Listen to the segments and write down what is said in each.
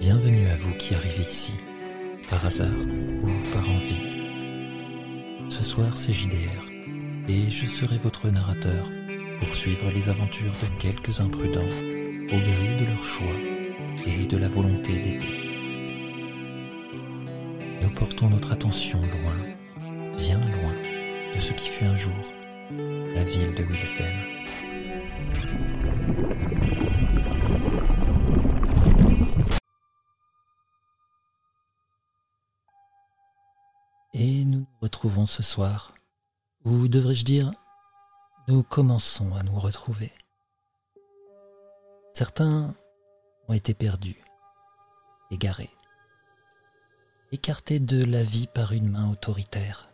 Bienvenue à vous qui arrivez ici, par hasard ou par envie. Ce soir, c'est JDR, et je serai votre narrateur pour suivre les aventures de quelques imprudents au gré de leur choix et de la volonté d'aider. Nous portons notre attention loin, bien loin, de ce qui fut un jour la ville de Willesden. Et nous nous retrouvons ce soir, ou devrais-je dire, nous commençons à nous retrouver. Certains ont été perdus, égarés, écartés de la vie par une main autoritaire.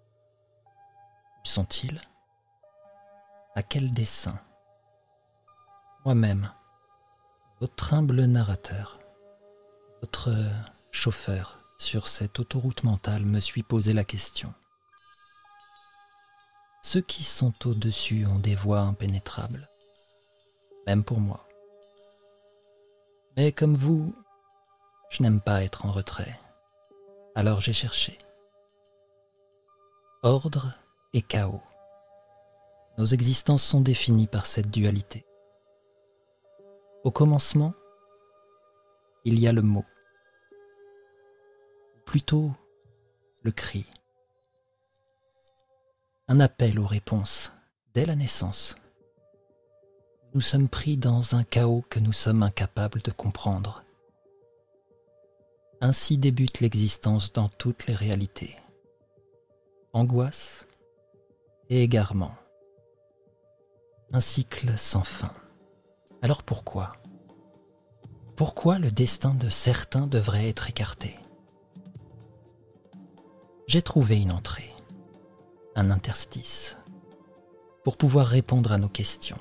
Où sont-ils? À quel dessein? Moi-même, votre humble narrateur, votre chauffeur sur cette autoroute mentale me suis posé la question. Ceux qui sont au-dessus ont des voies impénétrables, même pour moi. Mais comme vous, je n'aime pas être en retrait. Alors j'ai cherché. Ordre et chaos. Nos existences sont définies par cette dualité. Au commencement, il y a le mot. Plutôt le cri. Un appel aux réponses dès la naissance. Nous sommes pris dans un chaos que nous sommes incapables de comprendre. Ainsi débute l'existence dans toutes les réalités. Angoisse et égarement. Un cycle sans fin. Alors pourquoi? Pourquoi le destin de certains devrait être écarté? J'ai trouvé une entrée, un interstice, pour pouvoir répondre à nos questions.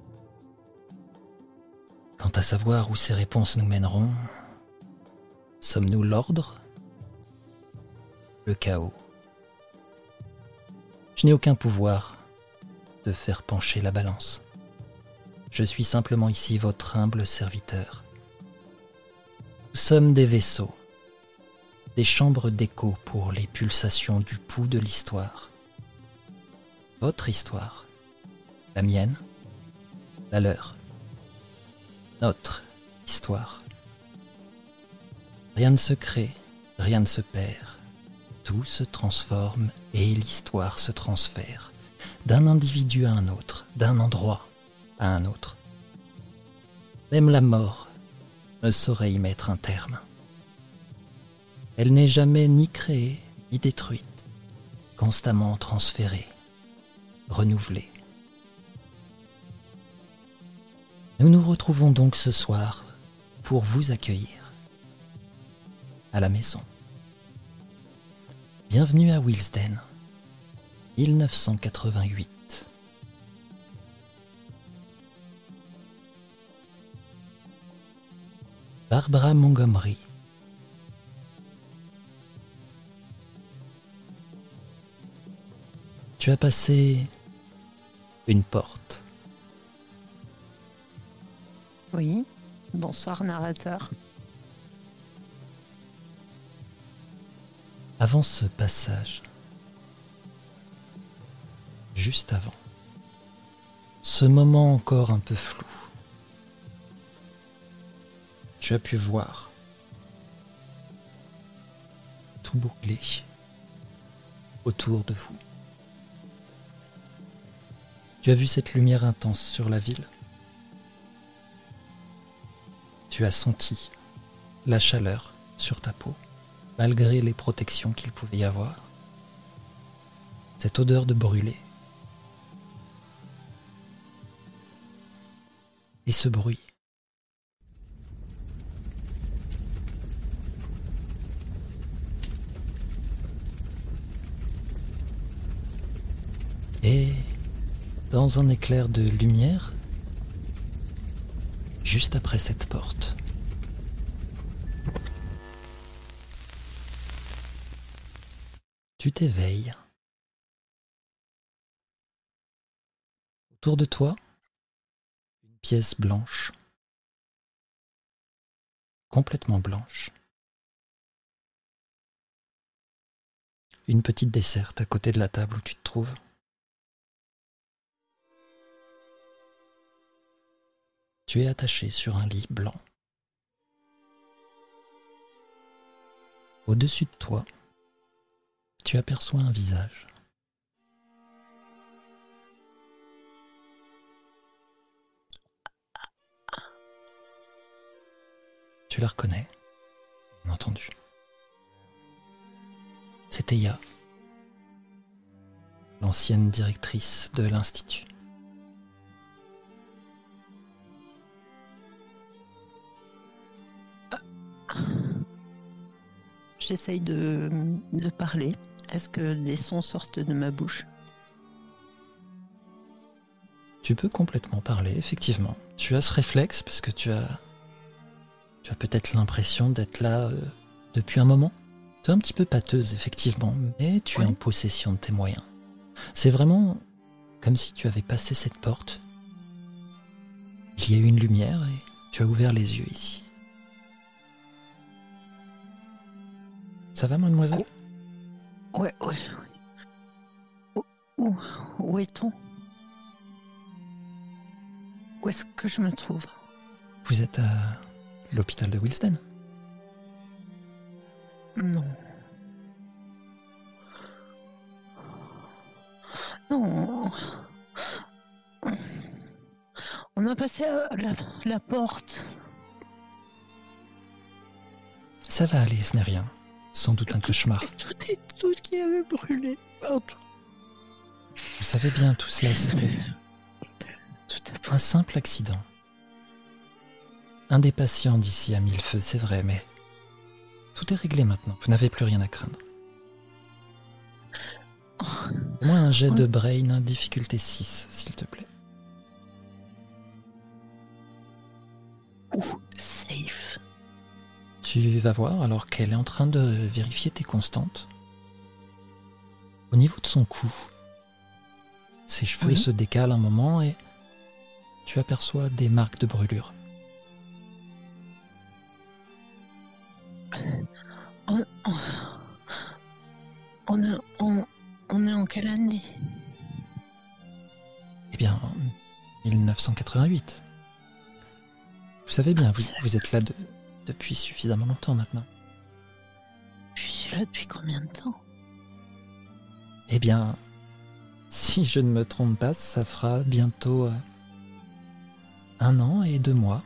Quant à savoir où ces réponses nous mèneront, sommes-nous l'ordre? Le chaos? Je n'ai aucun pouvoir de faire pencher la balance. Je suis simplement ici votre humble serviteur. Nous sommes des vaisseaux, des chambres d'écho pour les pulsations du pouls de l'histoire. Votre histoire, la mienne, la leur, notre histoire. Rien ne se crée, rien ne se perd. Tout se transforme et l'histoire se transfère, d'un individu à un autre, d'un endroit à un autre. Même la mort ne saurait y mettre un terme. Elle n'est jamais ni créée, ni détruite, constamment transférée, renouvelée. Nous nous retrouvons donc ce soir pour vous accueillir à la maison. Bienvenue à Willesden, 1988. Barbara Montgomery. Tu as passé une porte. Oui, bonsoir narrateur. Avant ce passage, juste avant, ce moment encore un peu flou, tu as pu voir tout bouclé autour de vous. Tu as vu cette lumière intense sur la ville. Tu as senti la chaleur sur ta peau, malgré les protections qu'il pouvait y avoir. Cette odeur de brûlé. Et ce bruit. Et dans un éclair de lumière, juste après cette porte, tu t'éveilles. Autour de toi, une pièce blanche, complètement blanche. Une petite desserte à côté de la table où tu te trouves. Tu es attaché sur un lit blanc. Au-dessus de toi, tu aperçois un visage. Tu la reconnais, bien entendu. C'est Théa, l'ancienne directrice de l'Institut. J'essaye de parler. Est-ce que des sons sortent de ma bouche? Tu peux complètement parler, effectivement. Tu as ce réflexe parce que tu as peut-être l'impression d'être là depuis un moment. Tu es un petit peu pâteuse, effectivement, mais tu es en possession de tes moyens. C'est vraiment comme si tu avais passé cette porte. Il y a eu une lumière et tu as ouvert les yeux ici. Ça va, mademoiselle? Ouais. Où est-on? Où est-ce que je me trouve? Vous êtes à l'hôpital de Wilsden? Non. Non. On a passé la porte. Ça va aller, ce n'est rien. Sans doute un cauchemar. Tout qui avait brûlé. Pardon. Vous savez bien, tout cela, c'était un simple accident. Un des patients d'ici a mis le feu, c'est vrai, mais tout est réglé maintenant. Vous n'avez plus rien à craindre. Moi, un jet de brain, difficulté 6, s'il te plaît. Safe. Tu vas voir alors qu'elle est en train de vérifier tes constantes. Au niveau de son cou, ses cheveux se décalent un moment et tu aperçois des marques de brûlure. On est en quelle année? Eh bien, 1988. Vous savez bien, vous êtes là depuis suffisamment longtemps maintenant. Je suis là depuis combien de temps? Eh bien, si je ne me trompe pas, ça fera bientôt 1 an et 2 mois.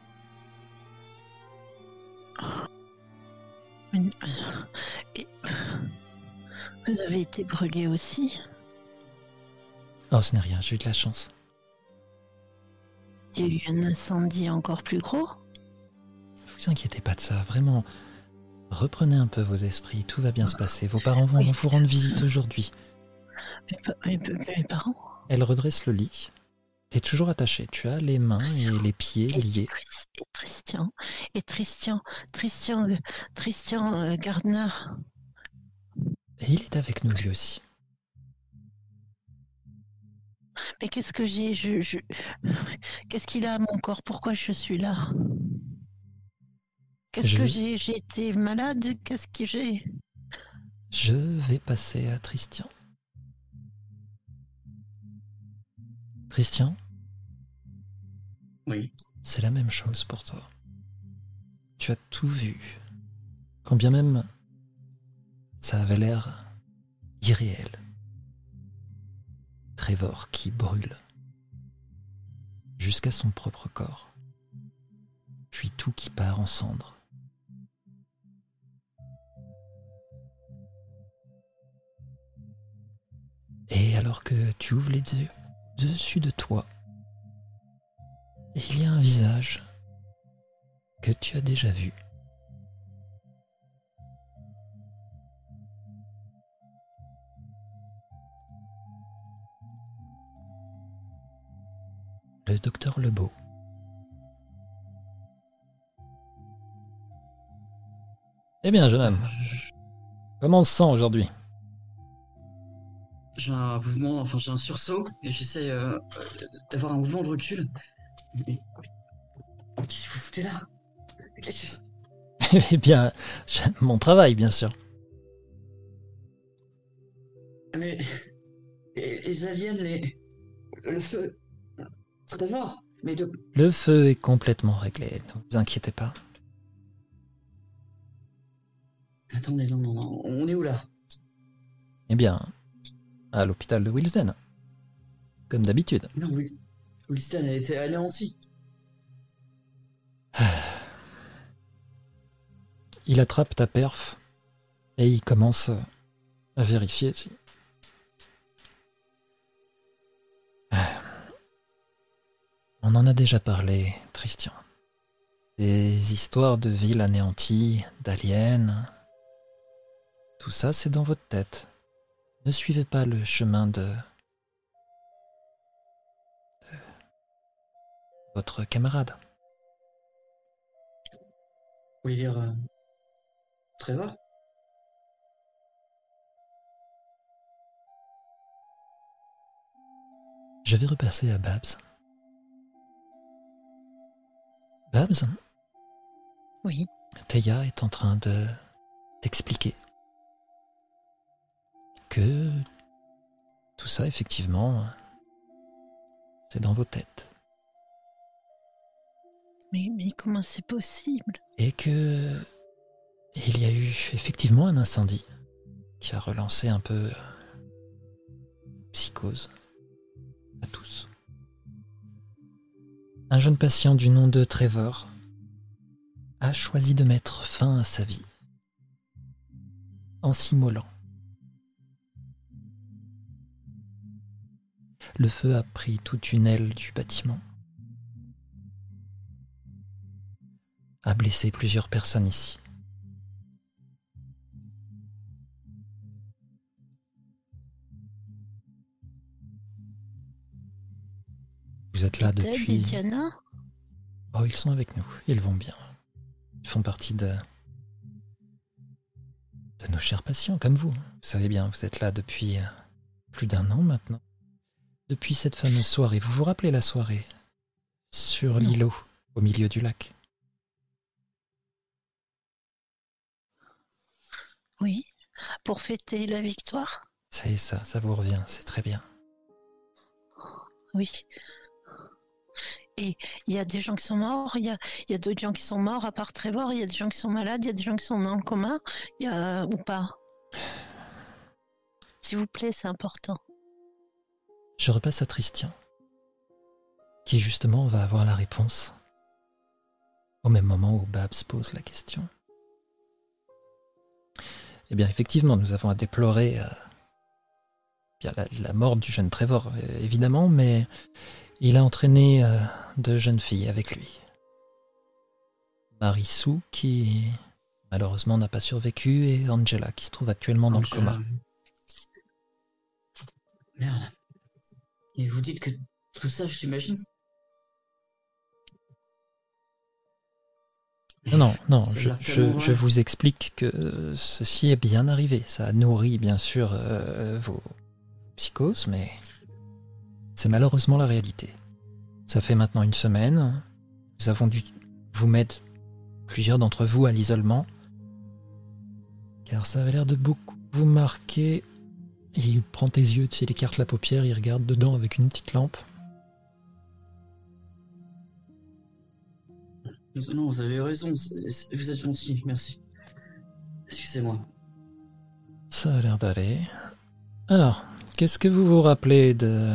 Et vous avez été brûlé aussi? Oh, ce n'est rien, j'ai eu de la chance. Il y a eu un incendie encore plus gros? Vous inquiétez pas de ça, vraiment. Reprenez un peu vos esprits, tout va bien se passer. Vos parents vont vous rendre visite aujourd'hui. Mes parents? Elle redresse le lit. T'es toujours attaché, tu as les mains et les pieds liés. Christian Gardner. Et il est avec nous lui aussi. Mais qu'est-ce que j'ai? Qu'est-ce qu'il a à mon corps? Pourquoi je suis là? Qu'est-ce que j'ai? J'ai été malade? Qu'est-ce que j'ai? Je vais passer à Tristian. Tristian? Oui. C'est la même chose pour toi. Tu as tout vu. Quand bien même ça avait l'air irréel. Trevor qui brûle jusqu'à son propre corps, puis tout qui part en cendres. Et alors que tu ouvres les yeux, dessus de toi, il y a un visage que tu as déjà vu. Le docteur Lebeau. Eh bien, jeune homme, comment on se sent aujourd'hui? J'ai un mouvement, enfin j'ai un sursaut et j'essaie d'avoir un mouvement de recul. Mais qu'est-ce que vous foutez là? Eh bien, mon travail, bien sûr. Mais les aliens, le feu, très fort. Mais de... Le feu est complètement réglé, ne vous inquiétez pas. Attendez, non, on est où là? Eh bien, à l'hôpital de Wilsden. Comme d'habitude. Non, oui. Wilston a été anéanti. Il attrape ta perf et il commence à vérifier. On en a déjà parlé, Christian. Ces histoires de villes anéanties, d'aliens, tout ça c'est dans votre tête. Ne suivez pas le chemin de votre camarade. Vous voulez dire... Trevor? Je vais repasser à Babs. Babs, Oui. Théa est en train de t'expliquer que tout ça, effectivement, c'est dans vos têtes. Mais comment c'est possible? Et que il y a eu effectivement un incendie qui a relancé un peu psychose à tous. Un jeune patient du nom de Trevor a choisi de mettre fin à sa vie en s'immolant. Le feu a pris toute une aile du bâtiment, a blessé plusieurs personnes ici. Vous êtes là Ted et depuis... Diana? Oh, ils sont avec nous, ils vont bien. Ils font partie de nos chers patients, comme vous. Vous savez bien, vous êtes là depuis plus d'un an maintenant. Depuis cette fameuse soirée. Vous vous rappelez la soirée sur l'îlot, au milieu du lac? Oui. Pour fêter la victoire? C'est ça, ça vous revient, c'est très bien. Oui. Et il y a des gens qui sont morts, il y a d'autres gens qui sont morts à part Trevor, il y a des gens qui sont malades, il y a des gens qui sont dans le coma, il y a ou pas? S'il vous plaît, c'est important. Je repasse à Christian, qui justement va avoir la réponse au même moment où Babs pose la question. Eh bien, effectivement, nous avons à déplorer bien la mort du jeune Trevor, évidemment, mais il a entraîné deux jeunes filles avec lui. Marie-Sue, qui malheureusement n'a pas survécu, et Angela, qui se trouve actuellement dans le coma. Merde. Et vous dites que tout ça, j'imagine? Non, Ça a l'air je tellement vrai. vous explique que ceci est bien arrivé. Ça a nourri, bien sûr, vos psychoses, mais c'est malheureusement la réalité. Ça fait maintenant une semaine. Nous avons dû vous mettre, plusieurs d'entre vous, à l'isolement, car ça avait l'air de beaucoup vous marquer. Il prend tes yeux, tu sais, il écarte la paupière, il regarde dedans avec une petite lampe. Non, vous avez raison, vous êtes gentil, merci. Excusez-moi. Ça a l'air d'aller. Alors, qu'est-ce que vous vous rappelez de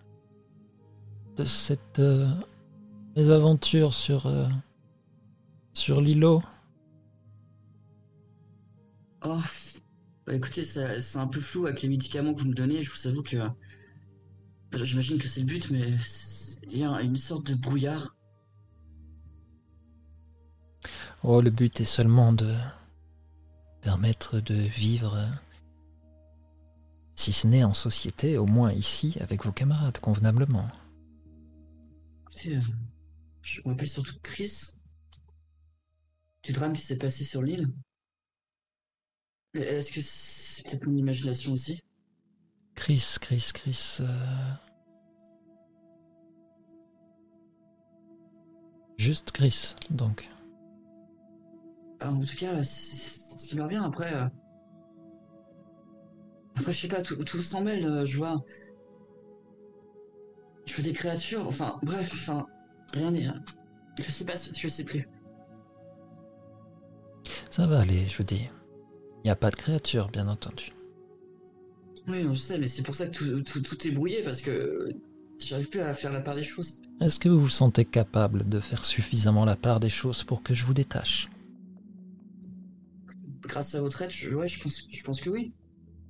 cette mésaventure sur l'îlot? Oh, bah écoutez, c'est un peu flou avec les médicaments que vous me donnez, je vous avoue que... J'imagine que c'est le but, mais il y a une sorte de brouillard. Oh, le but est seulement de permettre de vivre, si ce n'est en société, au moins ici, avec vos camarades, convenablement. Écoutez, je me rappelle surtout de Chris, du drame qui s'est passé sur l'île. Est-ce que c'est peut-être mon imagination aussi? Chris... Juste Chris, donc. En tout cas, c'est ce qui me revient après. Après, je sais pas, tout s'en mêle. Je vois des créatures. Enfin, bref, rien n'est. Je sais pas, je sais plus. Ça va aller, je vous dis. Il n'y a pas de créature, bien entendu. Oui, non, je sais, mais c'est pour ça que tout est brouillé parce que j'arrive plus à faire la part des choses. Est-ce que vous vous sentez capable de faire suffisamment la part des choses pour que je vous détache? Grâce à votre aide, ouais, je pense que oui.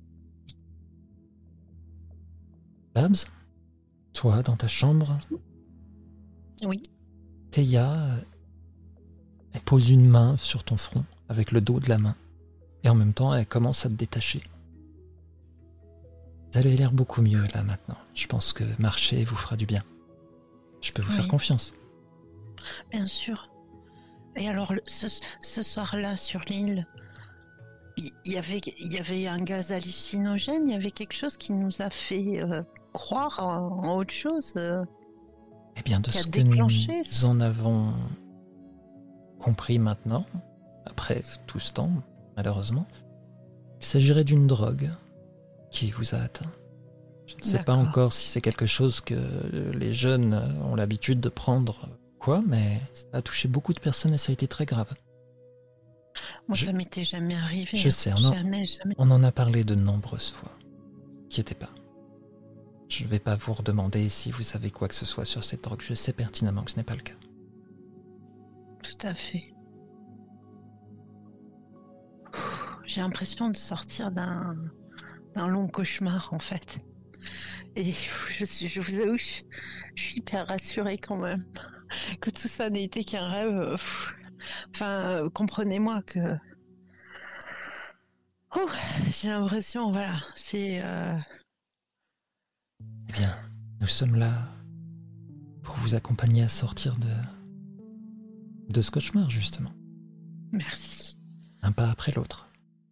Babs, toi, dans ta chambre, Oui. Théa, elle pose une main sur ton front, avec le dos de la main, et en même temps, elle commence à te détacher. Vous avez l'air beaucoup mieux, là, maintenant. Je pense que marcher vous fera du bien. Je peux vous faire confiance. Bien sûr. Et alors, ce soir-là, sur l'île, il y avait un gaz hallucinogène, il y avait quelque chose qui nous a fait croire en autre chose. Eh bien, de qui a ce que déclenché nous en avons compris maintenant, après tout ce temps, malheureusement, il s'agirait d'une drogue qui vous a atteint. Je ne sais pas D'accord. encore si c'est quelque chose que les jeunes ont l'habitude de prendre, quoi, mais ça a touché beaucoup de personnes et ça a été très grave. Moi, ça m'était jamais arrivé. Je sais, Jamais. on en a parlé de nombreuses fois. Inquiétez pas. Je ne vais pas vous redemander si vous savez quoi que ce soit sur cette drogue. Je sais pertinemment que ce n'est pas le cas. Tout à fait. J'ai l'impression de sortir d'un long cauchemar, en fait. Et je vous avoue, je suis hyper rassurée quand même que tout ça n'ait été qu'un rêve. Enfin, comprenez-moi que... Oh, j'ai l'impression, voilà, c'est... Eh bien, nous sommes là pour vous accompagner à sortir de ce cauchemar, justement. Merci. Un pas après l'autre.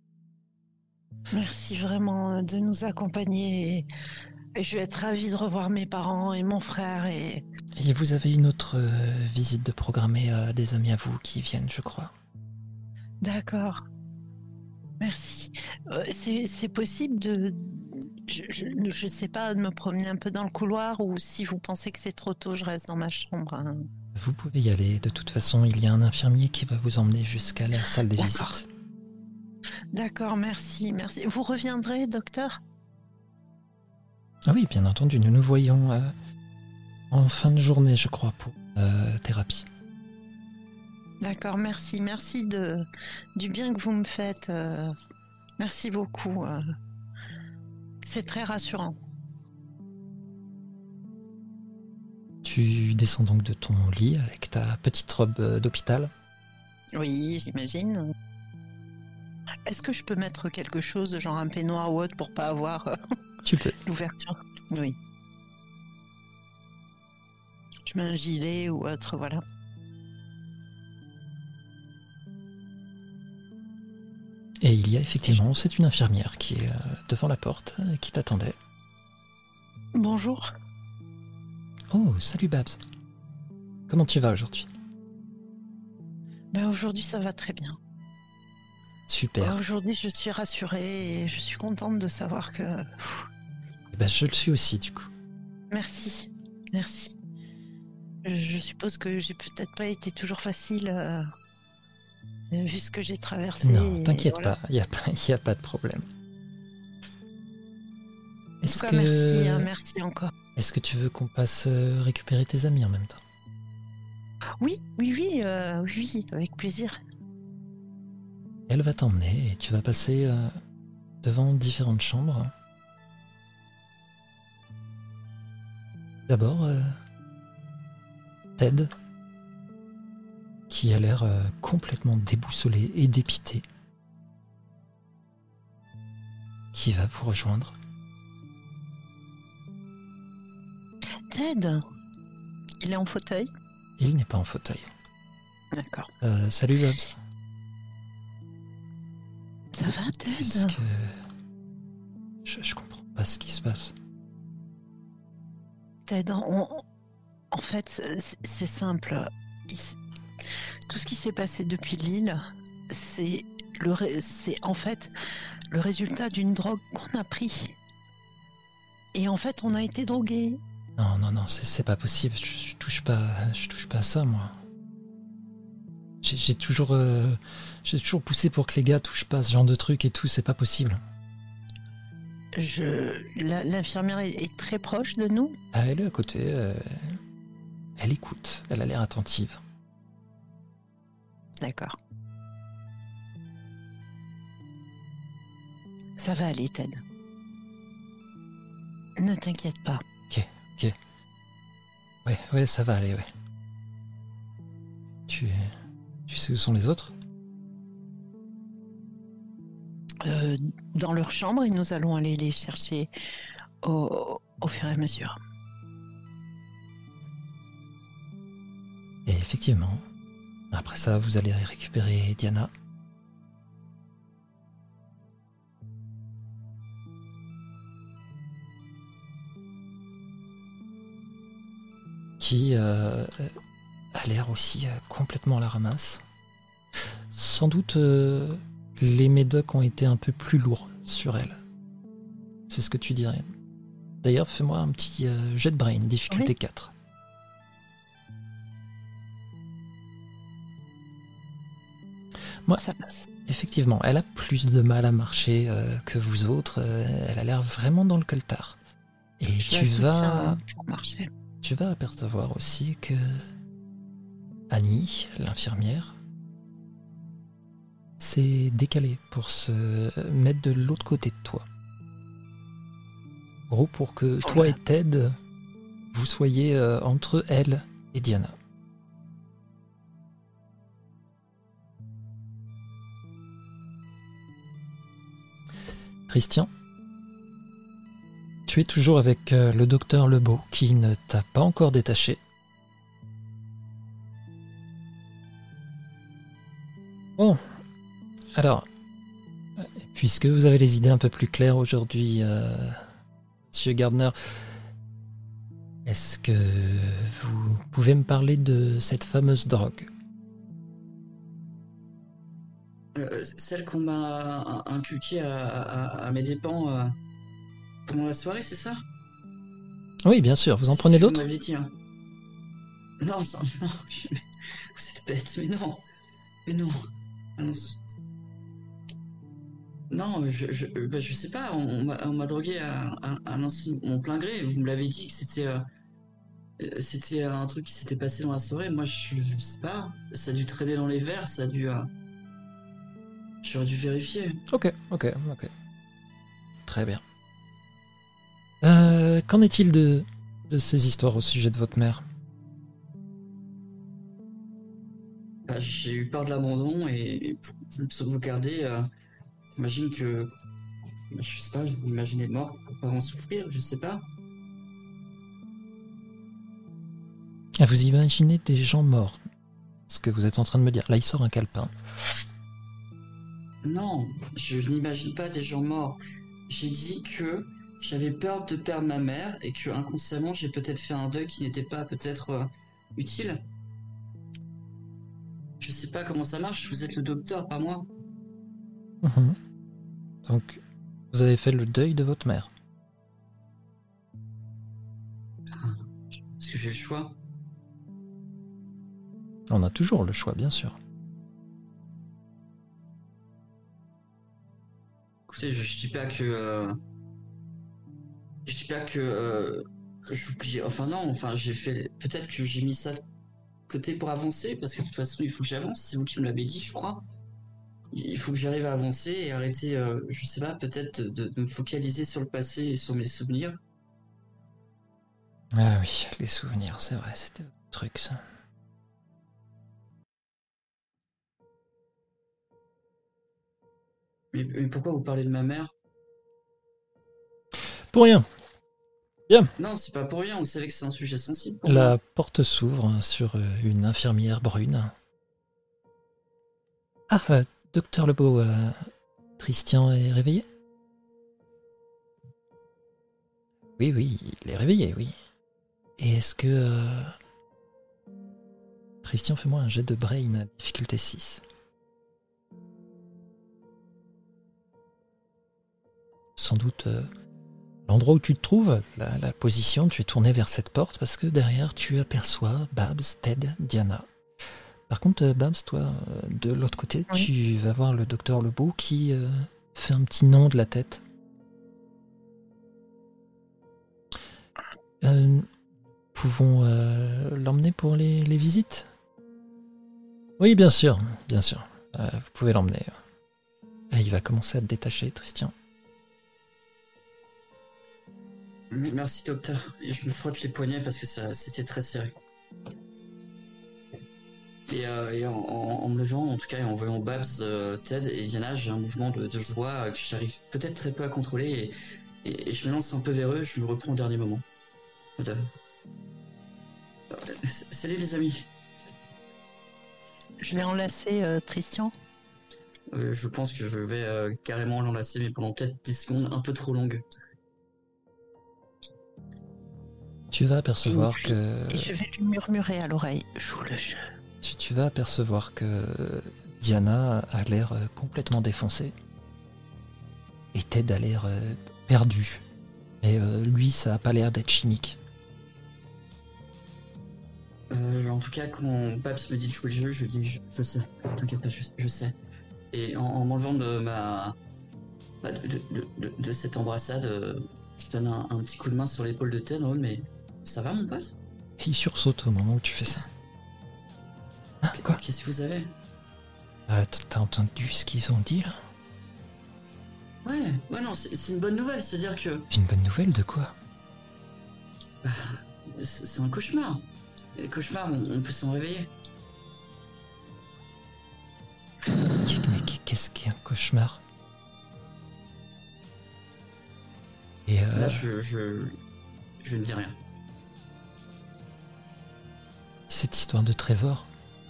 Merci vraiment de nous accompagner. Et je vais être ravie de revoir mes parents et mon frère. Et vous avez une autre visite de programmer des amis à vous qui viennent, je crois. D'accord. Merci. C'est possible de... Je sais pas, de me promener un peu dans le couloir ou si vous pensez que c'est trop tôt, je reste dans ma chambre. Hein. Vous pouvez y aller. De toute façon, il y a un infirmier qui va vous emmener jusqu'à la salle des visites. D'accord, merci. Vous reviendrez, docteur ? Ah oui, bien entendu. Nous nous voyons en fin de journée, je crois, pour thérapie. D'accord, merci. Merci du bien que vous me faites. Merci beaucoup. C'est très rassurant. Tu descends donc de ton lit avec ta petite robe d'hôpital. Oui, j'imagine. Est-ce que je peux mettre quelque chose, genre un peignoir ou autre, pour pas avoir Tu peux. l'ouverture ? Oui. Je mets un gilet ou autre, voilà. Et il y a effectivement, c'est une infirmière qui est devant la porte et qui t'attendait. Bonjour. Oh, salut Babs. Comment tu vas aujourd'hui ? Ben aujourd'hui, ça va très bien. Super. Aujourd'hui, je suis rassurée et je suis contente de savoir que... Eh ben, je le suis aussi, du coup. Merci. Je suppose que j'ai peut-être pas été toujours facile, vu ce que j'ai traversé. Non, t'inquiète voilà. pas, il y a pas de problème. En tout cas, merci encore. Est-ce que tu veux qu'on passe récupérer tes amis en même temps ? Oui, avec plaisir. Elle va t'emmener et tu vas passer devant différentes chambres. D'abord, Ted, qui a l'air complètement déboussolé et dépité, qui va vous rejoindre. Ted, il est en fauteuil ? Il n'est pas en fauteuil. D'accord. Salut Babs. Ça va, Ted ? Est-ce que... Je comprends pas ce qui se passe. Ted, en fait, c'est simple. Tout ce qui s'est passé depuis l'île, c'est en fait le résultat d'une drogue qu'on a pris. Et en fait, on a été drogués. Non, c'est pas possible. Je touche pas à ça, moi. J'ai toujours poussé pour que les gars touchent pas à ce genre de trucs et tout. C'est pas possible. L'infirmière est très proche de nous. Ah, elle est à côté. Elle écoute. Elle a l'air attentive. D'accord. Ça va aller, Ted. Ne t'inquiète pas. Ok. Ouais, ça va aller, ouais. Tu sais où sont les autres ? Dans leur chambre et nous allons aller les chercher au fur et à mesure. Et effectivement, après ça, vous allez récupérer Diana. Qui a l'air aussi complètement à la ramasse. Sans doute, les médocs ont été un peu plus lourds sur elle. C'est ce que tu dirais. D'ailleurs, fais-moi un petit jet de brain, difficulté 4. Moi, ça passe. Effectivement, elle a plus de mal à marcher que vous autres. Elle a l'air vraiment dans le coltard. Et tu vas apercevoir aussi que Annie, l'infirmière, s'est décalée pour se mettre de l'autre côté de toi. Gros, pour que toi et Ted, vous soyez entre elle et Diana. Christian, tu es toujours avec le docteur Lebeau qui ne t'a pas encore détaché. Bon, alors, puisque vous avez les idées un peu plus claires aujourd'hui, Monsieur Gardner, est-ce que vous pouvez me parler de cette fameuse drogue ? Celle qu'on m'a inculquée à mes dépens pendant la soirée, c'est ça? Oui, bien sûr. Vous en prenez d'autres? Vous m'aviez dit, hein. Non, vous êtes bête, mais non. Mais non. Non, je sais pas, on m'a drogué à mon plein gré. Vous me l'avez dit que c'était un truc qui s'était passé dans la soirée. Moi, je sais pas. Ça a dû traîner dans les verres, ça a dû... J'aurais dû vérifier. Ok. Très bien. Qu'en est-il de ces histoires au sujet de votre mère? J'ai eu peur de l'abandon et pour sauvegarder, j'imagine que... Je sais pas, je m'imaginais mort pour pas en souffrir, je sais pas. Vous imaginez des gens morts? Ce que vous êtes en train de me dire. Là, il sort un calepin. Non, je n'imagine pas des gens morts. J'ai dit que j'avais peur de perdre ma mère et que inconsciemment j'ai peut-être fait un deuil qui n'était pas peut-être utile. Je sais pas comment ça marche, vous êtes le docteur, pas moi. Mmh. Donc, vous avez fait le deuil de votre mère. Est-ce que j'ai le choix? On a toujours le choix, bien sûr. Écoutez, je dis pas que... Je dis pas que j'oublie... Enfin non, j'ai fait... Peut-être que j'ai mis ça de côté pour avancer, parce que de toute façon, il faut que j'avance. C'est vous qui me l'avez dit, je crois. Il faut que j'arrive à avancer et arrêter, je sais pas, peut-être de me focaliser sur le passé et sur mes souvenirs. Ah oui, les souvenirs, c'est vrai, c'était votre truc, ça. Mais pourquoi vous parlez de ma mère? Pour rien. Bien. Non, c'est pas pour rien, vous savez que c'est un sujet sensible pour La moi. porte s'ouvre sur une infirmière brune. Ah, docteur Lebeau, Christian est réveillé? Oui, il est réveillé, oui. Et est-ce que... Christian, fais-moi un jet de brain, difficulté 6. sans doute l'endroit où tu te trouves, la position, tu es tourné vers cette porte parce que derrière tu aperçois Babs, Ted, Diana. Par contre, Babs, toi, de l'autre côté, Oui. tu vas voir le docteur Lebeau qui fait un petit nom de la tête. Pouvons l'emmener pour les visites? Oui, bien sûr, bien sûr. Vous pouvez l'emmener. Et il va commencer à te détacher, Christian. Merci docteur. Et je me frotte les poignets parce que c'était très serré. Et en me levant, en tout cas, et en voyant Babs, Ted et Diana, j'ai un mouvement de joie que j'arrive peut-être très peu à contrôler et je me lance un peu vers eux, je me reprends au dernier moment. Salut les amis. Je vais enlacer Tristan. Je pense que je vais carrément l'enlacer, mais pendant peut-être 10 secondes un peu trop longues. Tu vas apercevoir que... Et je vais lui murmurer à l'oreille, joue le jeu. Tu vas apercevoir que Diana a l'air complètement défoncée. Et Ted a l'air perdu. Et lui, ça a pas l'air d'être chimique. En tout cas, quand Babs me dit de jouer le jeu, je dis je sais, t'inquiète pas, je sais. Et en m'enlevant de cette embrassade, je donne un petit coup de main sur l'épaule de Ted. Mais ça va, mon pote? Il sursaute au moment où tu fais ça. Ah, quoi? Qu'est-ce que vous avez? T'as entendu ce qu'ils ont dit là? Ouais, non, c'est une bonne nouvelle, c'est-à-dire que... Une bonne nouvelle de quoi? C'est un cauchemar. Les cauchemars, on peut s'en réveiller. Mais qu'est-ce qu'est un cauchemar? Et Là, je ne dis rien. Cette histoire de Trevor?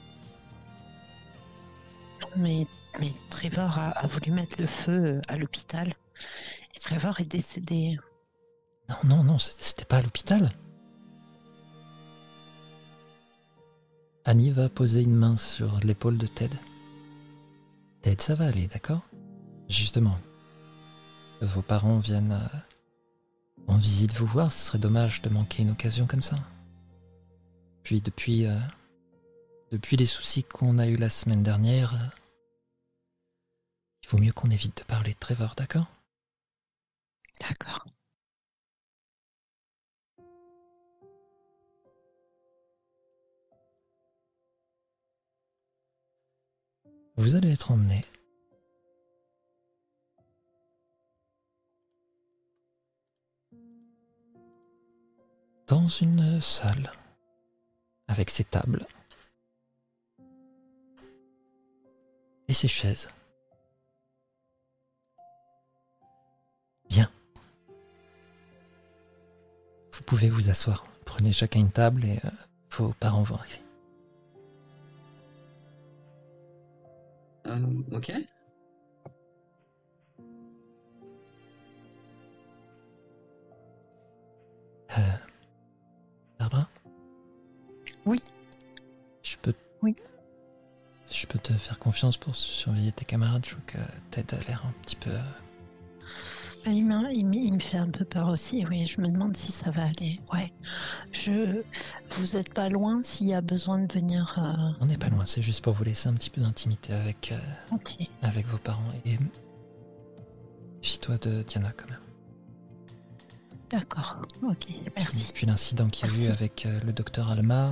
Mais Trevor a voulu mettre le feu à l'hôpital. Et Trevor est décédé. Non, c'était pas à l'hôpital. Annie va poser une main sur l'épaule de Ted. Ted, ça va aller, d'accord? Justement, vos parents viennent en visite vous voir, ce serait dommage de manquer une occasion comme ça. Puis depuis les soucis qu'on a eus la semaine dernière, il vaut mieux qu'on évite de parler de Trevor, d'accord? D'accord. Vous allez être emmené dans une salle avec ses tables et ses chaises. Bien. Vous pouvez vous asseoir. Prenez chacun une table et vos parents vont arriver. Ok. Barbara? Oui. Je peux te faire confiance pour surveiller tes camarades. Je trouve que Ted a l'air un petit peu... Il me fait un peu peur aussi, oui. Je me demande si ça va aller. Ouais. Vous êtes pas loin s'il y a besoin de venir... On n'est pas loin, c'est juste pour vous laisser un petit peu d'intimité avec vos parents. Et fie-toi de Diana quand même. D'accord, ok, merci. Puis l'incident qu'il y a eu avec le docteur Alma...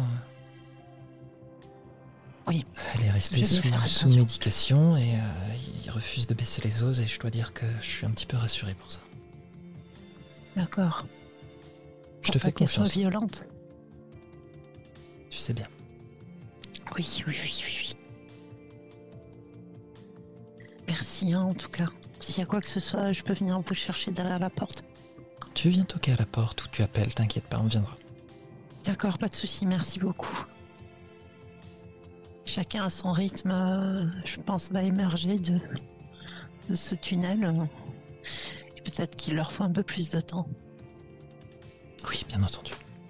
Oui. Elle est restée sous médication et il refuse de baisser les os et je dois dire que je suis un petit peu rassuré pour ça. D'accord. Je te fais confiance. Qu'elle soit violente. Tu sais bien. Oui. Merci en tout cas. S'il y a quoi que ce soit, je peux venir vous chercher derrière la porte. Tu viens toquer à la porte ou tu appelles, t'inquiète pas, on viendra. D'accord, pas de souci, merci beaucoup. Chacun à son rythme, je pense, va émerger de ce tunnel. Et peut-être qu'il leur faut un peu plus de temps. Oui, bien entendu.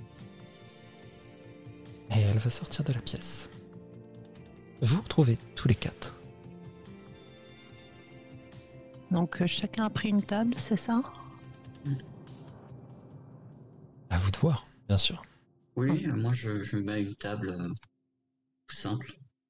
Et elle va sortir de la pièce. Vous retrouvez tous les quatre. Donc chacun a pris une table, c'est ça? À vous de voir, bien sûr. Oui, moi je mets une table tout simple.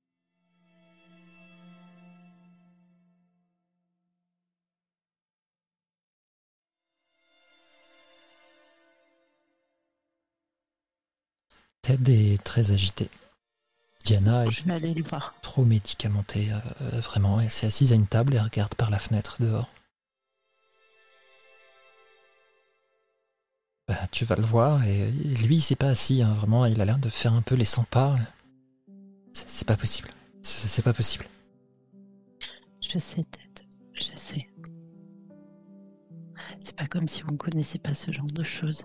Ted est très agité. Diana est Je vais aller le voir. trop médicamentée, vraiment. Elle s'est assise à une table et regarde par la fenêtre dehors. Bah, tu vas le voir, et lui, il s'est pas assis, hein, vraiment. Il a l'air de faire un peu les 100 pas. C'est pas possible. C'est pas possible. Je sais, Ted. Je sais. C'est pas comme si on connaissait pas ce genre de choses.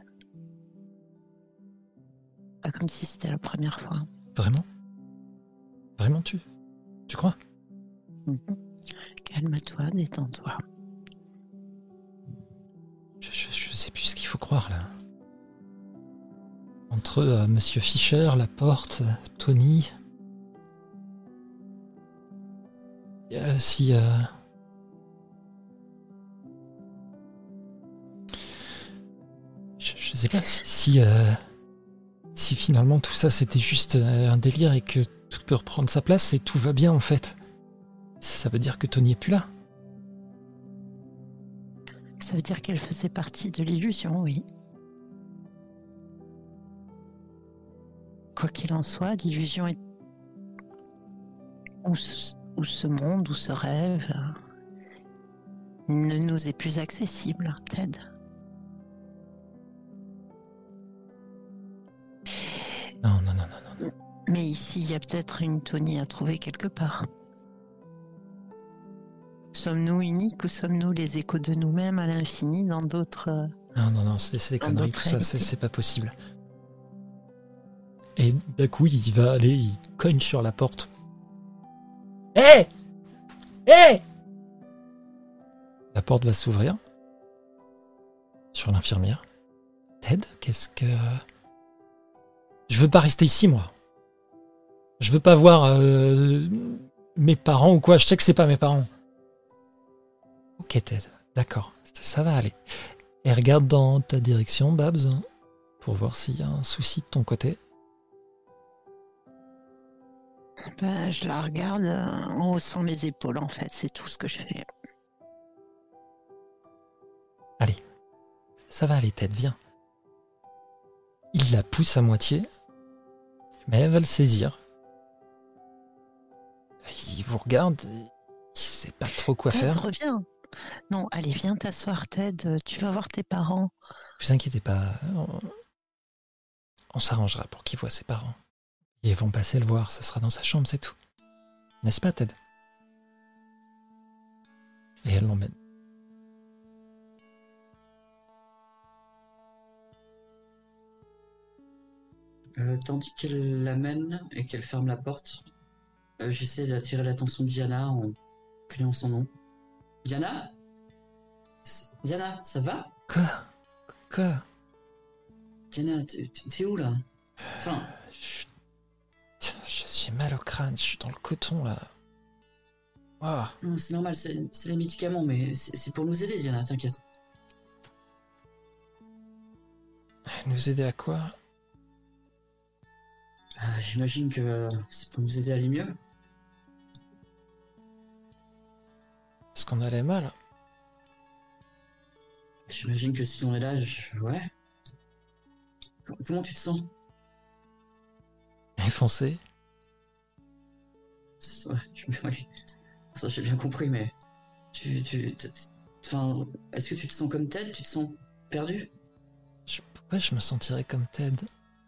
Pas comme si c'était la première fois. Vraiment? Vraiment, tu crois? Mhm. Calme-toi, détends-toi. Je sais plus ce qu'il faut croire, là. Entre Monsieur Fischer, la porte, Tony... si... Je sais pas si finalement tout ça c'était juste un délire et que tout peut reprendre sa place et tout va bien en fait. Ça veut dire que Tony est plus là. Ça veut dire qu'elle faisait partie de l'illusion, oui. Quoi qu'il en soit, l'illusion est... Ou ce monde, ou ce rêve ne nous est plus accessible, Ted. Non. Mais ici, il y a peut-être une Tony à trouver quelque part. Sommes-nous uniques ou sommes-nous les échos de nous-mêmes à l'infini dans d'autres... Non, c'est des Dans conneries, d'autres tout ça, réalités. c'est pas possible. Et d'un coup, il va aller, il cogne sur la porte. Hé! Hé! La porte va s'ouvrir. Sur l'infirmière. Ted, qu'est-ce que... Je veux pas rester ici, moi. Je veux pas voir mes parents ou quoi. Je sais que c'est pas mes parents. Ok, Ted, d'accord, ça va aller. Et regarde dans ta direction, Babs, pour voir s'il y a un souci de ton côté. Ben, je la regarde en haussant les épaules, en fait. C'est tout ce que je fais. Allez, ça va aller, Ted, viens. Il la pousse à moitié, mais elle va le saisir. Il vous regarde, il sait pas trop quoi Ted, faire. reviens. Non, allez, viens t'asseoir, Ted. Tu vas voir tes parents. Vous inquiétez pas, on s'arrangera pour qu'il voie ses parents. Ils vont passer le voir, ça sera dans sa chambre, c'est tout. N'est-ce pas, Ted? Et elle l'emmène. Tandis qu'elle l'amène et qu'elle ferme la porte, j'essaie d'attirer l'attention de Diana en criant son nom. Diana? Diana, ça va? Quoi? Diana, t'es où là? Enfin, J'ai mal au crâne, je suis dans le coton, là. Wow. non, c'est normal, c'est les médicaments, mais c'est pour nous aider, Diana, t'inquiète. Nous aider à quoi? J'imagine que c'est pour nous aider à aller mieux. Est-ce qu'on allait mal? J'imagine que si on est là, ouais. Comment tu te sens? Défoncé? Ouais, ouais. Ça j'ai bien compris, mais enfin, est-ce que tu te sens comme Ted? Tu te sens perdu? Pourquoi je me sentirais comme Ted?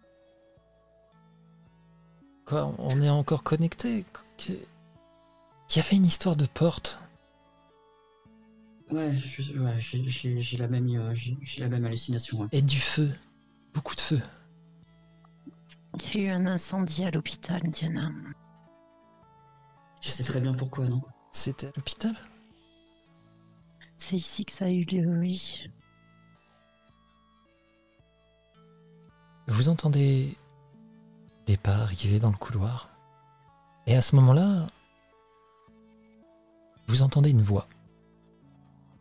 Quoi, on est encore connectés? Il y avait une histoire de porte. Ouais, j'ai la même hallucination. Ouais. Et du feu. Beaucoup de feu. Il y a eu un incendie à l'hôpital, Diana. Je sais très bien pourquoi, non? C'était à l'hôpital? C'est ici que ça a eu lieu, oui. Vous entendez des pas arriver dans le couloir. Et à ce moment-là, vous entendez une voix.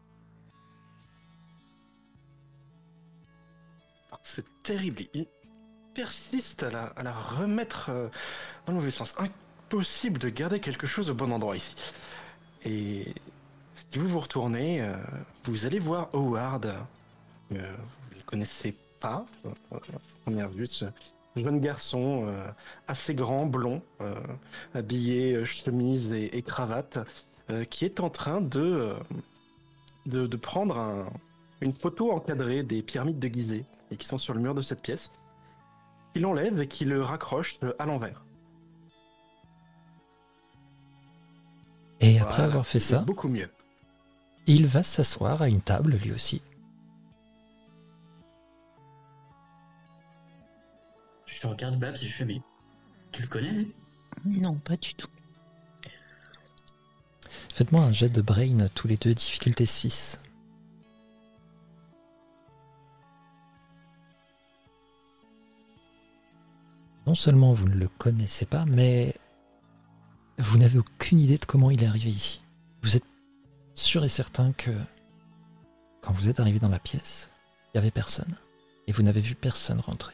c'est terrible. Il persiste à la remettre dans le mauvais sens. Impossible de garder quelque chose au bon endroit ici. Et si vous vous retournez, vous allez voir Howard. Vous ne connaissez pas, à première vue, ce jeune garçon assez grand, blond, habillé chemise et cravate, qui est en train de prendre une photo encadrée des pyramides de Gizeh, et qui sont sur le mur de cette pièce. Il l'enlève et qui le raccroche à l'envers. Et après Voilà, avoir fait c'est ça, beaucoup mieux. il va s'asseoir à une table lui aussi. Je regarde Babs et je fais, mais tu le connais, lui? Non, pas du tout. Faites-moi un jet de brain tous les deux, difficulté 6. Non seulement vous ne le connaissez pas, mais vous n'avez aucune idée de comment il est arrivé ici. Vous êtes sûr et certain que quand vous êtes arrivé dans la pièce, il n'y avait personne. Et vous n'avez vu personne rentrer.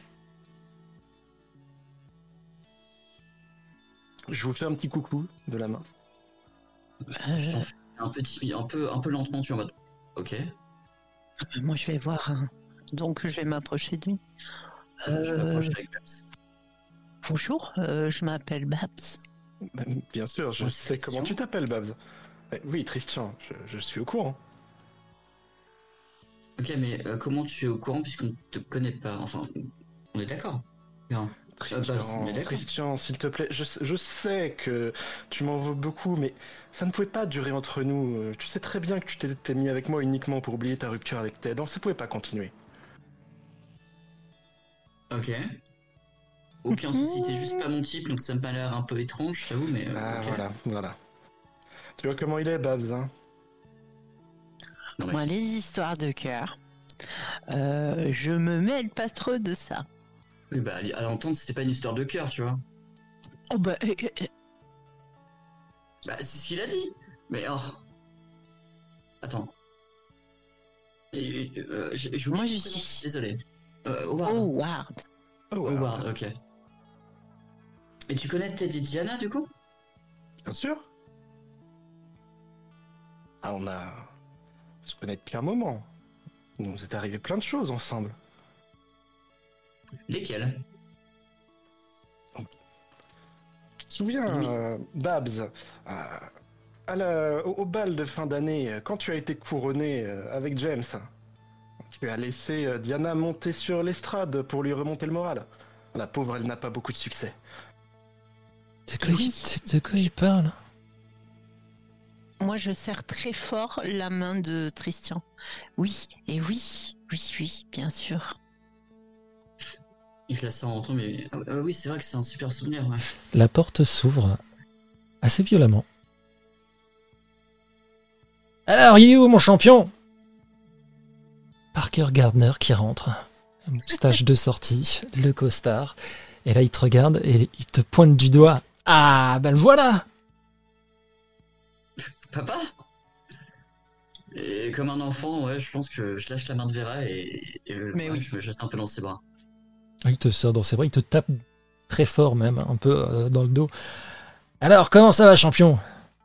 Je vous fais un petit coucou de la main. Je t'en fais un peu timide, un peu lentement, tu es en mode. Ok. Moi, je vais voir. Donc, je vais m'approcher de lui. Je m'approche avec Babs. Bonjour, je m'appelle Babs. Bien sûr, je Moi, sais Christian. comment tu t'appelles, Babs. Oui, Christian, je suis au courant. Ok, mais comment tu es au courant puisqu'on ne te connaît pas? Enfin, on est d'accord. Bien. Babs, on est d'accord. Christian, s'il te plaît, je sais que tu m'en veux beaucoup, mais ça ne pouvait pas durer entre nous. Tu sais très bien que tu t'étais mis avec moi uniquement pour oublier ta rupture avec Ted, donc ça pouvait pas continuer. Ok. Aucun souci, t'es juste pas mon type, donc ça me paraît l'air un peu étrange, je t'avoue, mais. Ah, ok. voilà. Tu vois comment il est, Babs, hein? Non, mais- Moi, les histoires de cœur, je me mêle pas trop de ça. Oui, bah, à l'entendre, c'était pas une histoire de cœur, tu vois. Oh bah, Bah, c'est ce qu'il a dit. Mais oh. Attends. J'oublie Moi, ton je prénom, suis- désolé. Howard. Howard. Howard, ok. Et tu connais Ted et Diana, du coup? Bien sûr. Ah, on se connaît depuis un moment. Il nous est arrivé plein de choses ensemble. Lesquels? Tu te souviens, Oui. Babs, au bal de fin d'année, quand tu as été couronné avec James, tu as laissé Diana monter sur l'estrade pour lui remonter le moral. La pauvre, elle n'a pas beaucoup de succès. De quoi il parle? Moi, je serre très fort la main de Christian. Oui, et oui, bien sûr. Il la sent en temps, mais. Oui, c'est vrai que c'est un super souvenir, ouais. La porte s'ouvre assez violemment. Alors, il est où mon champion? Parker Gardner qui rentre. Moustache de sortie, le costard. Et là, il te regarde et il te pointe du doigt. Ah, ben le voilà! Papa? Et comme un enfant, ouais, je pense que je lâche la main de Vera Mais ouais, oui. je me jette un peu dans ses bras. Il te sort dans ses bras, il te tape très fort même, un peu dans le dos. Alors, comment ça va, champion?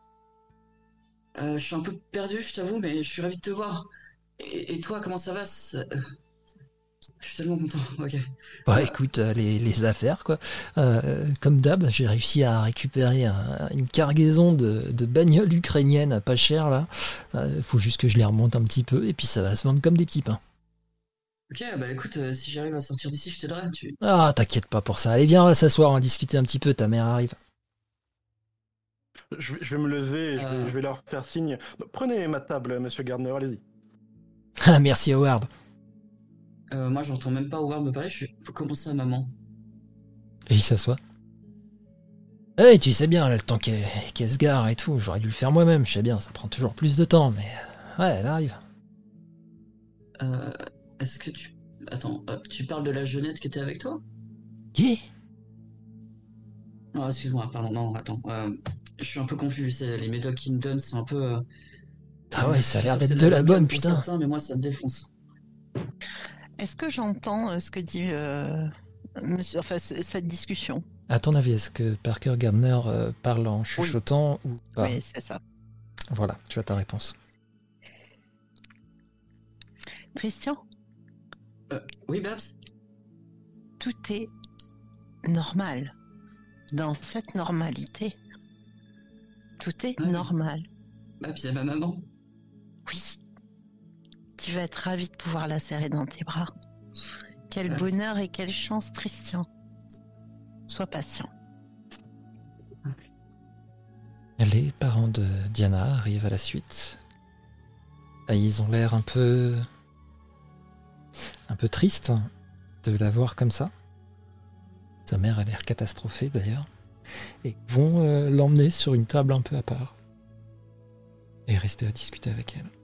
Je suis un peu perdu, je t'avoue, mais je suis ravi de te voir. Et toi, comment ça va? Je suis tellement content, ok. Bah écoute, les affaires quoi. Comme d'hab, j'ai réussi à récupérer une cargaison de bagnoles ukrainiennes pas chères là. Faut juste que je les remonte un petit peu et puis ça va se vendre comme des petits pains. Ok, bah écoute, si j'arrive à sortir d'ici, je t'aiderai. Ah, t'inquiète pas pour ça. Allez, viens, on va s'asseoir, on va discuter un petit peu, ta mère arrive. Je vais me lever et je vais leur faire signe. Prenez ma table, monsieur Gardner, allez-y. Ah, merci Howard. Moi, j'entends même pas Howard me parler, faut commencer à maman. Et il s'assoit. Eh, tu sais bien, là, le temps qu'elle se gare et tout, j'aurais dû le faire moi-même, je sais bien, ça prend toujours plus de temps, mais... Ouais, elle arrive. Est-ce que tu... Attends, tu parles de la jeunette qui était avec toi? Qui? Non, excuse-moi, pardon, non, attends. Je suis un peu confus, les médocs qu'ils me donnent, c'est un peu... Ah ouais, ça a l'air je suis sûr d'être que de c'est la bonne, bonne pour putain. certains, mais moi, ça me défonce. Est-ce que j'entends ce que dit monsieur, enfin, cette discussion? À ton avis, est-ce que Parker Gardner parle en chuchotant ou pas? Oui, c'est ça. Voilà, tu as ta réponse. Christian, Oui, Babs. tout est normal. Dans cette normalité, tout est Ah oui. normal. Babs, il y a ma maman. Oui. Tu vas être ravi de pouvoir la serrer dans tes bras. Quel Ouais. bonheur et quelle chance, Christian. Sois patient. Les parents de Diana arrivent à la suite. Ah, ils ont l'air un peu tristes de la voir comme ça. Sa mère a l'air catastrophée d'ailleurs. Et vont l'emmener sur une table un peu à part. Et rester à discuter avec elle.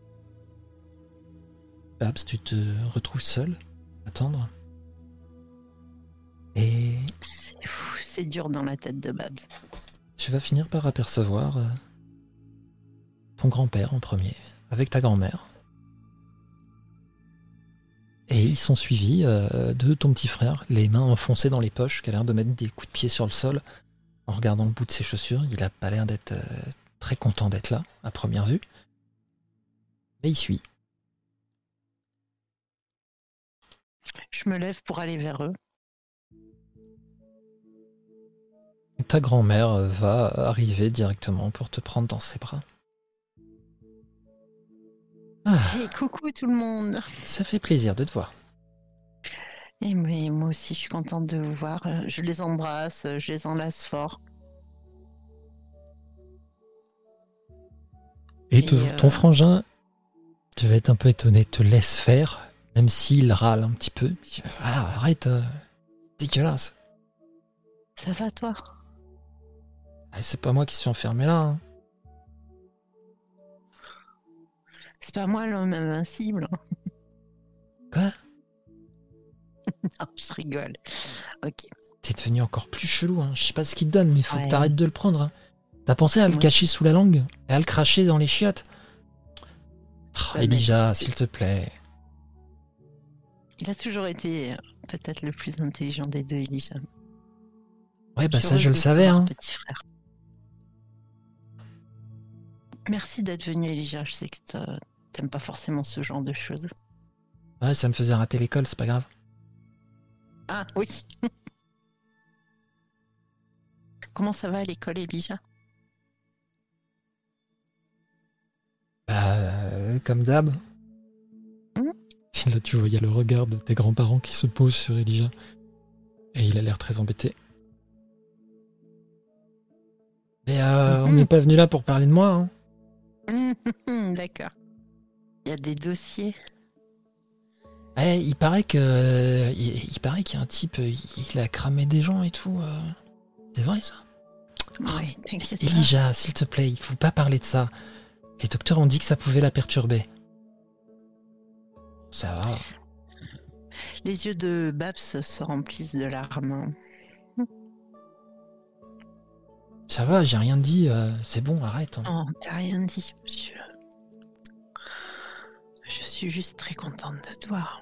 Babs, tu te retrouves seul, à attendre. Et C'est dur dans la tête de Babs. tu vas finir par apercevoir ton grand-père en premier, avec ta grand-mère. Et ils sont suivis de ton petit frère, les mains enfoncées dans les poches, qui a l'air de mettre des coups de pied sur le sol en regardant le bout de ses chaussures. Il a pas l'air d'être très content d'être là, à première vue. Mais il suit. Je me lève pour aller vers eux. Ta grand-mère va arriver directement pour te prendre dans ses bras. Ah, Hey, coucou tout le monde. ça fait plaisir de te voir. Et mais moi aussi, je suis contente de vous voir. Je les embrasse, je les enlace fort. Et Et, ton frangin, tu vas être un peu étonné, te laisse faire, même s'il râle un petit peu. Il dit, ah, arrête, dégueulasse. Ça va, toi? Ah, c'est pas moi qui suis enfermé là. Hein. C'est pas moi l'homme invincible. Quoi? Non, je rigole. Ok. T'es devenu encore plus chelou. Hein. Je sais pas ce qu'il te donne, mais il faut que Ouais. t'arrêtes de le prendre. Hein. T'as pensé à le Ouais. cacher sous la langue et à le cracher dans les chiottes? Oh, Ouais, Elijah, mais- s'il te plaît. Il a toujours été peut-être le plus intelligent des deux, Elijah. Ouais, bah suis ça je heureuse le de savais. t'avoir, Hein. petit frère. Merci d'être venu, Elijah. Je sais que t'aimes pas forcément ce genre de choses. Ouais, ça me faisait rater l'école, c'est pas grave. Ah oui. Comment ça va à l'école, Elijah? Bah, comme d'hab. Hmm. Là, tu vois, il y a le regard de tes grands-parents qui se pose sur Elijah. Et il a l'air très embêté. Mais on n'est pas venu là pour parler de moi. Hein. D'accord. Il y a des dossiers. Ouais, il paraît que il paraît qu'il y a un type, il a cramé des gens et tout. C'est vrai ça? Oui, t'inquiète pas. Elijah, s'il te plaît, il faut pas parler de ça. Les docteurs ont dit que ça pouvait la perturber. Ça va. Les yeux de Babs se remplissent de larmes. Ça va, j'ai rien dit. C'est bon, arrête. Hein. Oh, t'as rien dit, monsieur. Je suis juste très contente de te voir.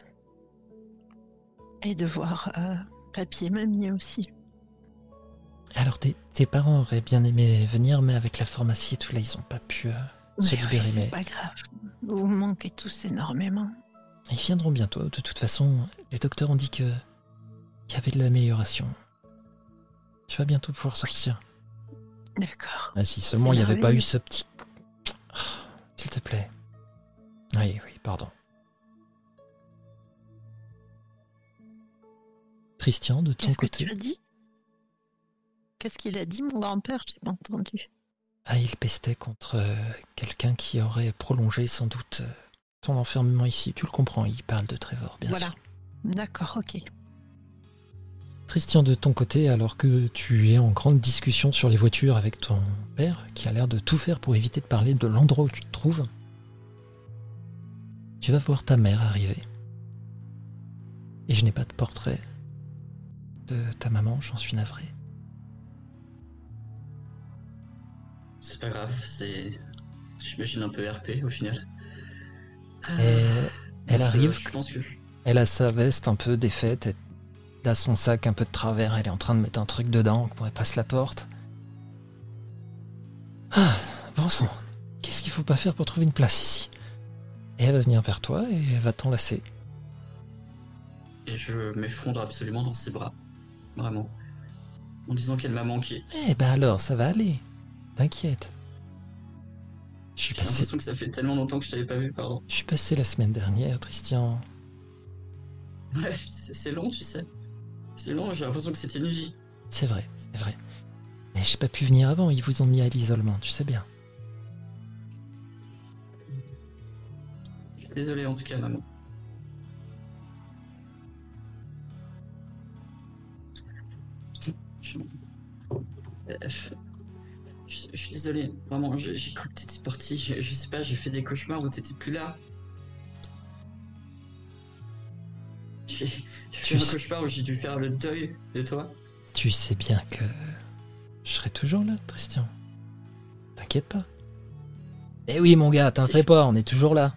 Et de voir papy et mamie aussi. Alors, tes parents auraient bien aimé venir, mais avec la pharmacie et tout, là, ils ont pas pu se Mais oui, libérer. c'est Mais pas grave. Vous me manquez tous énormément. ils viendront bientôt. De toute façon, les docteurs ont dit qu'il y avait de l'amélioration. Tu vas bientôt pouvoir sortir. D'accord. Ah, si seulement il n'y avait pas merveilleux. eu ce petit... Ah, s'il te plaît. Oui, pardon. Christian, de ton Qu'est-ce que côté... tu as dit? Qu'est-ce qu'il a dit, mon grand-père? J'ai pas entendu. Ah, il pestait contre quelqu'un qui aurait prolongé sans doute son enfermement ici. Tu le comprends, il parle de Trevor, bien Voilà. sûr. D'accord, ok. Christian, de ton côté, alors que tu es en grande discussion sur les voitures avec ton père, qui a l'air de tout faire pour éviter de parler de l'endroit où tu te trouves, tu vas voir ta mère arriver. Et je n'ai pas de portrait de ta maman, j'en suis navré. C'est pas grave, c'est. J'imagine un peu RP au final. Et elle Donc, arrive, Je pense que. Elle a sa veste un peu défaite, elle a son sac un peu de travers, elle est en train de mettre un truc dedans, qu'on passe la porte. Ah, bon sang, qu'est-ce qu'il faut pas faire pour trouver une place ici? Et elle va venir vers toi et elle va t'enlacer. Et je m'effondre absolument dans ses bras. Vraiment. En disant qu'elle m'a manqué. Eh ben alors, ça va aller. T'inquiète. J'ai l'impression que ça fait tellement longtemps que je t'avais pas vu, pardon. Je suis passé la semaine dernière, Tristian. Ouais, c'est long, tu sais. C'est long, j'ai l'impression que c'était une vie. C'est vrai, c'est vrai. Mais j'ai pas pu venir avant, ils vous ont mis à l'isolement, tu sais bien. Je suis désolé en tout cas, maman. Je suis désolé, vraiment, j'ai cru que t'étais parti, je sais pas, j'ai fait des cauchemars où t'étais plus là. J'ai fait un cauchemar où j'ai dû faire le deuil de toi. Tu sais bien que je serai toujours là, Tristian. T'inquiète pas. Eh oui, mon gars, t'en fais pas, on est toujours là.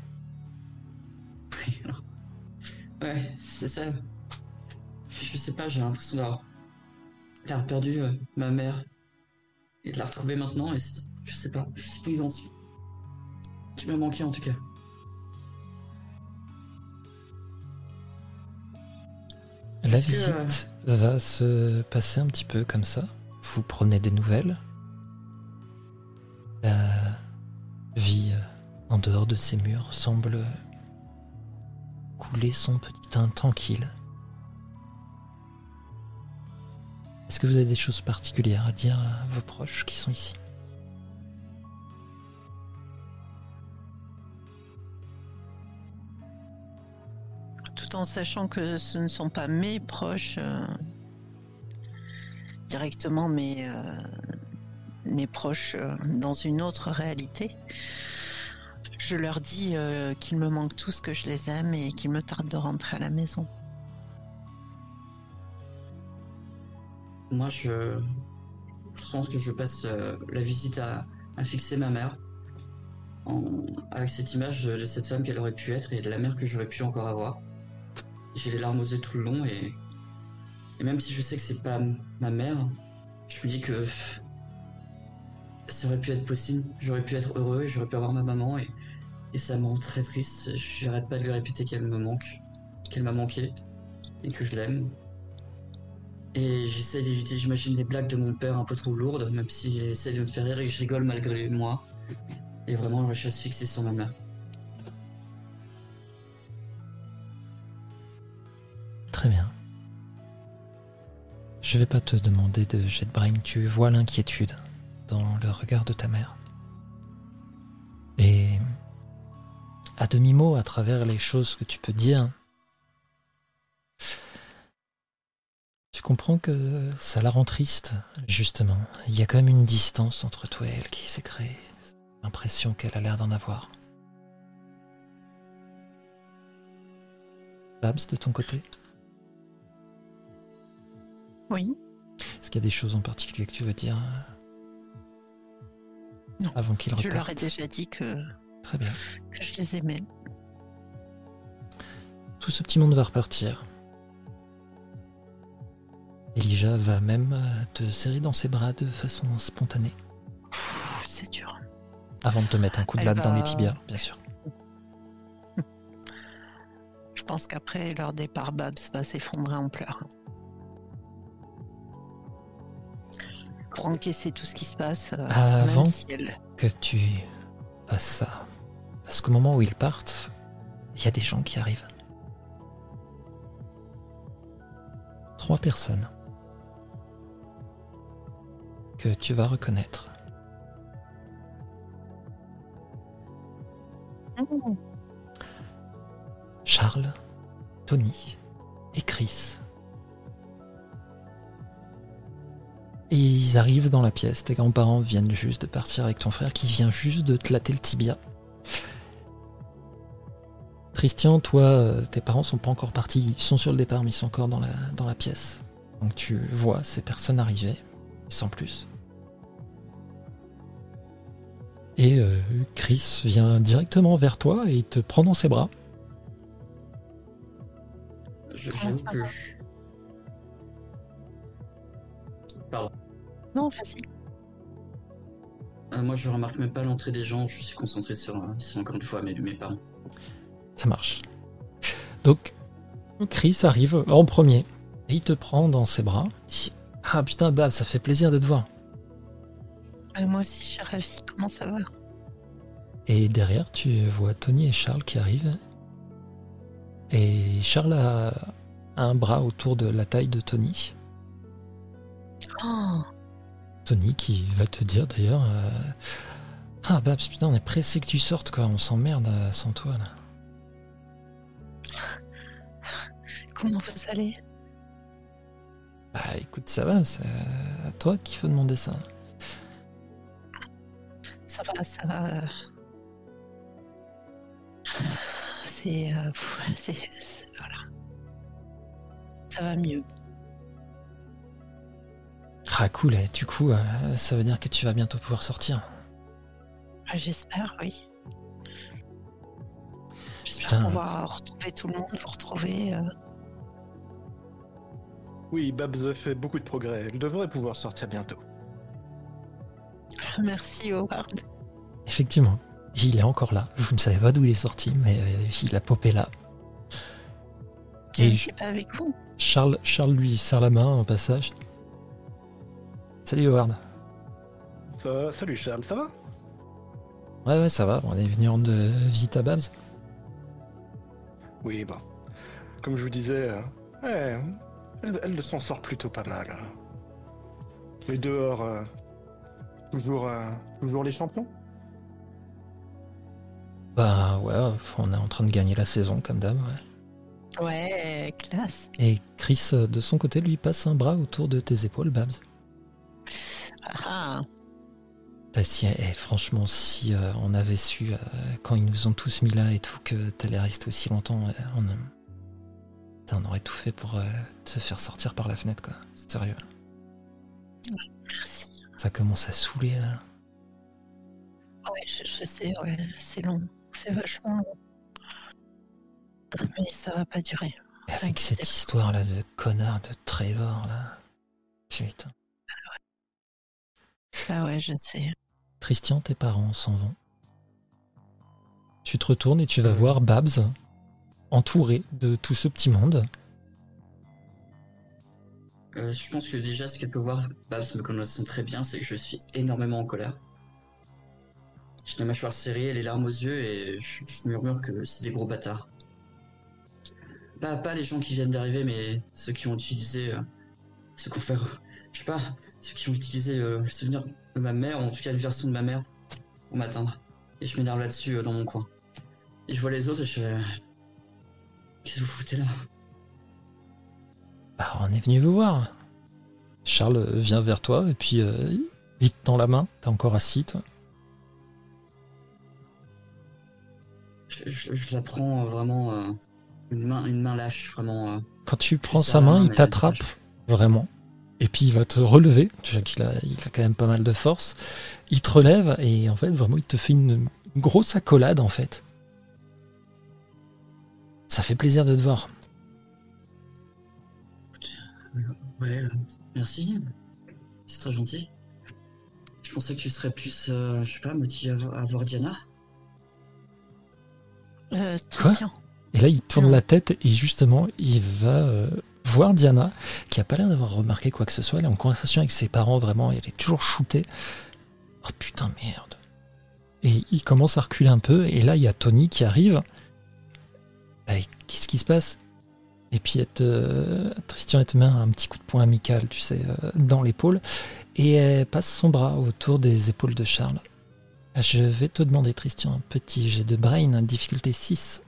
Ouais, c'est ça. Je sais pas, j'ai l'impression d'avoir perdu ma mère. Et de la retrouver maintenant, et je sais pas, c'est tout gentil. Tu m'as manqué en tout cas. La visite va se passer un petit peu comme ça. Vous prenez des nouvelles. La vie en dehors de ces murs semble couler son petit teint tranquille. Est-ce que vous avez des choses particulières à dire à vos proches qui sont ici? Tout en sachant que ce ne sont pas mes proches directement, mais mes proches dans une autre réalité. Je leur dis qu'ils me manquent tous, que je les aime et qu'il me tarde de rentrer à la maison. Moi, je pense que je passe la visite à fixer ma mère avec cette image de cette femme qu'elle aurait pu être et de la mère que j'aurais pu encore avoir. J'ai les larmes aux yeux tout le long et même si je sais que c'est pas ma mère, je me dis que ça aurait pu être possible. J'aurais pu être heureux et j'aurais pu avoir ma maman et ça me rend très triste. Je n'arrête pas de lui répéter qu'elle me manque, qu'elle m'a manqué et que je l'aime. Et j'essaie d'éviter, j'imagine, les blagues de mon père un peu trop lourdes, même s'il essaie de me faire rire et que je rigole malgré moi. Et vraiment, je reste fixé sur ma mère. Très bien. Je vais pas te demander de jet de brain, tu vois l'inquiétude dans le regard de ta mère. Et à demi-mot, à travers les choses que tu peux dire, tu comprends que ça la rend triste, justement. Il y a quand même une distance entre toi et elle qui s'est créée. L'impression qu'elle a l'air d'en avoir. Babs, de ton côté? Oui. Est-ce qu'il y a des choses en particulier que tu veux dire Non. Avant qu'il reparte? Je leur ai déjà dit que Très bien. Que je les aimais. Tout ce petit monde va repartir. Elijah va même te serrer dans ses bras de façon spontanée. C'est dur. Avant de te mettre un coup de latte dans les tibias, bien sûr. Je pense qu'après leur départ, Babs va s'effondrer en pleurs. Pour encaisser tout ce qui se passe, Avant même si elle... que tu fasses ça, parce qu'au moment où ils partent, il y a des gens qui arrivent. 3 personnes que tu vas reconnaître. Charles, Tony et Chris. Et ils arrivent dans la pièce. Tes grands-parents viennent juste de partir avec ton frère qui vient juste de te latter le tibia. Christian, toi, tes parents sont pas encore partis. Ils sont sur le départ, mais ils sont encore dans la pièce. Donc tu vois ces personnes arriver, sans plus. Et Chris vient directement vers toi et il te prend dans ses bras. J'avoue ça que... va Pardon. Non, vas-y. Moi, je remarque même pas l'entrée des gens. Je suis concentré sur encore une fois, mes parents. Ça marche. Donc, Chris arrive en premier. Et il te prend dans ses bras. Il dit, ah putain, Bab, ça fait plaisir de te voir. Moi aussi, je suis ravie. Comment ça va? Et derrière, tu vois Tony et Charles qui arrivent. Et Charles a un bras autour de la taille de Tony. Oh, Tony qui va te dire d'ailleurs ah Babs, putain, on est pressé que tu sortes, quoi. On s'emmerde sans toi, là. comment vous allez? Bah écoute, ça va, c'est à toi qu'il faut demander ça. Ça va, ça va. C'est, voilà. Ça va mieux. Ah cool, et du coup, ça veut dire que tu vas bientôt pouvoir sortir. J'espère, oui. J'espère Putain. pouvoir retrouver tout le monde, vous retrouver. Oui, Babs fait beaucoup de progrès. Elle devrait pouvoir sortir bientôt. Merci, Howard. Effectivement, il est encore là. Je ne savais pas d'où il est sorti, mais il a popé là. Je Et ne suis pas avec vous. Charles lui serre la main au passage. Salut Howard. Salut Charles, ça va? Ouais, ça va, on est venu rendre visite à Babs. Oui, bah. Comme je vous disais, elle s'en sort plutôt pas mal. Mais dehors, toujours les champions? Bah ouais, on est en train de gagner la saison comme d'hab, ouais. Ouais, classe. Et Chris, de son côté, lui passe un bras autour de tes épaules, Babs. Ah, Bah, franchement, si on avait su, quand ils nous ont tous mis là et tout, que t'allais rester aussi longtemps, on aurait tout fait pour te faire sortir par la fenêtre, quoi. C'est sérieux. merci. Ça commence à saouler, là. Ouais, je sais, ouais, c'est long. C'est vachement long. Mais ça va pas durer. Et avec cette histoire-là de connard de Trevor, là. Putain. Ah ouais, je sais. Christian, tes parents s'en vont. Tu te retournes et tu vas voir Babs entouré de tout ce petit monde. Je pense que déjà, ce qu'elle peut voir, Babs me connaissant très bien, c'est que je suis énormément en colère. J'ai la mâchoire serrée, les larmes aux yeux et je murmure que c'est des gros bâtards. Pas les gens qui viennent d'arriver, mais ceux qui ont utilisé... ceux qui ont fait... je sais pas, ceux qui ont utilisé le souvenir de ma mère, ou en tout cas une version de ma mère, pour m'atteindre. Et je m'énerve là-dessus dans mon coin. Et je vois les autres et je fais... Qu'est-ce que vous foutez là? Bah, on est venu vous voir. Charles vient vers toi et puis il te tend la main. T'es encore assis, toi. Je la prends vraiment une main lâche, vraiment. Quand tu prends ça sa main, il mais t'attrape vraiment. Et puis il va te relever. Tu vois qu'il a quand même pas mal de force. Il te relève et en fait, vraiment, il te fait une grosse accolade, en fait. Ça fait plaisir de te voir. Ouais, merci. C'est très gentil. Je pensais que tu serais plus, je sais pas, motivé à voir Diana. Christian. Et là, il tourne Non. la tête et justement, il va voir Diana, qui a pas l'air d'avoir remarqué quoi que ce soit. Elle est en conversation avec ses parents, vraiment, elle est toujours shootée. Oh putain, merde. Et il commence à reculer un peu, et là, il y a Tony qui arrive. Qu'est-ce qui se passe? Et puis, Christian, elle te met un petit coup de poing amical, tu sais, dans l'épaule, et elle passe son bras autour des épaules de Charles. Je vais te demander, Christian, un petit jet de brain, difficulté 6.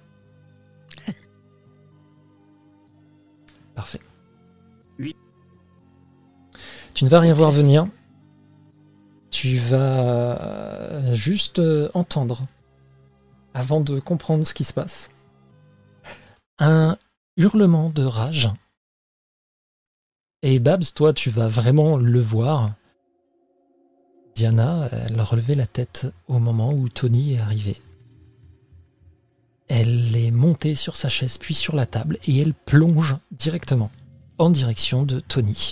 Parfait. Oui. Tu ne vas rien voir venir. Tu vas juste entendre, avant de comprendre ce qui se passe, un hurlement de rage. Et Babs, toi, tu vas vraiment le voir. Diana, elle a relevé la tête au moment où Tony est arrivé. Elle est montée sur sa chaise, puis sur la table, et elle plonge directement en direction de Tony.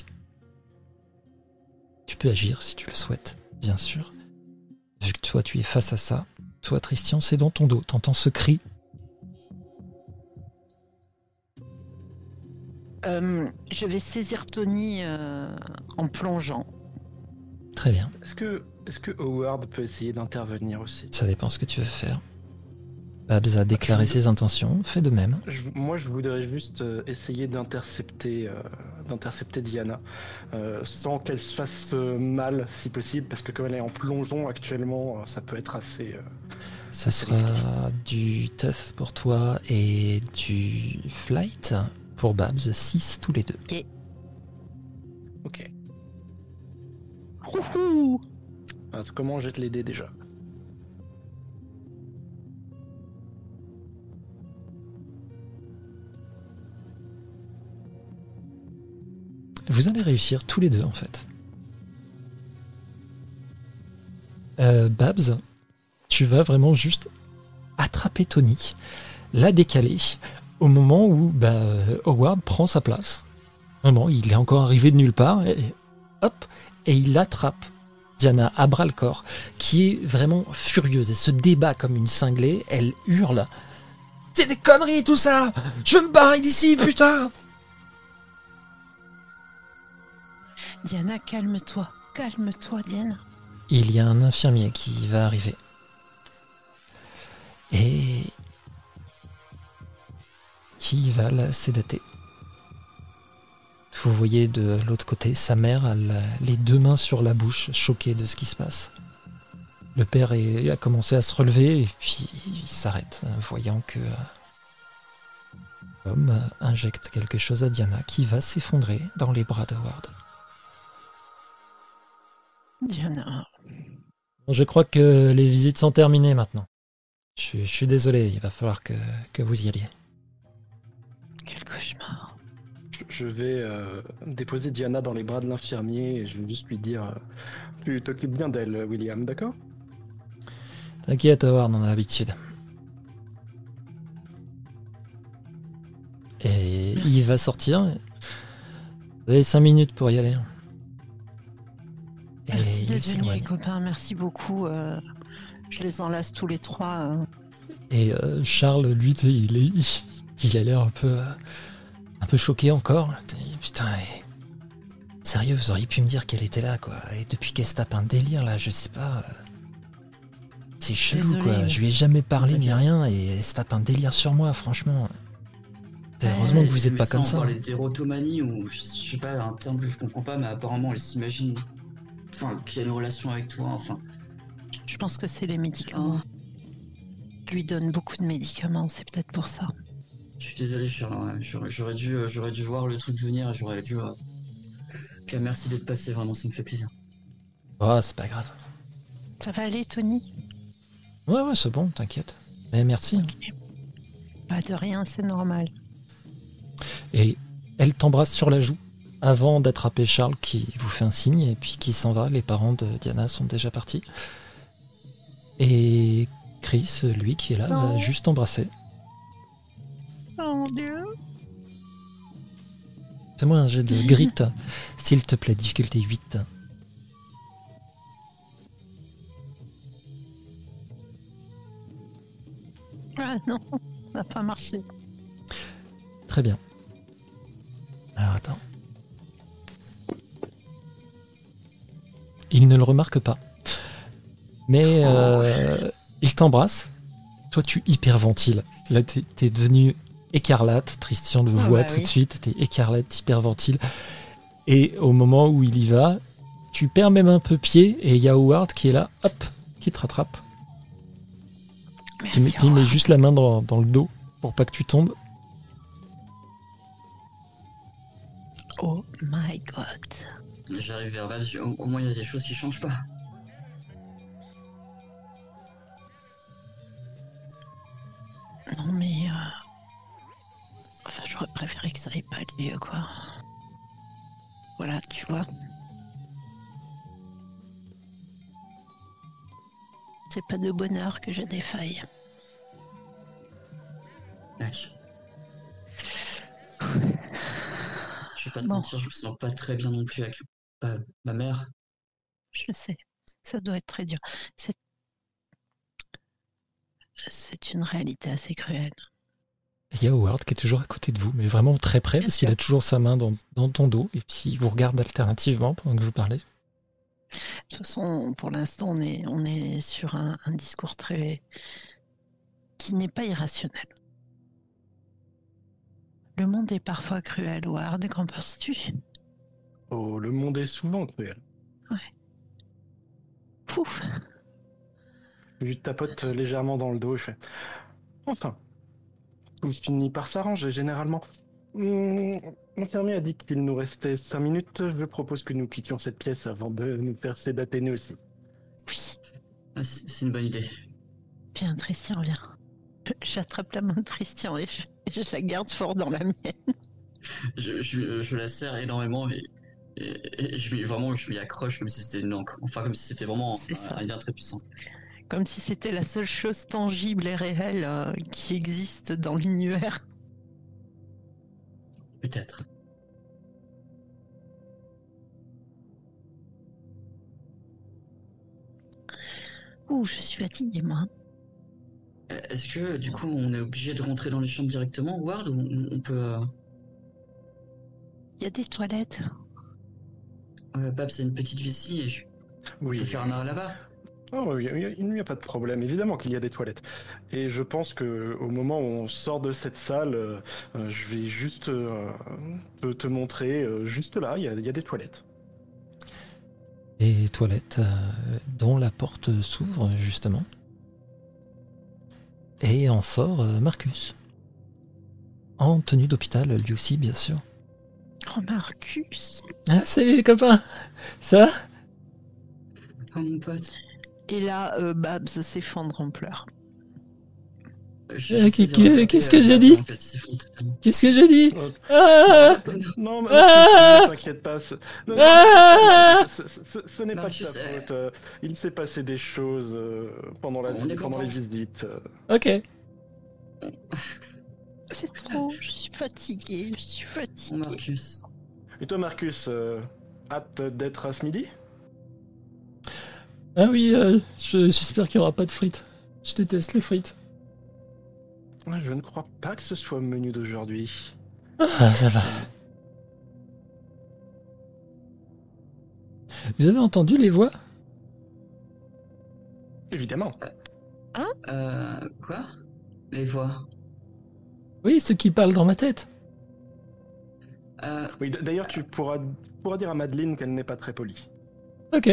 Tu peux agir si tu le souhaites, bien sûr. Vu que toi, tu es face à ça. Toi, Tristian, c'est dans ton dos. T'entends ce cri. Je vais saisir Tony en plongeant. Très bien. Est-ce que Howard peut essayer d'intervenir aussi? Ça dépend ce que tu veux faire. Babs a déclaré ses intentions. Fais de même. Moi, je voudrais juste essayer d'intercepter Diana, sans qu'elle se fasse mal, si possible, parce que comme elle est en plongeon actuellement, ça peut être assez... Ça sera du tough pour toi et du flight pour Babs. 6 tous les deux. Ok. Wouhou! Alors, comment on jette les dés déjà? Vous allez réussir tous les deux, en fait. Babs, tu vas vraiment juste attraper Tony, la décaler, au moment où Howard prend sa place. Vraiment, il est encore arrivé de nulle part, et hop, et il attrape Diana à bras-le-corps, qui est vraiment furieuse. Elle se débat comme une cinglée, elle hurle. « C'est des conneries tout ça! Je me barre d'ici, putain !» Diana, calme-toi. Calme-toi, Diana. Il y a un infirmier qui va arriver. Et qui va la sédater. Vous voyez de l'autre côté, sa mère a les 2 mains sur la bouche, choquée de ce qui se passe. Le père a commencé à se relever et puis il s'arrête, voyant que l'homme injecte quelque chose à Diana qui va s'effondrer dans les bras de Howard. Diana. Je crois que les visites sont terminées maintenant. Je suis désolé, il va falloir que vous y alliez. Quel cauchemar. Je vais déposer Diana dans les bras de l'infirmier et je vais juste lui dire tu t'occupes bien d'elle, William, d'accord? T'inquiète, Howard, on a l'habitude. Et il va sortir. Vous avez 5 minutes pour y aller. Merci Et d'être il venus, les s'éloigne. copains. Merci beaucoup. Je les enlace tous les 3. Et Charles, lui, il a l'air un peu choqué encore. Putain, sérieux, vous auriez pu me dire qu'elle était là, quoi. Et depuis qu'elle se tape un délire, là, je sais pas. C'est chelou, Désolé, quoi. mais- Je lui ai jamais parlé ni rien et elle se tape un délire sur moi, franchement. Heureusement que vous êtes pas comme ça. On parlait d'érotomanie ou je sais pas, un terme que je comprends pas, mais apparemment elle s'imagine. Enfin, qu'il y a une relation avec toi, enfin. Je pense que c'est les médicaments. Je lui donne beaucoup de médicaments, c'est peut-être pour ça. Je suis désolé, Charles, ouais. J'aurais dû voir le truc venir et j'aurais dû. Ok, merci d'être passé, vraiment, ça me fait plaisir. Oh, c'est pas grave. Ça va aller, Tony? Ouais, c'est bon, t'inquiète. Mais merci. Pas de rien, c'est normal. Et elle t'embrasse sur la joue avant d'attraper Charles qui vous fait un signe et puis qui s'en va. Les parents de Diana sont déjà partis. Et Chris, lui qui est là, Non. l'a juste embrassé. Oh mon Dieu. Fais-moi un jet de grit, s'il te plaît, difficulté 8. Ah non, ça n'a pas marché. Très bien. Alors attends. Il ne le remarque pas. Mais il t'embrasse. Toi, tu hyperventiles. Là, t'es devenu écarlate. Tristian le voit tout de suite. T'es écarlate, hyperventile. Et au moment où il y va, tu perds même un peu pied. Et il y a Howard qui est là, hop, qui te rattrape. Merci, Tu mets juste la main dans le dos pour pas que tu tombes. Oh my god. J'arrive vers Babs, au moins il y a des choses qui changent pas. Non mais... Enfin, j'aurais préféré que ça aille pas lieu, quoi. Voilà, tu vois. C'est pas de bonheur que je défaille. vais pas te Bon. mentir, je me sens pas très bien non plus avec ma mère. Je sais, ça doit être très dur. C'est une réalité assez cruelle. Il y a Howard qui est toujours à côté de vous, mais vraiment très près, Bien parce qu'il sûr. a toujours sa main dans ton dos, et puis il vous regarde alternativement pendant que vous parlez. De toute façon, pour l'instant, on est sur un discours qui n'est pas irrationnel. Le monde est parfois cruel, Howard, qu'en penses-tu? Oh, le monde est souvent cruel. Pouf. Je lui tapote légèrement dans le dos et je fais. Enfin, tout finit par s'arranger généralement. L'infirmier a dit qu'il nous restait 5 minutes. Je propose que nous quittions cette pièce avant de nous faire sédater nous aussi. Oui, Ah, c'est une bonne idée. viens, Christian, viens. J'attrape la main de Christian et je la garde fort dans la mienne. Je la serre énormément et je m'y accroche comme si c'était une encre. Enfin, comme si c'était vraiment C'est ça. un lien très puissant. Comme si c'était la seule chose tangible et réelle qui existe dans l'univers. Peut-être. Ouh, je suis fatiguée, moi. Est-ce que du coup on est obligé de rentrer dans les chambres directement, Ward, ou on peut... Il y a des toilettes. Babs a une petite vessie et on Oui. peut faire un arrêt là-bas. Oh, oui, il n'y a pas de problème. Évidemment qu'il y a des toilettes. Et je pense que au moment où on sort de cette salle, je vais juste te montrer. Juste là, il y a des toilettes. Des toilettes dont la porte s'ouvre, justement. Et en sort Marcus. En tenue d'hôpital, lui aussi, bien sûr. Oh, Marcus. Ah, salut les copains. Ça va? Oh mon pote. Et là, Babs s'effondre en pleurs. Qu'est-ce que j'ai dit? Qu'est-ce que j'ai dit? Oh, Ah non, mais Ah ne t'inquiète pas. Non, Ah ce n'est pas de Marcus, ta faute. Il s'est passé des choses pendant On est pendant les content. visites. Ok. C'est trop, je suis fatiguée, Oh Marcus. Et toi, Marcus, hâte d'être à ce midi? Ah oui, j'espère qu'il n'y aura pas de frites. Je déteste les frites. Je ne crois pas que ce soit au menu d'aujourd'hui. Ah, ça va. Vous avez entendu les voix? Évidemment. Quoi? Les voix. Oui, ceux qui parlent dans ma tête. Oui, d'ailleurs, tu pourras dire à Madeleine qu'elle n'est pas très polie. Ok.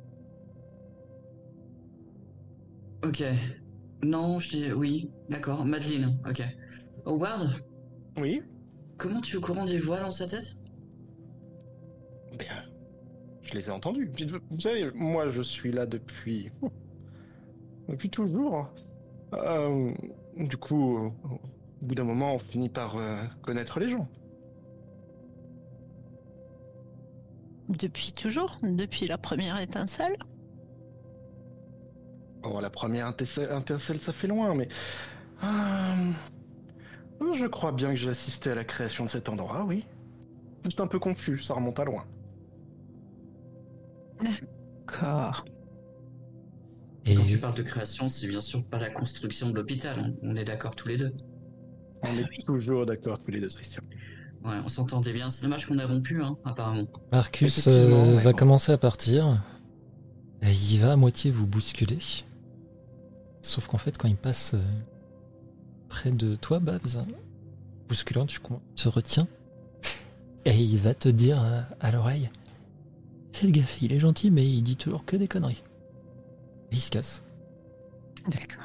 Ok. Non, je dis oui. D'accord. Madeleine. Ok. Howard, Oui? comment tu es au courant des voix dans sa tête? Bien, je les ai entendus. Vous savez, moi, je suis là depuis toujours. Du coup, au bout d'un moment, on finit par connaître les gens. Depuis toujours? Depuis la première étincelle? Oh, la première étincelle, ça fait loin, mais... je crois bien que j'ai assisté à la création de cet endroit, oui. Juste un peu confus, ça remonte à loin. D'accord. Et Quand tu parles de création, c'est bien sûr pas la construction de l'hôpital. On est d'accord tous les deux. On est toujours d'accord tous les deux, Christian. Ouais, on s'entendait bien. C'est dommage qu'on a rompu, hein, apparemment. Marcus Effectivement, ouais, va bon. commencer à partir. Et il va à moitié vous bousculer. Sauf qu'en fait, quand il passe près de toi, Babs, bousculant, tu te retiens. Et il va te dire à l'oreille: fais gaffe, il est gentil, mais il dit toujours que des conneries. Et il se casse. D'accord.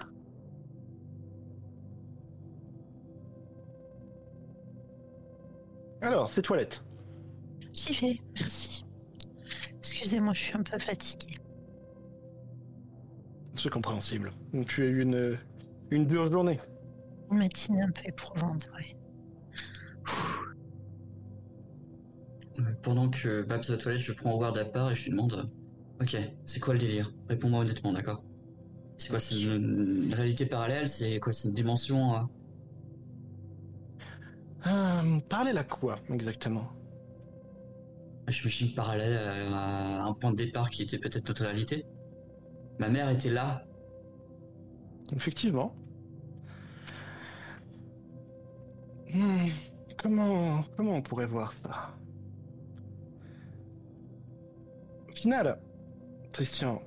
Alors, ces toilettes. J'y vais, merci. Excusez-moi, je suis un peu fatiguée. C'est compréhensible. Tu as eu une dure journée. Une matinée un peu éprouvante, oui. Pendant que Babs va aux toilettes, je prends Howard à part et je lui demande ok, c'est quoi le délire? Réponds-moi honnêtement, d'accord? C'est quoi? C'est une réalité parallèle? C'est quoi? C'est une dimension Parlez là quoi, exactement? J'imagine parallèle à un point de départ qui était peut-être notre réalité. Ma mère était là. Effectivement. Hmm, comment on pourrait voir ça? Au final, Christian,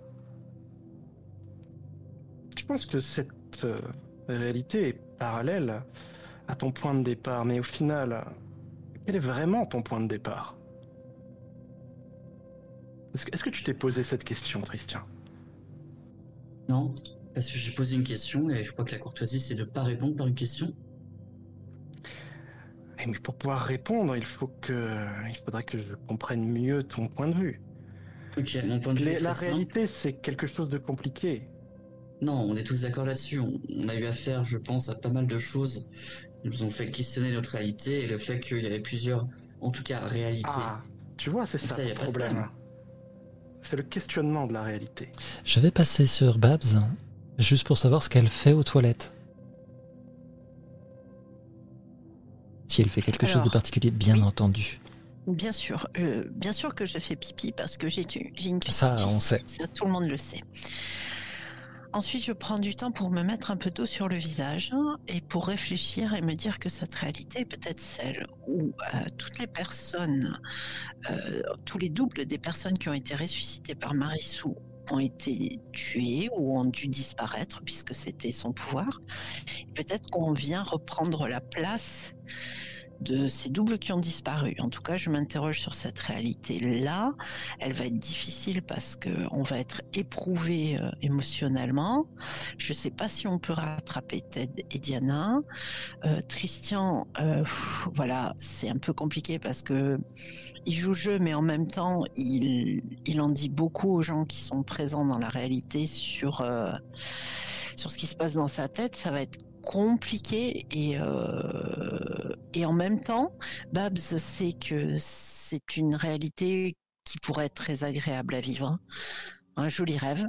je pense que cette réalité est parallèle à ton point de départ, mais au final, quel est vraiment ton point de départ? Est-ce que tu t'es posé cette question, Christian? Non, parce que j'ai posé une question et je crois que la courtoisie, c'est de pas répondre par une question. Mais pour pouvoir répondre, il faudrait que je comprenne mieux ton point de vue. Ok, mon point de vue est La très simple. réalité, c'est quelque chose de compliqué. Non, on est tous d'accord là-dessus. On a eu affaire, je pense, à pas mal de choses qui nous ont fait questionner notre réalité et le fait qu'il y avait plusieurs, en tout cas, réalités. Ah, tu vois, c'est Donc ça ça, y ton a pas de problème. C'est le questionnement de la réalité. Je vais passer sur Babs, juste pour savoir ce qu'elle fait aux toilettes. Si elle fait quelque chose de Alors, particulier, bien oui. entendu. bien sûr que je fais pipi parce que j'ai une petite Ça, on fille. sait. Ça, tout le monde le sait. Ensuite, je prends du temps pour me mettre un peu d'eau sur le visage et pour réfléchir et me dire que cette réalité est peut-être celle où toutes les personnes, tous les doubles des personnes qui ont été ressuscitées par Marissou ont été tuées ou ont dû disparaître puisque c'était son pouvoir. Peut-être qu'on vient reprendre la place de ces doubles qui ont disparu. En tout cas, je m'interroge sur cette réalité-là. Elle va être difficile parce qu'on va être éprouvé émotionnellement. Je ne sais pas si on peut rattraper Ted et Diana. Christian, voilà, c'est un peu compliqué parce que il joue jeu, mais en même temps, il en dit beaucoup aux gens qui sont présents dans la réalité sur ce qui se passe dans sa tête. Ça va être compliqué et en même temps, Babs sait que c'est une réalité qui pourrait être très agréable à vivre, un joli rêve.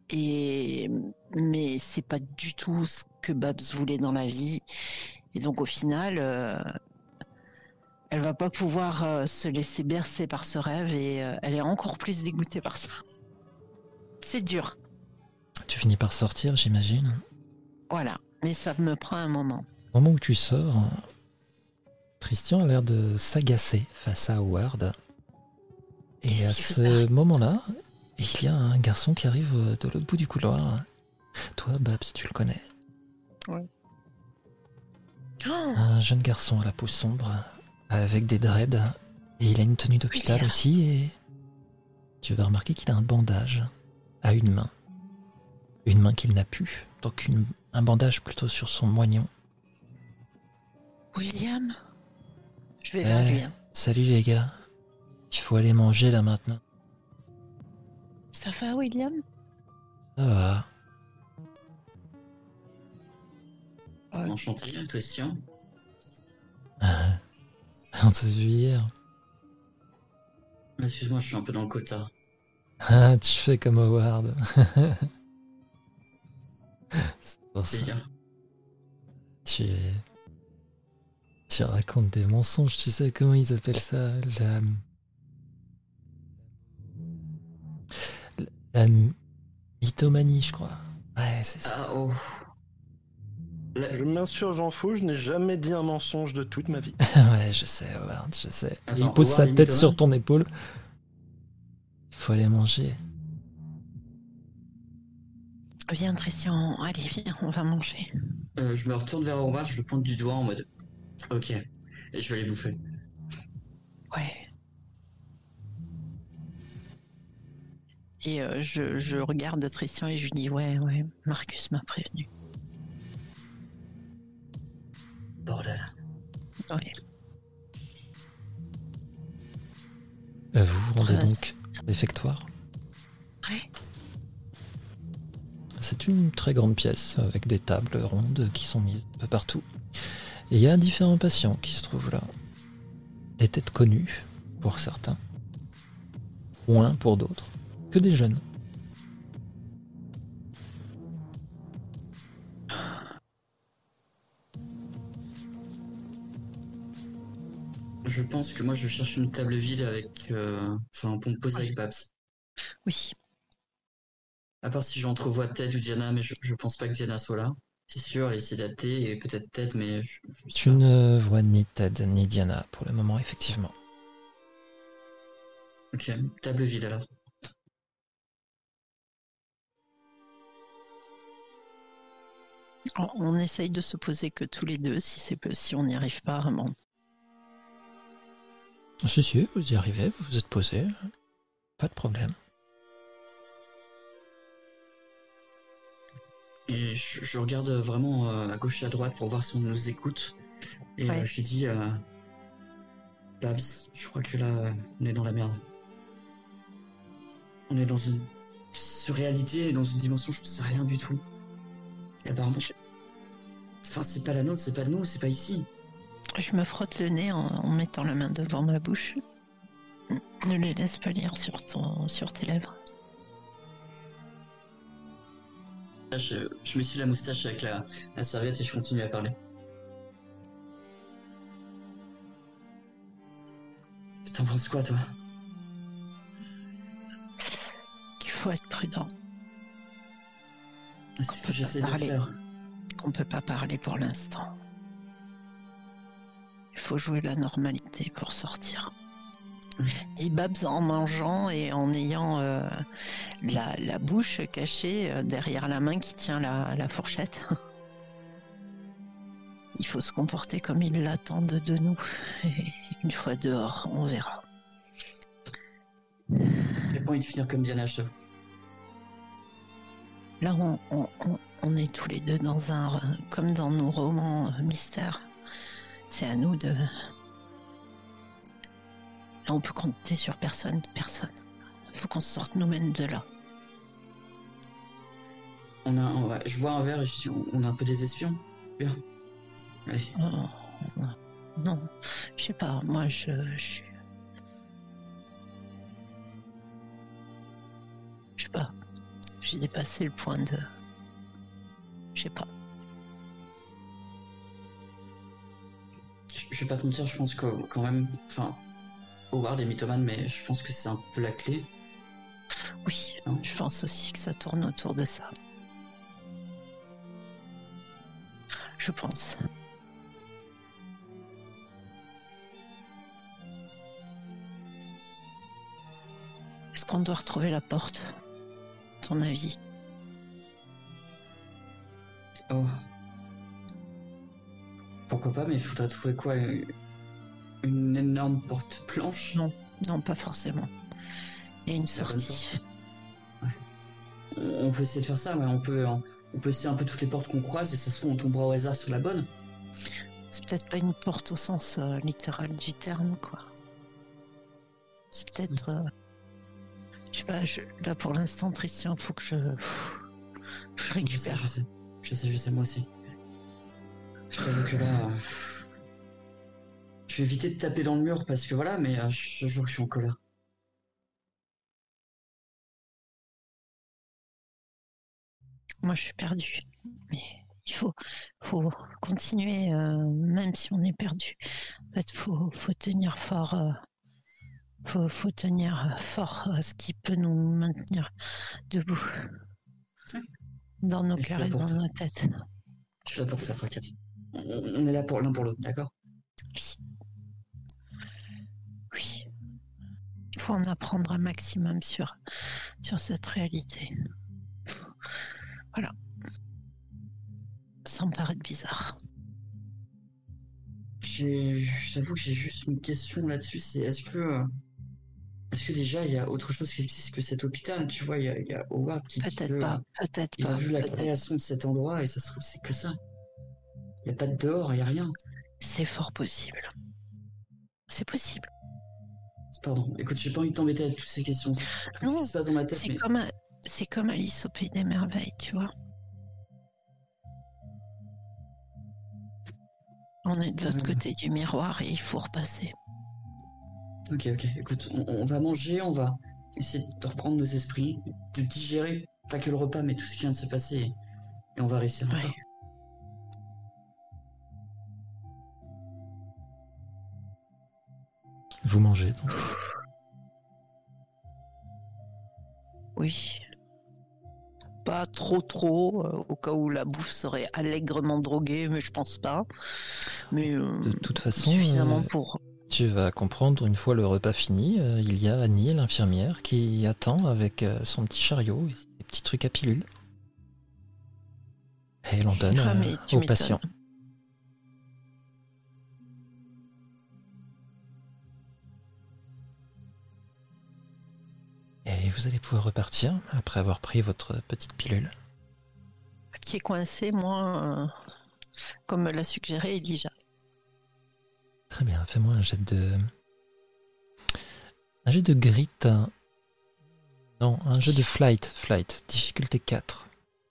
Mais c'est pas du tout ce que Babs voulait dans la vie. Et donc au final, elle va pas pouvoir se laisser bercer par ce rêve et elle est encore plus dégoûtée par ça. C'est dur, Tu finis par sortir, j'imagine. voilà. Mais ça me prend un moment. Au moment où tu sors, Christian a l'air de s'agacer face à Howard. Et Qu'est-ce à qui vous ce arrive moment-là, il y a un garçon qui arrive de l'autre bout du couloir. Toi, Babs, tu le connais. Oh, Un jeune garçon à la peau sombre, avec des dreads. Et il a une tenue d'hôpital William. aussi. Et tu vas remarquer qu'il a un bandage à une main. Une main qu'il n'a plus. Donc un bandage plutôt sur son moignon. William, je vais vers lui. Hein. Salut les gars. Il faut aller manger là maintenant. Ça va, William? Ça va. Enchanté, Christian. On s'est vu hier. Excuse-moi, je suis un peu dans le quota. Ah, tu fais comme Howard. C'est pour ça. C'est bien. Tu racontes des mensonges, tu sais comment ils appellent ça? La mythomanie, je crois. Ouais, c'est ça. Ah oh. Je m'insurge en faux, je n'ai jamais dit un mensonge de toute ma vie. Ouais, je sais, Howard, je sais. Attends, Il pose Howard sa est tête mythomane sur ton épaule. Il faut aller manger. Viens, Christian, allez, viens, on va manger. Je me retourne vers Howard, je le pointe du doigt en mode ok, et je vais les bouffer. Ouais. Et je regarde Christian et je lui dis ouais, Marcus m'a prévenu. Bordel. Ouais. Vous vous rendez Très- donc à l'effectoire. Ouais. C'est une très grande pièce avec des tables rondes qui sont mises un peu partout. Et il y a différents patients qui se trouvent là. Des têtes connues pour certains, moins pour d'autres, que des jeunes. je pense que moi je cherche une table vide avec... Enfin, pour me poser avec Babs. Oui. À part si j'entrevois Ted ou Diana, mais je pense pas que Diana soit là. C'est sûr, elle essaie d'adapter, et peut-être Ted, mais je sais Tu pas. ne vois ni Ted ni Diana pour le moment, effectivement. Ok, table vide alors. On essaye de se poser que tous les deux, si on n'y arrive pas vraiment. Si, vous y arrivez, vous vous êtes posé. Pas de problème. Et je regarde vraiment à gauche et à droite pour voir si on nous écoute. Et Ouais. je lui dis, Babs, je crois que là, on est dans la merde. On est dans une surréalité, dans une dimension, je ne sais rien du tout. Et apparemment, enfin, c'est pas la nôtre, c'est pas nous, c'est pas ici. Je me frotte le nez en mettant la main devant ma bouche. Ne les laisse pas lire sur tes lèvres. Là, je m'essuie la moustache avec la serviette et je continue à parler. T'en penses quoi, toi? Qu'il faut être prudent. C'est ce que j'essaie de parler. faire. Qu'on peut pas parler pour l'instant. Il faut jouer la normalité pour sortir. Dit Babs en mangeant et en ayant la bouche cachée derrière la main qui tient la fourchette. Il faut se comporter comme ils l'attendent de nous. Et une fois dehors, on verra. J'ai pas envie de finir comme Diana, je t'avoue. Là, on est tous les deux comme dans nos romans mystères. C'est à nous de... Là, on peut compter sur personne. Il faut qu'on sorte nous-mêmes de là. Je vois un verre et je dis, on a un peu des espions. Bien. Allez. Non, je sais pas, moi je sais pas. J'ai dépassé le point de... Je sais pas. Je vais pas te mentir, je pense que quand même... Enfin, Howard est mythomane, mais je pense que c'est un peu la clé. Oui, Non. je pense aussi que ça tourne autour de ça. Je pense. Est-ce qu'on doit retrouver la porte? À ton avis? Oh. Pourquoi pas, mais il faudrait trouver quoi? Une énorme porte blanche? Non, pas forcément. Il y a une La bonne sortie. porte. Ouais. On peut essayer de faire ça, ouais. On peut essayer un peu toutes les portes qu'on croise et ça se trouve on tombera au hasard sur la bonne. C'est peut-être pas une porte au sens littéral du terme, quoi. C'est peut-être... je sais pas, là pour l'instant, Christian, faut que je récupère. Je sais, moi aussi. Je t'avoue que là... je vais éviter de taper dans le mur parce que voilà, mais je jure que je suis en colère. Moi, je suis perdue. Mais il faut continuer, même si on est perdu. En fait, faut tenir fort. Faut tenir fort à ce qui peut nous maintenir debout. Ouais. Dans nos Et je suis cœurs là et pour dans toi. nos têtes. Je suis là pour toi, t'inquiète. On est là pour l'un pour l'autre, d'accord? Oui. Oui. Il faut en apprendre un maximum sur cette réalité. Voilà. Ça me paraît bizarre. J'avoue que j'ai juste une question là-dessus, c'est est-ce que déjà il y a autre chose qui existe que cet hôpital? Tu vois, il y a Howard qui dit Peut-être que pas. Peut-être il a pas. vu la Peut-être. création de cet endroit et ça se trouve c'est que ça. Il n'y a pas de dehors, il n'y a rien. C'est fort possible. C'est possible. Pardon, écoute, j'ai pas envie de t'embêter avec toutes ces questions, tout ce Non, qui se passe dans ma tête, mais... c'est comme Alice au Pays des Merveilles, tu vois. On est de l'autre côté du miroir et il faut repasser. Ok, écoute, on va manger, on va essayer de reprendre nos esprits, de digérer, pas que le repas, mais tout ce qui vient de se passer, et on va réussir, d'accord? Ouais. vous mangez donc. Oui. Pas trop, au cas où la bouffe serait allègrement droguée, mais je pense pas. Mais De toute façon, suffisamment pour. tu vas comprendre, une fois le repas fini, il y a Annie, l'infirmière, qui attend avec son petit chariot et ses petits trucs à pilules. Et elle en donne Ah, mais tu aux m'étonnes. patients. Et vous allez pouvoir repartir après avoir pris votre petite pilule. Qui est coincé, moi, comme me l'a suggéré Elijah. Très bien, fais-moi un jet de... Un jet de grit. Non, un jet de flight. Flight, difficulté 4.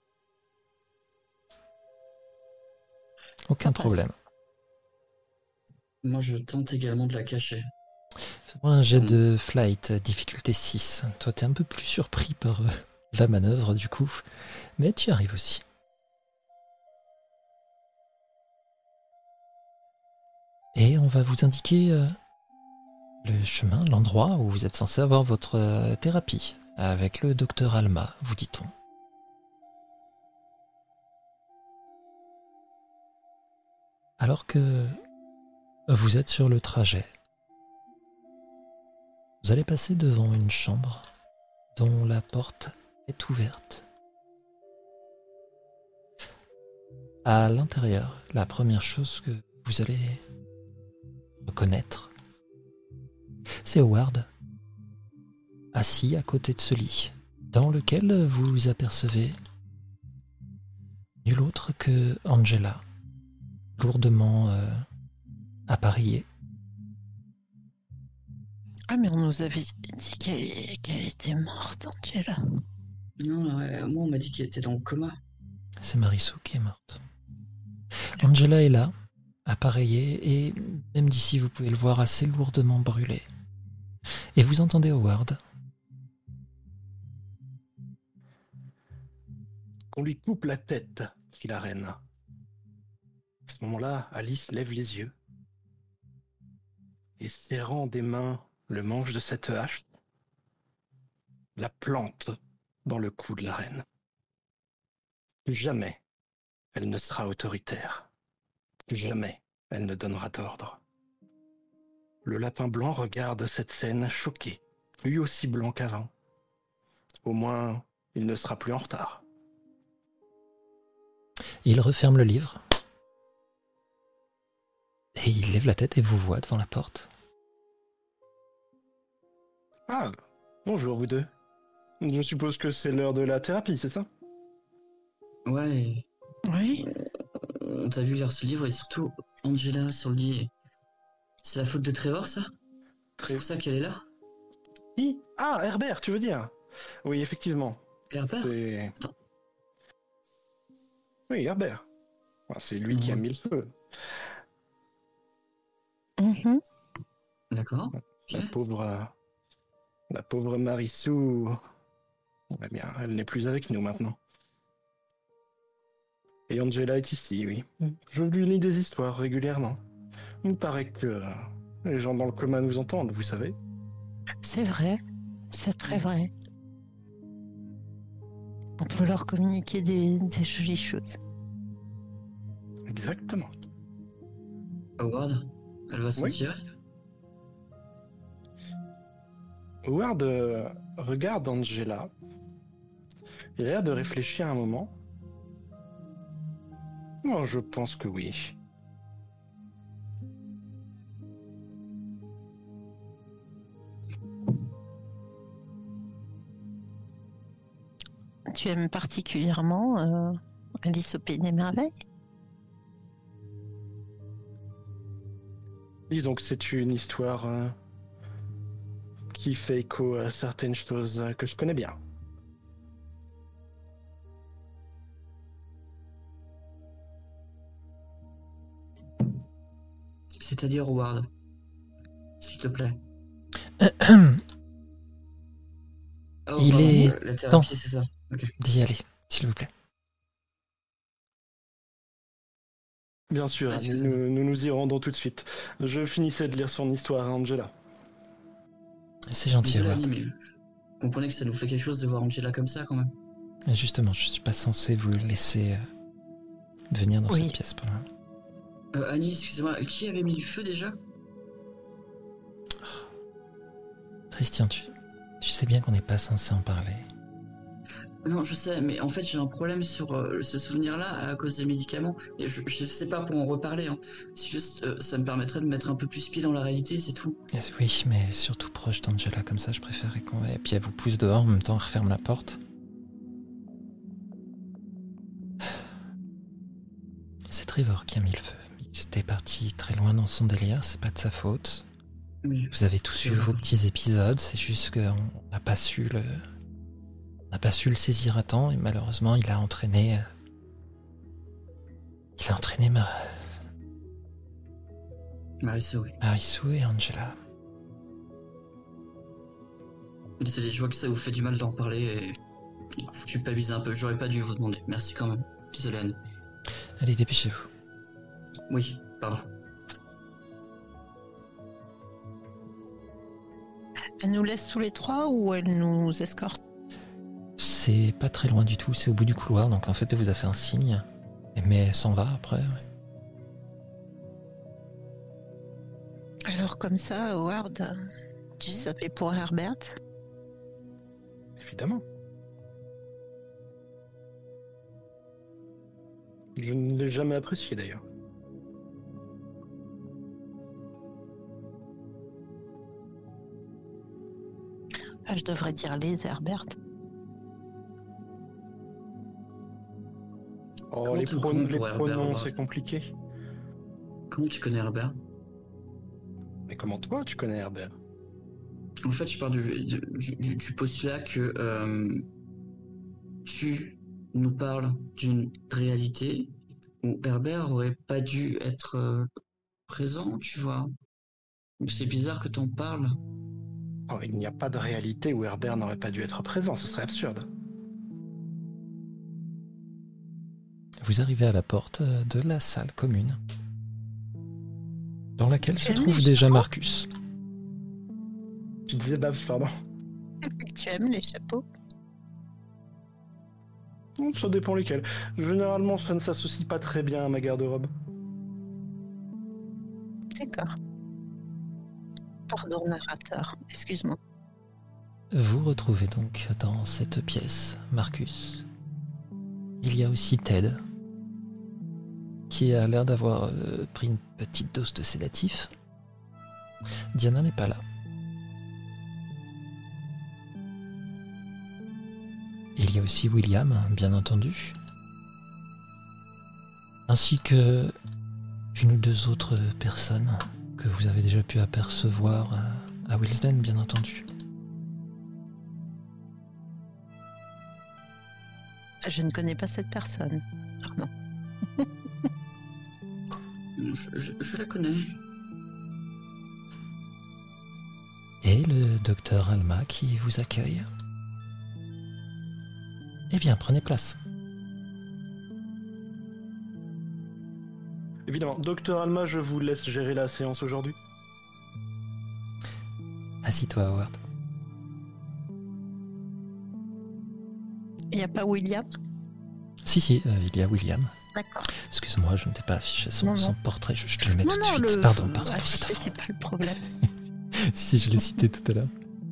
Aucun Ça passe. problème. Moi, je tente également de la cacher. Fais-moi un jet de flight, difficulté 6. Toi, t'es un peu plus surpris par la manœuvre, du coup. Mais tu y arrives aussi. Et on va vous indiquer le chemin, l'endroit où vous êtes censé avoir votre thérapie. Avec le docteur Alma, vous dit-on. Alors que vous êtes sur le trajet, vous allez passer devant une chambre dont la porte est ouverte. À l'intérieur, la première chose que vous allez reconnaître, c'est Howard, assis à côté de ce lit, dans lequel vous apercevez nul autre que Angela, lourdement appareillée. Ah, mais on nous avait dit qu'elle était morte, Angela. Non, moi, on m'a dit qu'elle était dans le coma. C'est Marissou qui est morte. Angela est là, appareillée, et même d'ici vous pouvez le voir assez lourdement brûlé. Et vous entendez Howard. Qu'on lui coupe la tête, fit la reine. À ce moment-là, Alice lève les yeux et, serrant des mains le manche de cette hache, la plante dans le cou de la reine. Plus jamais elle ne sera autoritaire. Plus jamais elle ne donnera d'ordre. Le lapin blanc regarde cette scène choqué, lui aussi blanc qu'avant. Au moins, il ne sera plus en retard. Il referme le livre. Et il lève la tête et vous voit devant la porte. Ah, bonjour vous deux. Je suppose que c'est l'heure de la thérapie, c'est ça? Ouais, Oui. on t'a vu lire ce livre et surtout Angela sur le lit. C'est la faute de Trevor, ça? C'est pour ça qu'elle est là? Qui? Ah, Herbert, tu veux dire? Oui, effectivement. Herbert? C'est... Attends. Oui, Herbert. Ah, c'est lui qui a mis le feu. Mhm. D'accord. Ok. La pauvre Marissou... Eh bien, elle n'est plus avec nous maintenant. Et Angela est ici, oui. Je lui lis des histoires régulièrement. Il paraît que les gens dans le coma nous entendent, vous savez. C'est vrai. C'est très vrai. On peut leur communiquer des jolies choses. Exactement. Howard, elle va s'en Oui. tirer? Howard regarde Angela. Il a l'air de réfléchir un moment. Non, je pense que oui. Tu aimes particulièrement Alice au Pays des Merveilles? Disons que c'est une histoire qui fait écho à certaines choses que je connais bien. C'est-à-dire Howard, s'il te plaît. Oh, Il pardon, est la temps thérapie, c'est ça. Ok. d'y aller, s'il vous plaît. Bien sûr, Ouais, c'est ça. nous nous y rendons tout de suite. Je finissais de lire son histoire à Angela. C'est gentil, Désolé, Howard. Annie, mais vous comprenez que ça nous fait quelque chose de voir Angela comme ça quand même. Et justement, je suis pas censé vous laisser venir dans Oui. cette pièce pour l'instant. Annie, excusez-moi, qui avait mis le feu déjà? Christian, tu sais bien qu'on n'est pas censé en parler. Non, je sais, mais en fait j'ai un problème sur ce souvenir-là à cause des médicaments. Et je sais pas pour en reparler. Hein. C'est juste, ça me permettrait de mettre un peu plus pied dans la réalité, c'est tout. Oui, mais surtout proche d'Angela, comme ça je préférerais qu'on... Et puis elle vous pousse dehors, en même temps elle referme la porte. C'est Trevor qui a mis le feu. Il était parti très loin dans son délire, c'est pas de sa faute. Oui. Vous avez tous eu vos petits épisodes, c'est juste qu'on n'a pas su le... On n'a pas su le saisir à temps et malheureusement il a entraîné Marissa, oui. Marisou et Angela. Désolé, je vois que ça vous fait du mal d'en parler et vous culpabilisez un peu. J'aurais pas dû vous demander. Merci quand même. Désolé, Annie. Allez, dépêchez-vous. Oui, pardon. Elle nous laisse tous les trois ou elle nous escorte? C'est pas très loin du tout, c'est au bout du couloir, donc en fait elle vous a fait un signe. Mais elle s'en va après. Ouais. Alors comme ça, Howard, tu savais pour Herbert? Évidemment. Je ne l'ai jamais apprécié d'ailleurs. Ah, je devrais dire les Herbert. Oh, Comment les tu me connais pour Herbert, pronoms, Howard? c'est compliqué. Comment tu connais Herbert? Mais comment toi, tu connais Herbert? En fait, je pars du postulat que tu nous parles d'une réalité où Herbert aurait pas dû être présent, tu vois. Donc c'est bizarre que t'en parles. Oh, il n'y a pas de réalité où Herbert n'aurait pas dû être présent, ce serait absurde. Vous arrivez à la porte de la salle commune, dans laquelle se Tu aimes trouve les déjà chapeaux? Marcus. Tu disais Babs, pardon. Tu aimes les chapeaux? Ça dépend lesquels. Généralement, ça ne s'associe pas très bien à ma garde-robe. D'accord. Pardon, narrateur. Excuse-moi. Vous retrouvez donc dans cette pièce Marcus. Il y a aussi Ted, qui a l'air d'avoir pris une petite dose de sédatif. Diana n'est pas là. Il y a aussi William, bien entendu, ainsi que une ou deux autres personnes que vous avez déjà pu apercevoir à Willesden, bien entendu. Je ne connais pas cette personne. Pardon. Je la connais. Et le docteur Alma qui vous accueille. Eh bien, prenez place. Évidemment, Docteur Alma, je vous laisse gérer la séance aujourd'hui. Assis-toi, Howard. Il n'y a pas William? Si, il y a William. D'accord. Excuse-moi, je ne t'ai pas affiché Non, son non. portrait, je te le mets Non, tout de non, suite. le... Pardon pour cette afficher, info. c'est pas le problème. Si, je l'ai cité tout à l'heure.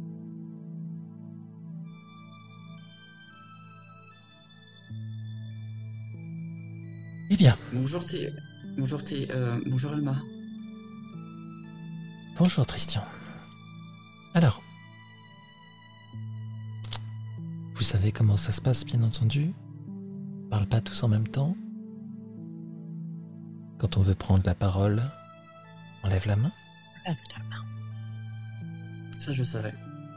Eh bien, Bonjour Alma. bonjour Christian. Alors, vous savez comment ça se passe, bien entendu. On parle pas tous en même temps. Quand on veut prendre la parole, on lève la main. Ça je savais.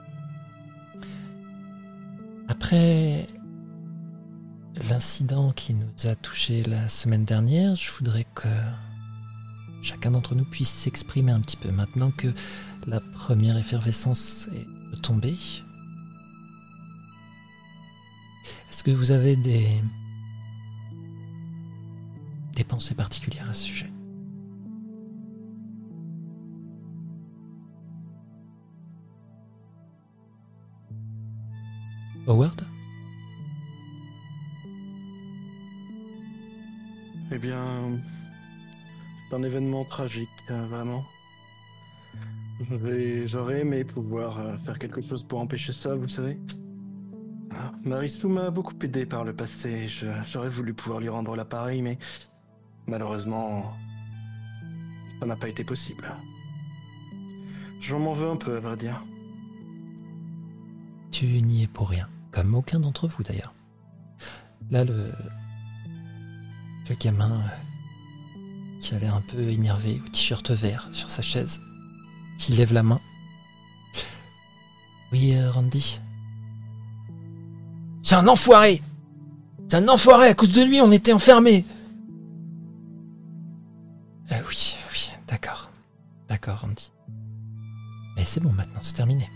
Après l'incident qui nous a touchés la semaine dernière, je voudrais que chacun d'entre nous puisse s'exprimer un petit peu. Maintenant que la première effervescence est tombée, est-ce que vous avez des pensées particulières à ce sujet? Howard? Eh bien, c'est un événement tragique, vraiment. J'aurais aimé pouvoir faire quelque chose pour empêcher ça, vous savez. Marissou m'a beaucoup aidé par le passé. J'aurais voulu pouvoir lui rendre l'appareil, mais malheureusement, ça n'a pas été possible. J'en m'en veux un peu, à vrai dire. Tu n'y es pour rien, comme aucun d'entre vous d'ailleurs. Là, le gamin qui a l'air un peu énervé, au t-shirt vert sur sa chaise, qui lève la main. Oui, Randy? C'est un enfoiré! C'est un enfoiré, à cause de lui, on était enfermés! Oui, d'accord. D'accord, Randy. Mais c'est bon maintenant, c'est terminé.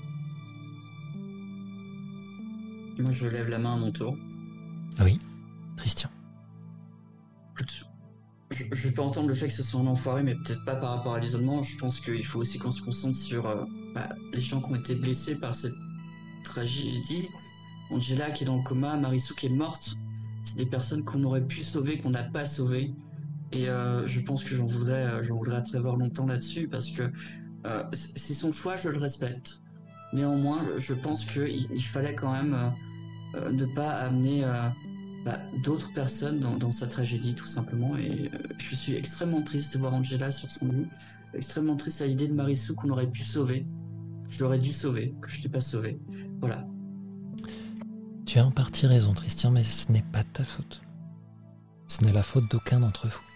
Moi, je lève la main à mon tour. Oui, Christian. Écoute, je peux entendre le fait que ce soit un enfoiré, mais peut-être pas par rapport à l'isolement. Je pense qu'il faut aussi qu'on se concentre sur les gens qui ont été blessés par cette tragédie. Angela qui est dans le coma, Marissou qui est morte. C'est des personnes qu'on aurait pu sauver, qu'on n'a pas sauvées. Et je pense que j'en voudrais à Trevor longtemps là-dessus, parce que c'est son choix, je le respecte. Néanmoins, je pense qu'il fallait quand même ne pas amener d'autres personnes dans sa tragédie, tout simplement. Et je suis extrêmement triste de voir Angela sur son lit, extrêmement triste à l'idée de Marissou qu'on aurait pu sauver, que j'aurais dû sauver, que je n'ai pas sauvé. Voilà. Tu as en partie raison, Christian, mais ce n'est pas de ta faute. Ce n'est la faute d'aucun d'entre vous.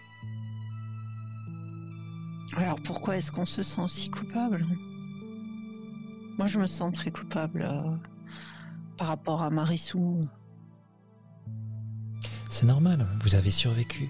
Alors pourquoi est-ce qu'on se sent si coupable? Moi, je me sens très coupable par rapport à Marissou. C'est normal, vous avez survécu.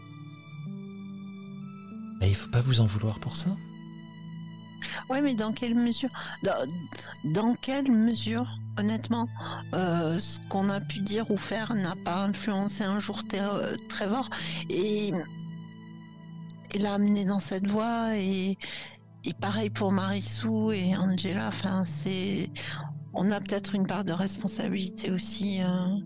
Mais il faut pas vous en vouloir pour ça. Ouais, mais dans quelle mesure? Dans quelle mesure, honnêtement, ce qu'on a pu dire ou faire n'a pas influencé un jour Trevor et l'a amené dans cette voie et pareil pour Marissou et Angela. Enfin, on a peut-être une part de responsabilité aussi.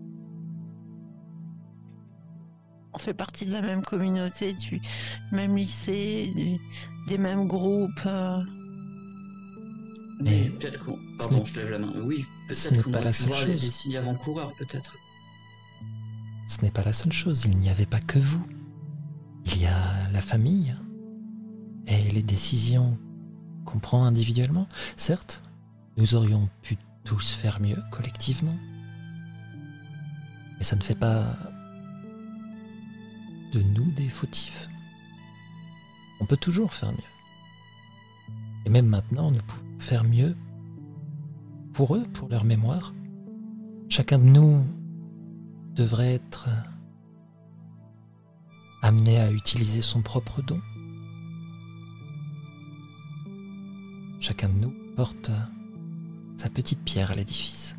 On fait partie de la même communauté, du même lycée, des mêmes groupes. Mais peut-être qu'on... Pardon, je lève la main. Oui, peut-être qu'on aurait pu voir les signes avant-coureurs, peut-être. Ce n'est pas la seule chose, il n'y avait pas que vous. Il y a la famille et les décisions qu'on prend individuellement. Certes, nous aurions pu tous faire mieux collectivement. Mais ça ne fait pas de nous des fautifs. On peut toujours faire mieux. Et même maintenant, nous pouvons faire mieux pour eux, pour leur mémoire. Chacun de nous devrait être amené à utiliser son propre don. Chacun de nous porte sa petite pierre à l'édifice.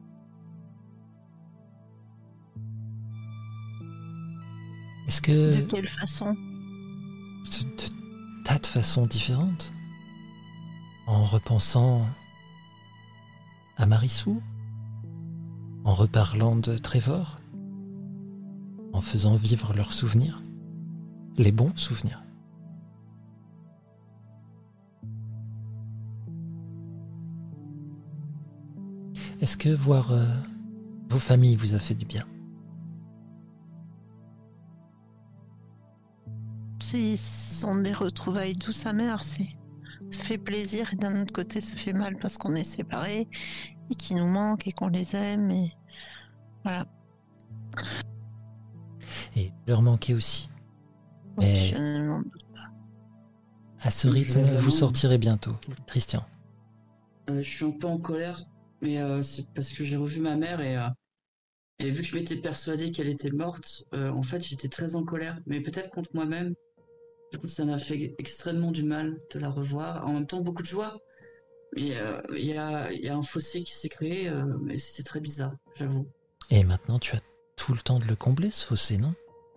Est-ce que... De quelle façon? De tas de façons différentes. En repensant à Marissou, en reparlant de Trevor, en faisant vivre leurs souvenirs, les bons souvenirs. Est-ce que voir vos familles vous a fait du bien? Ce sont des retrouvailles douces amères, ça fait plaisir et d'un autre côté ça fait mal parce qu'on est séparés et qu'ils nous manquent et qu'on les aime et voilà. Et leur manquer aussi. Mais je ne m'en doute pas. À ce rythme, vous sortirez bientôt, Christian. Je suis un peu en colère, mais c'est parce que j'ai revu ma mère et vu que je m'étais persuadé qu'elle était morte, en fait j'étais très en colère, mais peut-être contre moi-même. Du coup, ça m'a fait extrêmement du mal de la revoir. En même temps, beaucoup de joie. Mais il y a un fossé qui s'est créé, mais c'était très bizarre, j'avoue. Et maintenant, tu as tout le temps de le combler, ce fossé, non?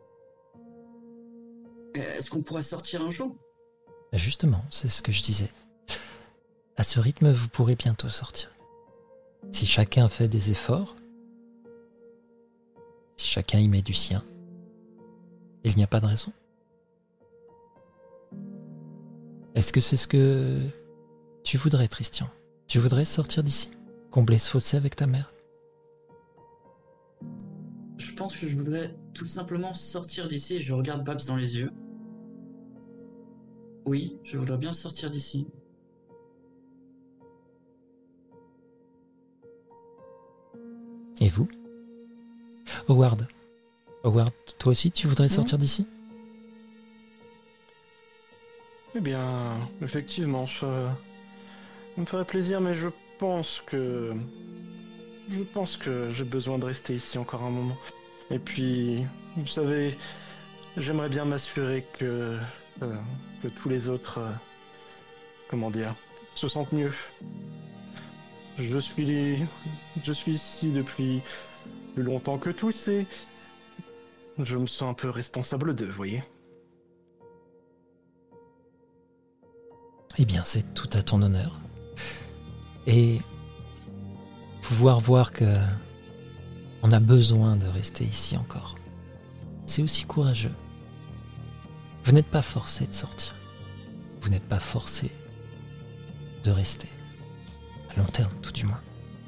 Est-ce qu'on pourrait sortir un jour? Justement, c'est ce que je disais. À ce rythme, vous pourrez bientôt sortir. Si chacun fait des efforts, si chacun y met du sien, il n'y a pas de raison. Est-ce que c'est ce que tu voudrais, Tristian? Tu voudrais sortir d'ici? Combler ce fossé avec ta mère? Je pense que je voudrais tout simplement sortir d'ici et je regarde Babs dans les yeux. Oui, je voudrais bien sortir d'ici. Et vous? Howard, toi aussi tu voudrais sortir d'ici? Eh bien, effectivement, ça me ferait plaisir, mais je pense que j'ai besoin de rester ici encore un moment. Et puis, vous savez, j'aimerais bien m'assurer que tous les autres, comment dire, se sentent mieux. Je suis ici depuis plus longtemps que tous et je me sens un peu responsable d'eux, vous voyez. Eh bien, c'est tout à ton honneur. Et pouvoir voir que on a besoin de rester ici encore, c'est aussi courageux. Vous n'êtes pas forcé de sortir. Vous n'êtes pas forcé de rester. À long terme, tout du moins.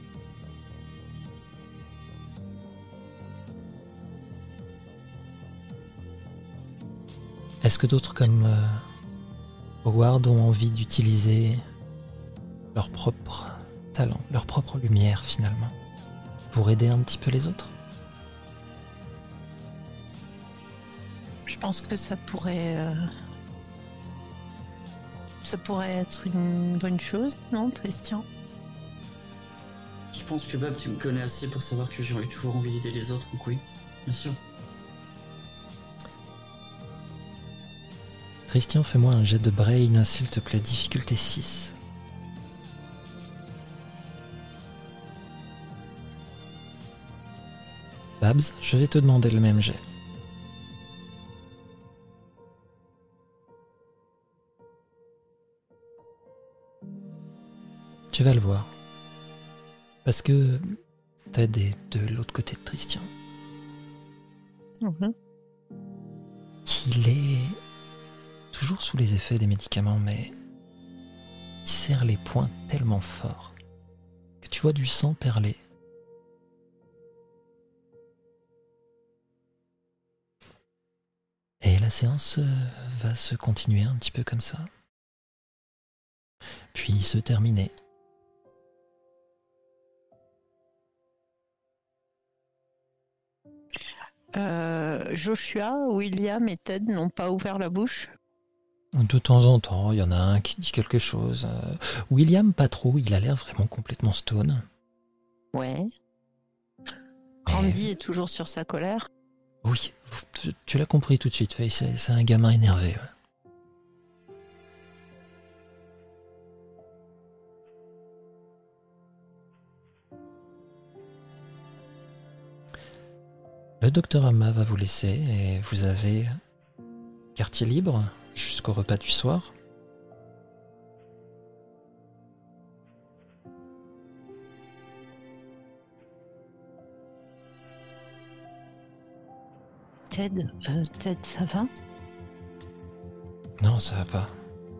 Est-ce que d'autres comme Howard ont envie d'utiliser leur propre talent, leur propre lumière finalement, pour aider un petit peu les autres? Je pense que ça pourrait être une bonne chose, non, Tristian? Je pense que Bab, tu me connais assez pour savoir que j'ai toujours envie d'aider les autres, donc oui, bien sûr. Tristian, fais-moi un jet de brain, s'il te plaît, difficulté 6. Babs, je vais te demander le même jet. Tu vas le voir. Parce que Ted est de l'autre côté de Tristian. Il est toujours sous les effets des médicaments, mais il serre les poings tellement fort que tu vois du sang perler. Et la séance va se continuer un petit peu comme ça. Puis se terminer. Joshua, William et Ted n'ont pas ouvert la bouche. De temps en temps, il y en a un qui dit quelque chose. William, pas trop, il a l'air vraiment complètement stone. Ouais. Randy est toujours sur sa colère. Oui, tu l'as compris tout de suite, c'est un gamin énervé. Ouais. Le docteur Amma va vous laisser et vous avez quartier libre jusqu'au repas du soir. Ted, ça va? Non, ça va pas.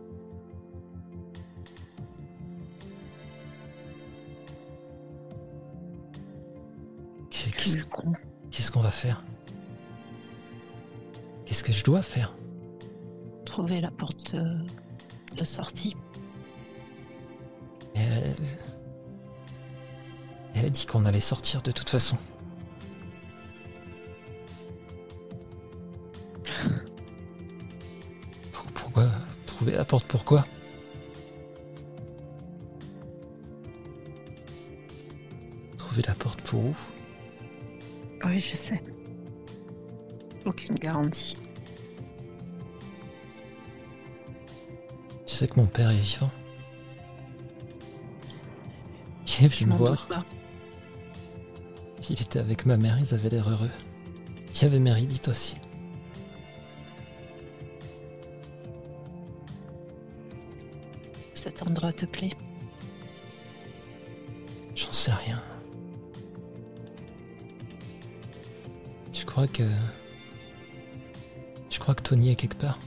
Qu'est-ce qu'on va faire? Qu'est-ce que je dois faire? Trouver la porte de sortie. Elle a dit qu'on allait sortir de toute façon. Pourquoi? Trouver la porte, pourquoi? Trouver la porte pour où? Oui, je sais. Aucune garantie. Tu sais que mon père est vivant. Il est venu me voir. Il était avec ma mère, ils avaient l'air heureux. Il y avait Meredith aussi. Cet endroit te plaît? J'en sais rien. Je crois que Tony est quelque part.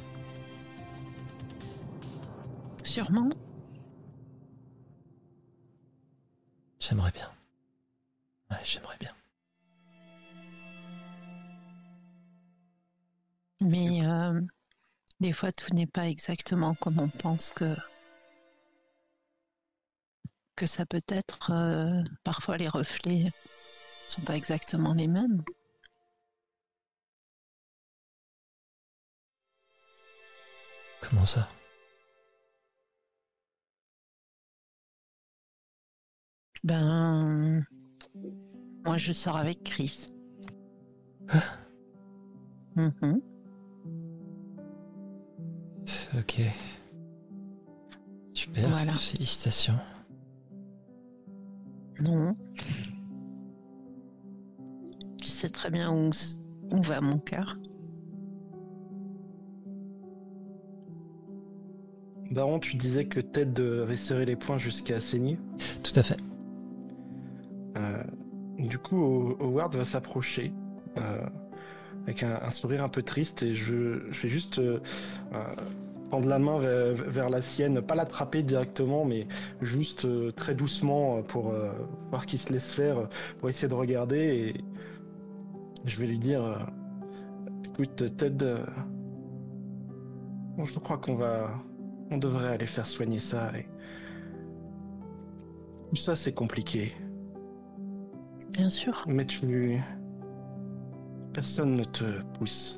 Sûrement. J'aimerais bien. Ouais, j'aimerais bien. Mais des fois, tout n'est pas exactement comme on pense que ça peut être. Parfois, les reflets sont pas exactement les mêmes. Comment ça? Ben, moi, je sors avec Chris. Mhm. Ok. Super, Voilà. félicitations. Non. Tu sais très bien où va mon cœur. Daron, tu disais que Ted avait serré les poings jusqu'à saigner. Tout à fait. Du coup, Howard va s'approcher avec un sourire un peu triste et je vais juste tendre la main vers la sienne, pas l'attraper directement, mais juste très doucement pour voir qu'il se laisse faire, pour essayer de regarder et je vais lui dire écoute Ted, bon, je crois on devrait aller faire soigner ça et tout ça c'est compliqué. Bien sûr. Mais personne ne te pousse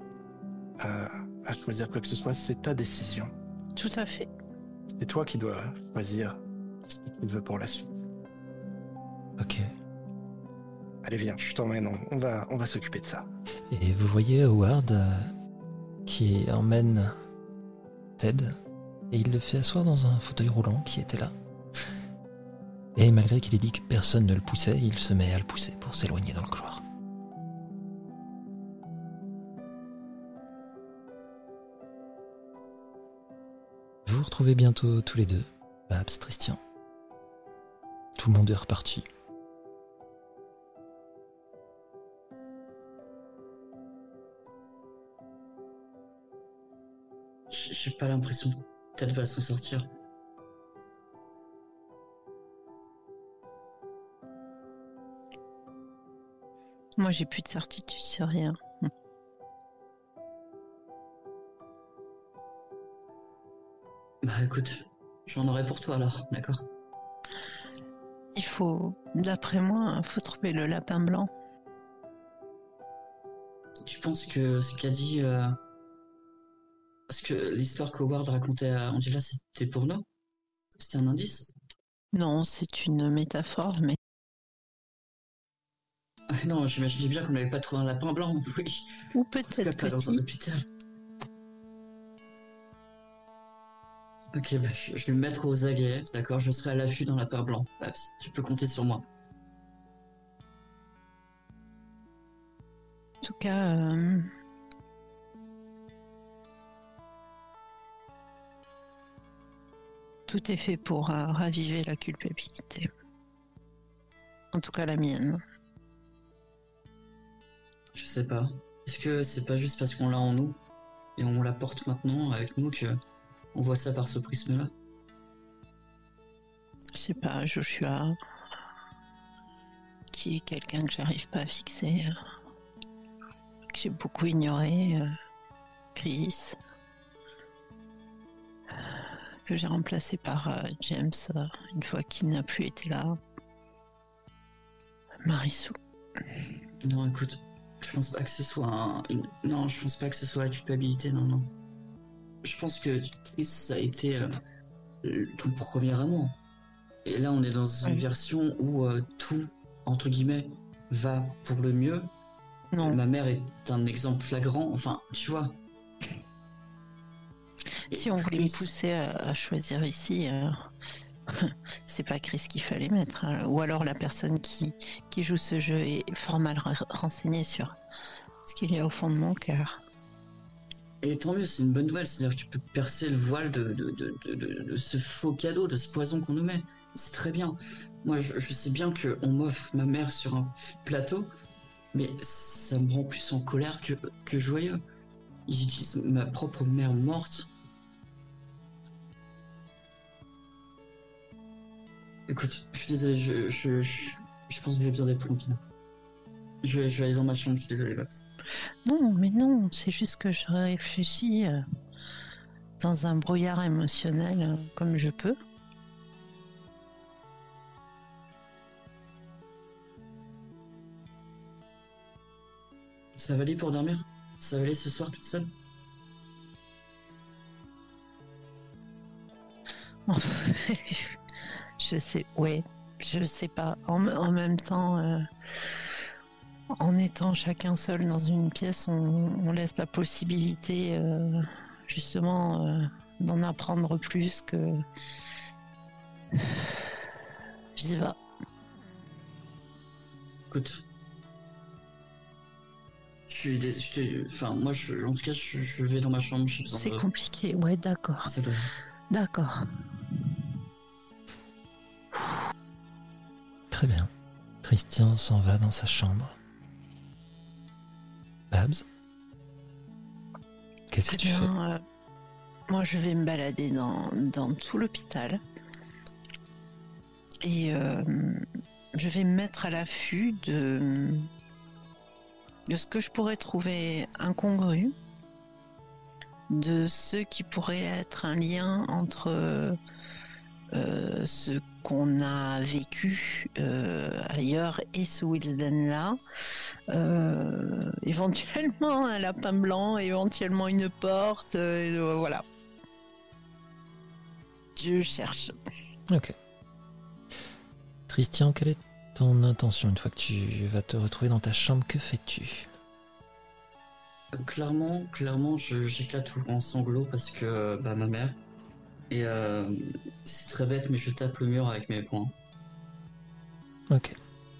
à choisir quoi que ce soit, c'est ta décision. Tout à fait. C'est toi qui dois choisir ce que tu veux pour la suite. Ok. Allez viens, je t'emmène, on va s'occuper de ça. Et vous voyez Howard qui emmène Ted et il le fait asseoir dans un fauteuil roulant qui était là. Et malgré qu'il ait dit que personne ne le poussait, il se met à le pousser pour s'éloigner dans le couloir. Vous vous retrouvez bientôt tous les deux, Babs, Tristian. Tout le monde est reparti. J'ai pas l'impression que Ted va s'en sortir. Moi, j'ai plus de certitude sur rien. Bah écoute, j'en aurai pour toi alors, d'accord? D'après moi, faut trouver le lapin blanc. Tu penses que ce qu'a dit... Parce que l'histoire qu'Howard racontait à Angela, c'était pour nous? C'était un indice? Non, c'est une métaphore, mais Ah non, j'imaginais bien qu'on n'avait pas trouvé un lapin blanc, oui. ou En tout cas, peut-être pas que dans un si. hôpital. Ok, bah, je vais me mettre aux aguets, d'accord? Je serai à l'affût dans lapin blanc. Babs, tu peux compter sur moi. En tout cas, tout est fait pour raviver la culpabilité. En tout cas, la mienne. Je sais pas. Est-ce que c'est pas juste parce qu'on l'a en nous et on la porte maintenant avec nous que on voit ça par ce prisme-là? Je sais pas, Joshua, qui est quelqu'un que j'arrive pas à fixer, que j'ai beaucoup ignoré, Chris, que j'ai remplacé par James une fois qu'il n'a plus été là, Marissou. Non, écoute, je pense pas que ce soit Non, je pense pas que ce soit la culpabilité, non. Je pense que Chris, ça a été ton premier amour. Et là, on est dans une version où tout, entre guillemets, va pour le mieux. Non. Ma mère est un exemple flagrant, enfin, tu vois. Si on voulait me pousser à choisir ici, c'est pas Chris qu'il fallait mettre. Hein. Ou alors la personne qui joue ce jeu est fort mal renseignée sur ce qu'il y a au fond de mon cœur. Et tant mieux, c'est une bonne nouvelle, c'est-à-dire que tu peux percer le voile de ce faux cadeau, de ce poison qu'on nous met. C'est très bien. Moi, je sais bien qu'on m'offre ma mère sur un plateau, mais ça me rend plus en colère que joyeux. Ils utilisent ma propre mère morte. Écoute, je suis désolé, je pense que j'ai besoin d'être tranquille. Je vais aller dans ma chambre, je suis désolé, Babs. Non, mais non, c'est juste que je réfléchis dans un brouillard émotionnel comme je peux. Ça va aller pour dormir? Ça va aller ce soir toute seule? Je sais, ouais, je sais pas. En même temps, en étant chacun seul dans une pièce, on laisse la possibilité justement d'en apprendre plus que. Je sais pas. Écoute. Enfin, moi, en tout cas, je vais dans ma chambre, j'ai besoin C'est de... compliqué, ouais, d'accord. Ça doit- D'accord. Très bien. Christian s'en va dans sa chambre. Babs, qu'est-ce que Très tu fais? bien. Moi, je vais me balader dans tout l'hôpital. Et je vais me mettre à l'affût de ce que je pourrais trouver incongru, de ce qui pourrait être un lien entre ce qu'on a vécu ailleurs et ce Wilsden-là. Éventuellement un lapin blanc, éventuellement une porte, voilà. Je cherche. Ok. Christian, quelle est ton intention une fois que tu vas te retrouver dans ta chambre? Que fais-tu? Clairement, j'éclate tout en sanglots parce que bah, ma mère. Et c'est très bête, mais je tape le mur avec mes poings. Ok.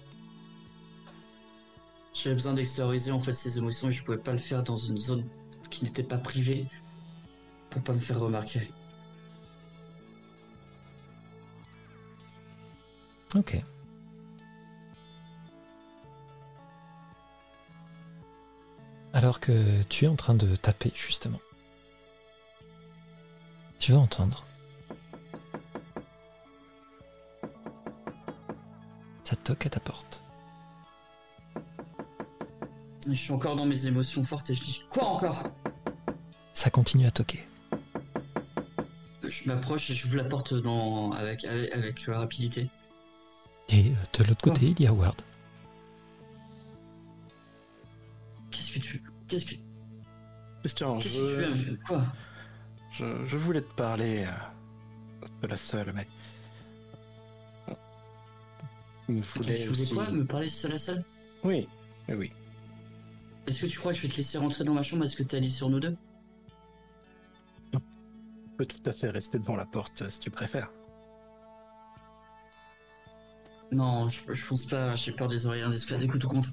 J'avais besoin d'extérioriser en fait ces émotions et je pouvais pas le faire dans une zone qui n'était pas privée pour pas me faire remarquer. Ok. Alors que tu es en train de taper, justement, tu vas entendre. Ça toque à ta porte. Je suis encore dans mes émotions fortes et je dis quoi encore? Ça continue à toquer. Je m'approche et j'ouvre la porte avec rapidité. Et de l'autre côté, il y a Ward. Qu'est-ce que Christian, tu fais? Quoi? je voulais te parler de la seule, mais... Il me Attends, voulait tu voulais aussi... quoi? Me parler seul à seul? Oui, oui. Est-ce que tu crois que je vais te laisser rentrer dans ma chambre? Est-ce que t'es allé sur nous deux? Tu peux tout à fait rester devant la porte si tu préfères. Non, je pense pas, j'ai peur des oreilles indiscrètes. Écoute, rentre.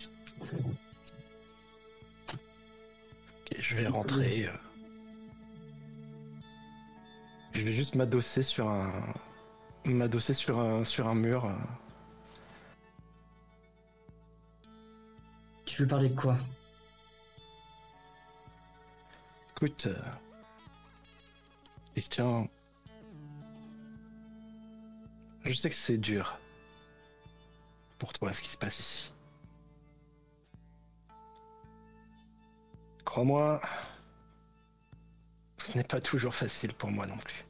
Ok, je vais rentrer. Je vais juste m'adosser sur un mur. Tu veux parler de quoi? Écoute, Christian, je sais que c'est dur pour toi ce qui se passe ici. Crois-moi, ce n'est pas toujours facile pour moi non plus.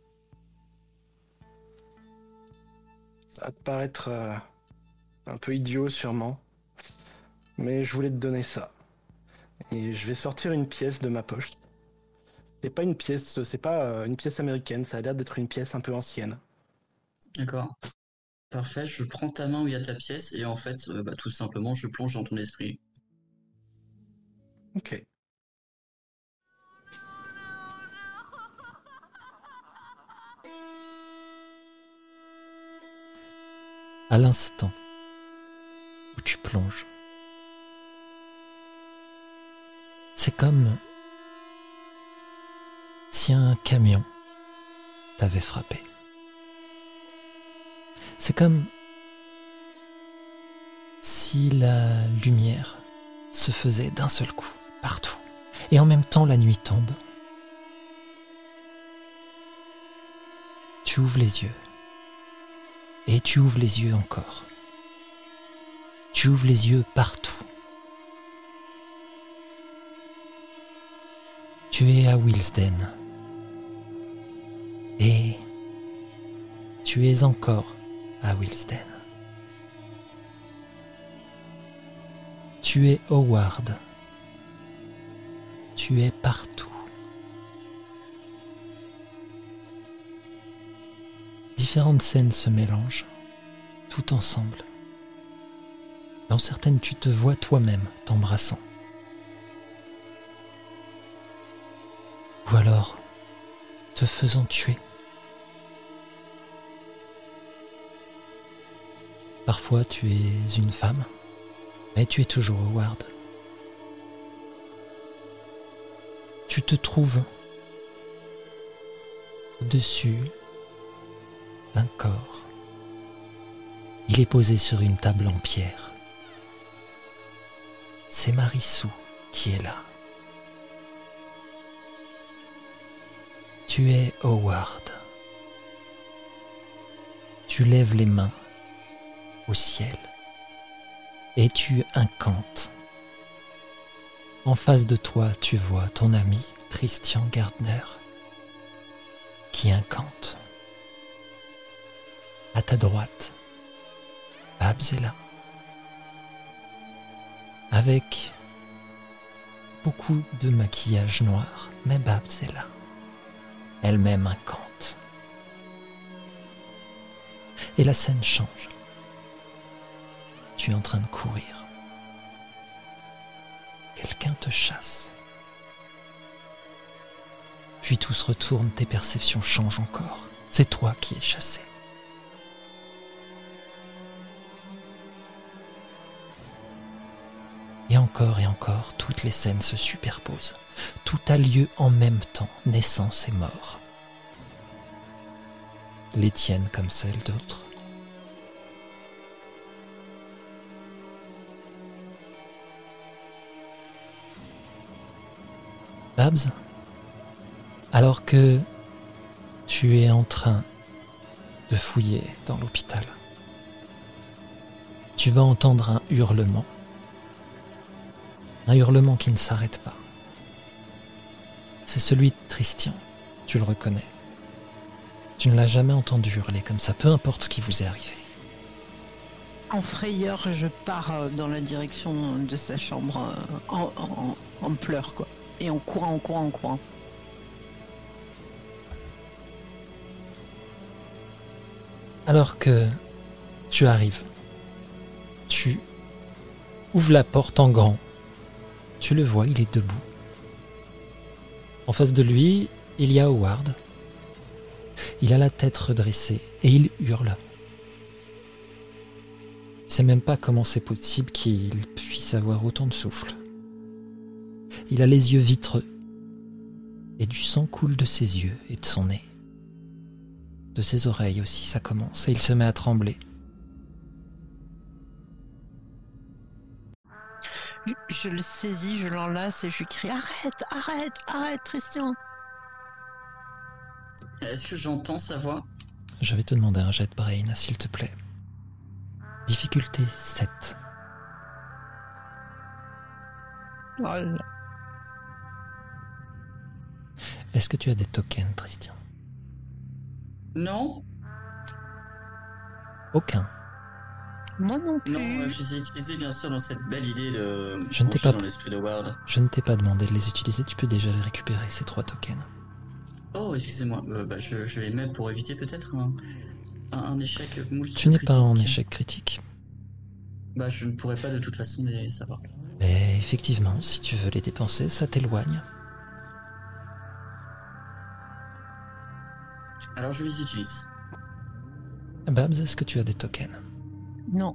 Ça va te paraître un peu idiot sûrement, mais je voulais te donner ça. Et je vais sortir une pièce de ma poche. C'est pas une pièce américaine, ça a l'air d'être une pièce un peu ancienne. D'accord. Parfait, je prends ta main où il y a ta pièce et en fait, tout simplement, je plonge dans ton esprit. Ok. À l'instant où tu plonges, c'est comme si un camion t'avait frappé. C'est comme si la lumière se faisait d'un seul coup, partout. Et en même temps, la nuit tombe. Tu ouvres les yeux. Et tu ouvres les yeux encore. Tu ouvres les yeux partout. Tu es à Willesden. Et tu es encore à Willesden. Tu es Howard. Tu es partout. Différentes scènes se mélangent, tout ensemble. Dans certaines, tu te vois toi-même t'embrassant. Ou alors, te faisant tuer. Parfois, tu es une femme, mais tu es toujours Howard. Tu te trouves au-dessus d'un corps. Il est posé sur une table en pierre. C'est Marissou qui est là. Tu es Howard. Tu lèves les mains au ciel et tu incantes. En face de toi, tu vois ton ami Christian Gardner qui incante. À ta droite, Babs est là, avec beaucoup de maquillage noir, mais Babs est là. Elle-même incante. Et la scène change. Tu es en train de courir. Quelqu'un te chasse. Puis tout se retourne, tes perceptions changent encore. C'est toi qui es chassé. Et encore, toutes les scènes se superposent. Tout a lieu en même temps, naissance et mort. Les tiennes comme celles d'autres. Babs, alors que tu es en train de fouiller dans l'hôpital, tu vas entendre un hurlement. Un hurlement qui ne s'arrête pas. C'est celui de Christian, tu le reconnais. Tu ne l'as jamais entendu hurler comme ça, peu importe ce qui vous est arrivé. En frayeur, je pars dans la direction de sa chambre en pleurs, quoi. Et en courant. Alors que tu arrives, tu ouvres la porte en grand. Tu le vois, il est debout. En face de lui, il y a Howard. Il a la tête redressée et il hurle. Il ne sait même pas comment c'est possible qu'il puisse avoir autant de souffle. Il a les yeux vitreux et du sang coule de ses yeux et de son nez. De ses oreilles aussi, ça commence et il se met à trembler. Je le saisis, je l'enlace et je lui crie « Arrête, Christian !» Est-ce que j'entends sa voix? Je vais te demander un jet de brain, s'il te plaît. Difficulté 7. Oh là. Est-ce que tu as des tokens, Christian? Non. Aucun. Moi non plus. Non, je les ai utilisés bien sûr dans cette belle idée de Je ne t'ai plonger pas- dans l'esprit de Ward. Je ne t'ai pas demandé de les utiliser, tu peux déjà les récupérer, ces 3 tokens. Oh, excusez-moi, je les mets pour éviter peut-être un échec multi-critique. Tu n'es pas en échec critique. Bah, je ne pourrais pas de toute façon les savoir. Mais effectivement, si tu veux les dépenser, ça t'éloigne. Alors je les utilise. Babs, est-ce que tu as des tokens? Non.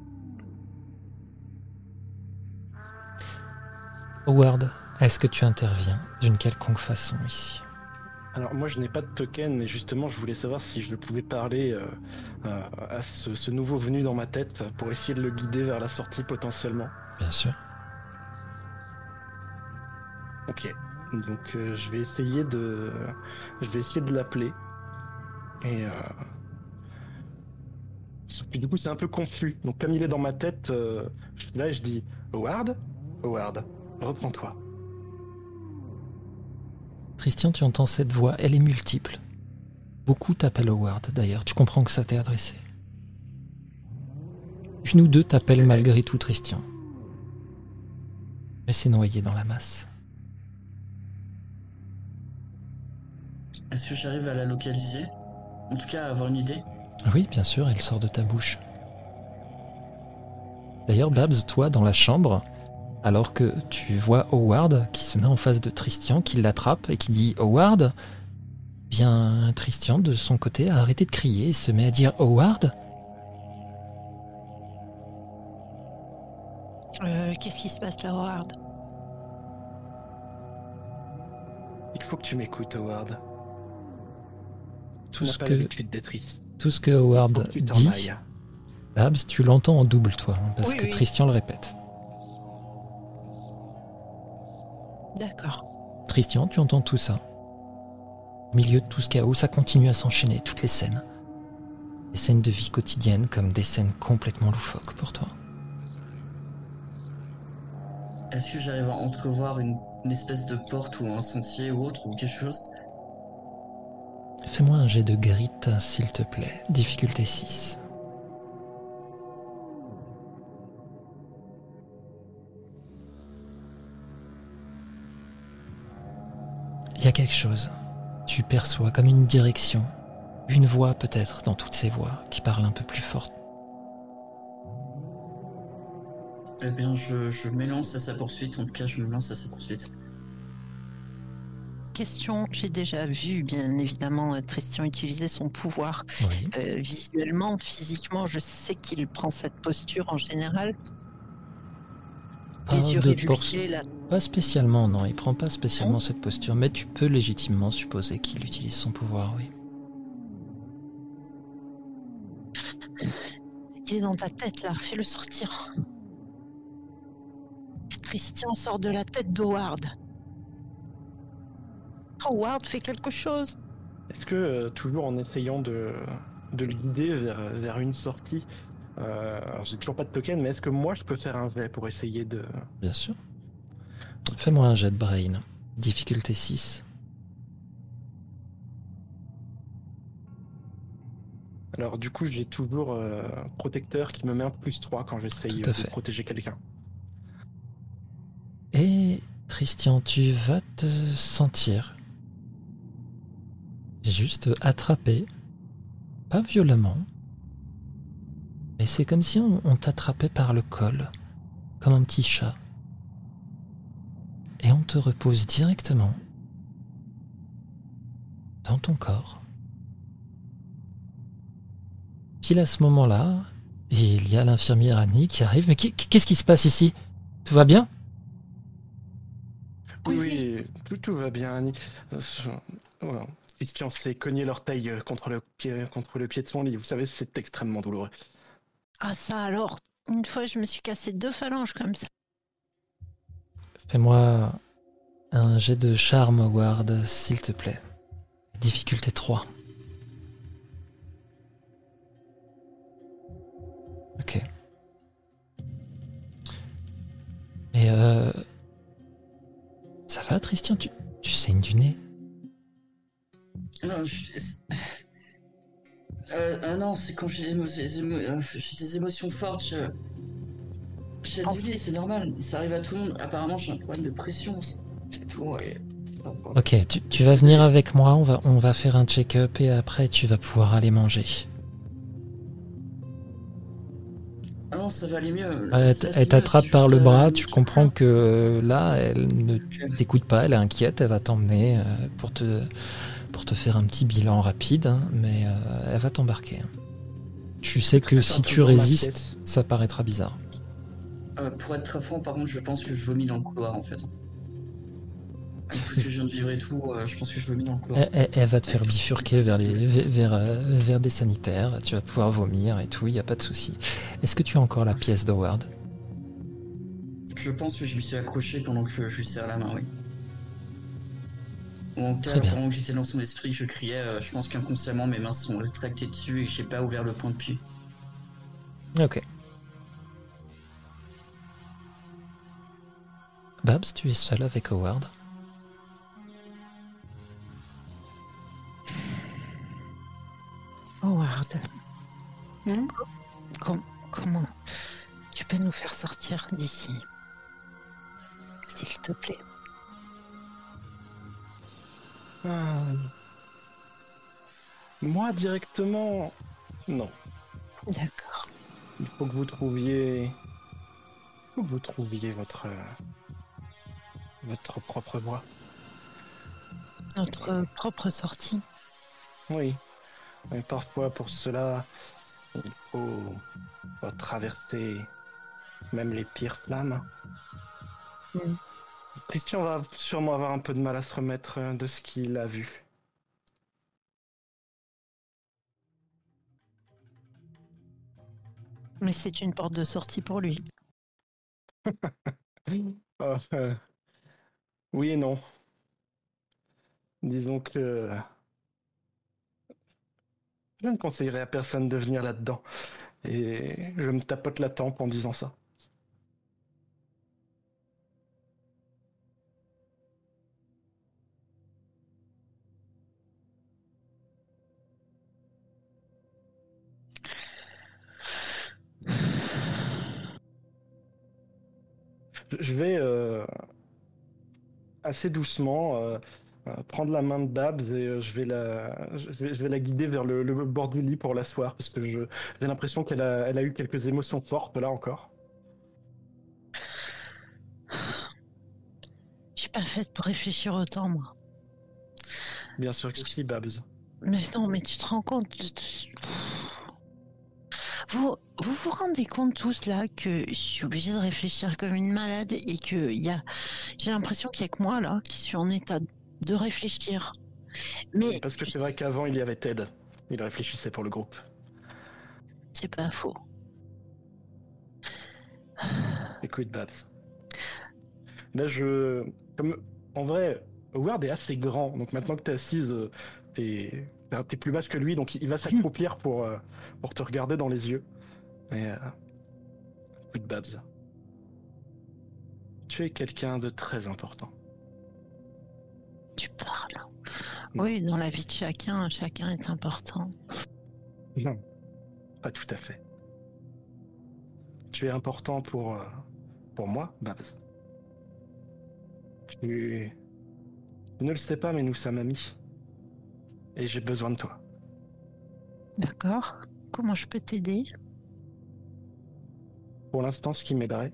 Howard, est-ce que tu interviens d'une quelconque façon ici? Alors moi je n'ai pas de token, mais justement je voulais savoir si je pouvais parler à ce nouveau venu dans ma tête pour essayer de le guider vers la sortie potentiellement. Bien sûr. Ok, donc je vais essayer de l'appeler. Et sauf que du coup c'est un peu confus. Donc comme il est dans ma tête, là je dis Howard, reprends-toi. Christian, tu entends cette voix, elle est multiple. Beaucoup t'appellent Howard d'ailleurs, tu comprends que ça t'est adressé. Une ou deux t'appellent malgré tout Christian. Mais c'est noyé dans la masse. Est-ce que j'arrive à la localiser? En tout cas, à avoir une idée? Oui, bien sûr, elle sort de ta bouche. D'ailleurs, Babs, toi, dans la chambre, alors que tu vois Howard qui se met en face de Christian, qui l'attrape et qui dit « Howard », bien Christian, de son côté, a arrêté de crier et se met à dire « Howard ». Qu'est-ce qui se passe là, Howard? Il faut que tu m'écoutes, Howard. Tout Tu n'as ce pas que, l'habitude d'être ici. tout ce que Il faut Howard que tu t'en dit, ailles. Babs, tu l'entends en double, toi, hein, parce Oui, que oui. Christian le répète. D'accord. Christian, tu entends tout ça. Au milieu de tout ce chaos, ça continue à s'enchaîner, toutes les scènes. Des scènes de vie quotidienne comme des scènes complètement loufoques pour toi. Est-ce que j'arrive à entrevoir une espèce de porte ou un sentier ou autre ou quelque chose? Fais-moi un jet de grit, s'il te plaît. Difficulté 6. Il y a quelque chose. Tu perçois comme une direction. Une voix peut-être dans toutes ces voix qui parle un peu plus fort. Eh bien, je m'élance à sa poursuite. En tout cas, je me lance à sa poursuite. Question, j'ai déjà vu, bien évidemment, Christian utiliser son pouvoir. Oui. Visuellement, physiquement, je sais qu'il prend cette posture en général. Pas Les yeux de révulsés, là. Pas spécialement, non. Il prend pas spécialement cette posture, mais tu peux légitimement supposer qu'il utilise son pouvoir, oui. Il est dans ta tête, là. Fais-le sortir. Christian sort de la tête d'Howard. Howard, fais quelque chose. Est-ce que, toujours en essayant de le guider vers une sortie, alors j'ai toujours pas de token, mais est-ce que moi je peux faire un jet pour essayer de... Bien sûr. Fais-moi un jet de brain. Difficulté 6. Alors du coup j'ai toujours protecteur qui me met un +3 quand j'essaye Tout à de fait. protéger quelqu'un. Et Christian, tu vas te sentir juste attrapé, pas violemment, mais c'est comme si on t'attrapait par le col, comme un petit chat, et on te repose directement dans ton corps. Pile à ce moment-là, il y a l'infirmière Annie qui arrive. Mais qu'est-ce qui se passe ici? Tout va bien? Oui, tout va bien, Annie. Voilà. Christian s'est cogné l'orteil contre le pied de son lit. Vous savez, c'est extrêmement douloureux. Ah ça alors, une fois je me suis cassé 2 phalanges comme ça. Fais-moi un jet de charme, Howard, s'il te plaît. Difficulté 3. Ok. Et ça va, Christian? Tu saignes du nez? Non, non, c'est quand j'ai des émotions fortes. J'ai du nez, c'est normal. Ça arrive à tout le monde. Apparemment, j'ai un problème de pression. C'est tout. Et... Ok, tu vas venir avec moi. On va faire un check-up et après tu vas pouvoir aller manger. Ah non, ça va aller mieux. Elle t'attrape par le bras, tu comprends que là, elle ne t'écoute pas, elle est inquiète, elle va t'emmener pour te faire un petit bilan rapide, hein, mais elle va t'embarquer. Tu sais que si tu résistes, ça paraîtra bizarre. Pour être très franc, par contre, je pense que je vomis dans le couloir, en fait. Avec tout ce que je viens de vivre et tout, je pense que je vomis dans le couloir. Elle va te faire bifurquer vers des sanitaires. Tu vas pouvoir vomir et tout, il n'y a pas de souci. Est-ce que tu as encore la pièce d'Howard? Je pense que je m'y suis accroché pendant que je lui serre la main, oui. Ou en tout Très cas, bien. pendant que j'étais dans son esprit, je criais, je pense qu'inconsciemment mes mains se sont rétractées dessus et que j'ai pas ouvert le point depuis. Ok. Babs, tu es seul avec Howard? Howard. Comment tu peux nous faire sortir d'ici? S'il te plaît. Moi directement, non. D'accord. Il faut que vous trouviez, votre propre voie. Notre propre sortie. Oui. Mais parfois pour cela, il faut traverser même les pires flammes. Mm. Christian va sûrement avoir un peu de mal à se remettre de ce qu'il a vu. Mais c'est une porte de sortie pour lui. Oh, oui et non. Disons que je ne conseillerais à personne de venir là-dedans. Et je me tapote la tempe en disant ça. Je vais assez doucement prendre la main de Babs et je vais la guider vers le bord du lit pour l'asseoir parce que j'ai l'impression elle a eu quelques émotions fortes là encore. Je suis pas faite pour réfléchir autant, moi. Bien sûr que si, Babs. Mais non, mais tu te rends compte... Vous vous rendez compte tous là que je suis obligée de réfléchir comme une malade et que j'ai l'impression qu'il y a que moi là qui suis en état de réfléchir. Mais Parce que c'est vrai qu'avant il y avait Ted. Il réfléchissait pour le groupe. c'est pas faux. Écoute, Babs. Là, en vrai, Howard est assez grand, donc maintenant que t'es assise, t'es plus basse que lui, donc il va s'accroupir pour te regarder dans les yeux. Et écoute, Babs. Tu es quelqu'un de très important. Tu parles. Non. Oui, dans la vie de chacun est important. Non, pas tout à fait. Tu es important pour moi, Babs. Tu ne le sais pas, mais nous sommes amis. Et j'ai besoin de toi. D'accord. Comment je peux t'aider? Pour l'instant, ce qui m'aiderait,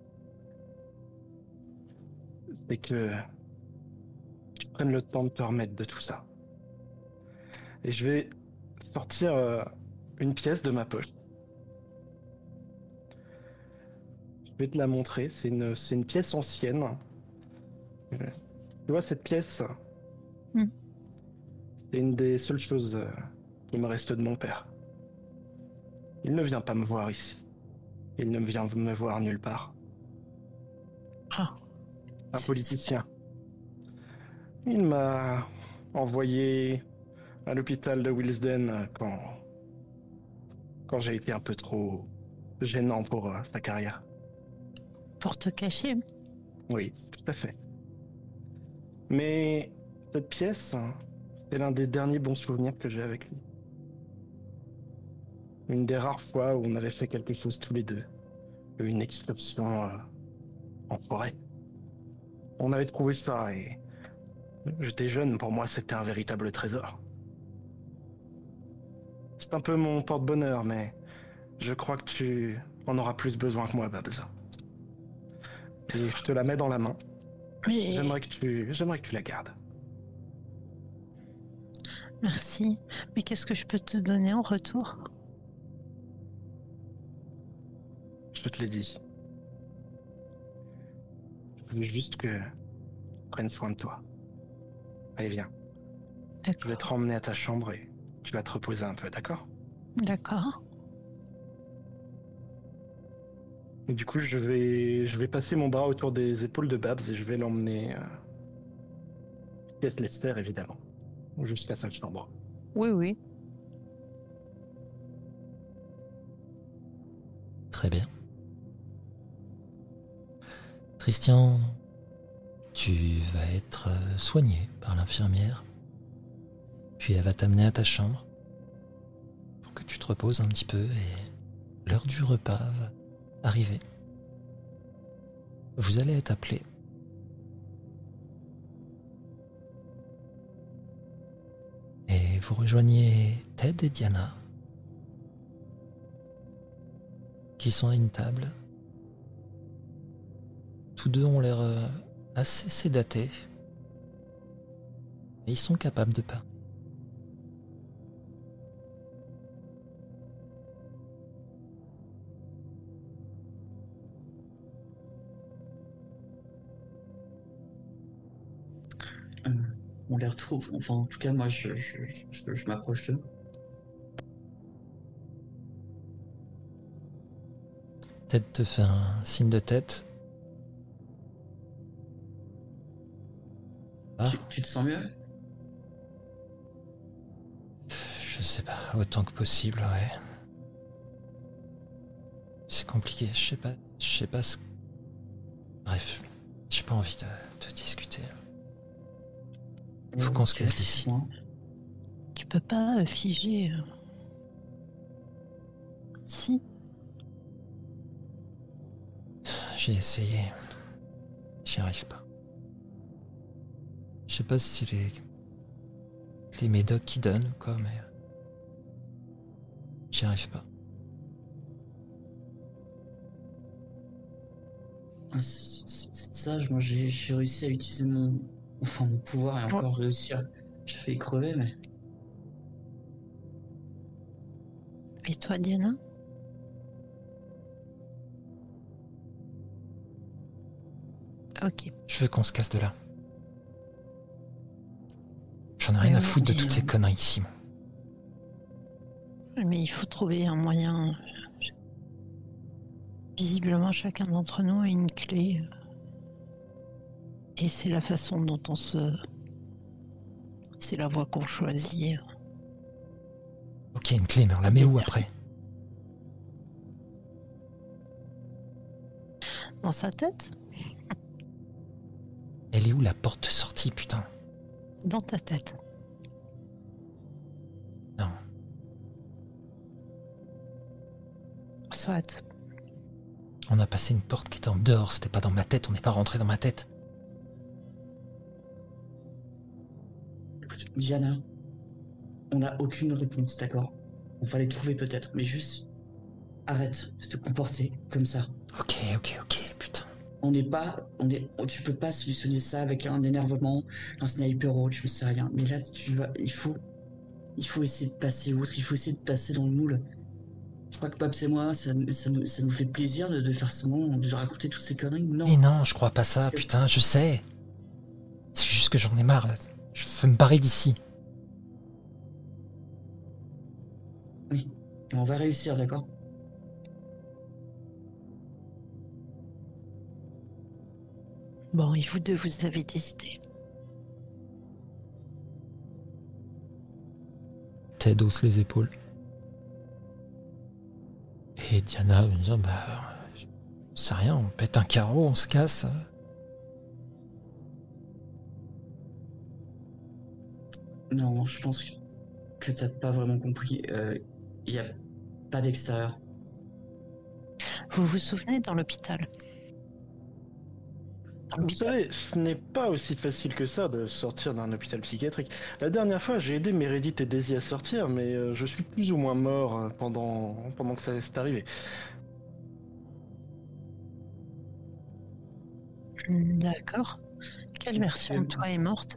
c'est que tu prennes le temps de te remettre de tout ça. Et je vais sortir une pièce de ma poche. Je vais te la montrer. C'est une pièce ancienne. Tu vois, cette pièce, Hmm. c'est une des seules choses qui me reste de mon père. Il ne vient pas me voir ici. Il ne vient me voir nulle part. Ah, Un c'est- politicien. Il m'a envoyé à l'hôpital de Willesden quand j'ai été un peu trop gênant pour sa carrière. Pour te cacher. Oui, tout à fait. Mais cette pièce, c'est l'un des derniers bons souvenirs que j'ai avec lui. Une des rares fois où on avait fait quelque chose tous les deux. Une excursion en forêt. On avait trouvé ça et j'étais jeune, pour moi c'était un véritable trésor. C'est un peu mon porte-bonheur, mais je crois que tu en auras plus besoin que moi, Babs. Et je te la mets dans la main. Mais J'aimerais que tu la gardes. merci. Mais qu'est-ce que je peux te donner en retour? Je te l'ai dit. Je veux juste que prenne soin de toi. Allez, viens. Je vais D'accord. te ramener à ta chambre et tu vas te reposer un peu, d'accord? D'accord. Et du coup, je vais passer mon bras autour des épaules de Babs et je vais l'emmener, pièce l'espère évidemment, jusqu'à sa chambre. Oui, oui. Très bien. Christian, tu vas être soigné par l'infirmière. Puis elle va t'amener à ta chambre pour que tu te reposes un petit peu et l'heure du repas va arriver. Vous allez être appelé. Et vous rejoignez Ted et Diana qui sont à une table. Tous deux ont l'air assez sédatés. Et ils sont capables de parler. On les retrouve. Enfin, en tout cas, moi, je m'approche d'eux. Ted te fait un signe de tête. Ah, Tu te sens mieux? je sais pas, autant que possible, ouais. C'est compliqué, je sais pas ce... Bref, j'ai pas envie de discuter. Faut qu'on se casse d'ici. Moi. Tu peux pas figer. Si. J'ai essayé. J'y arrive pas. Je sais pas si c'est les médocs qui donnent ou quoi, mais... J'y arrive pas. Ah, c'est ça, moi j'ai réussi à utiliser mon pouvoir et encore réussir. J'ai failli crever, mais Et toi, Diana? Ok. Je veux qu'on se casse de là. J'en ai rien à foutre de toutes ces conneries ici, moi. Mais il faut trouver un moyen. Visiblement, chacun d'entre nous a une clé. Et c'est la façon dont on se... C'est la voie qu'on choisit. Ok, une clé, mais on la met où après? Dans sa tête? Elle est où la porte de sortie, putain? Dans ta tête. Non. Soit. On a passé une porte qui était en dehors, c'était pas dans ma tête, on n'est pas rentré dans ma tête. écoute, Diana, on n'a aucune réponse, d'accord? On va les trouver peut-être, mais juste arrête de te comporter comme ça. Ok, putain. Tu peux pas solutionner ça avec un énervement, un sniper ou je ne sais rien. Mais là, il faut essayer de passer outre, il faut essayer de passer dans le moule. Je crois que Babs et moi, ça nous fait plaisir de faire semblant, de raconter toutes ces conneries. Non. Mais non, je crois pas ça, Parce que- putain, je sais. C'est juste que j'en ai marre, là. Je veux me barrer d'ici. Oui, on va réussir, d'accord? Bon, et vous deux, vous avez des idées. Ted hausse les épaules. Et Diana va me dire, bah... Je sais rien, on pète un carreau, on se casse. Non, je pense que t'as pas vraiment compris. Il y a pas d'extérieur. Vous vous souvenez dans l'hôpital? Vous savez, ce n'est pas aussi facile que ça de sortir d'un hôpital psychiatrique. La dernière fois, j'ai aidé Meredith et Daisy à sortir, mais je suis plus ou moins mort pendant que ça s'est arrivé. D'accord. Quelle version de toi est morte?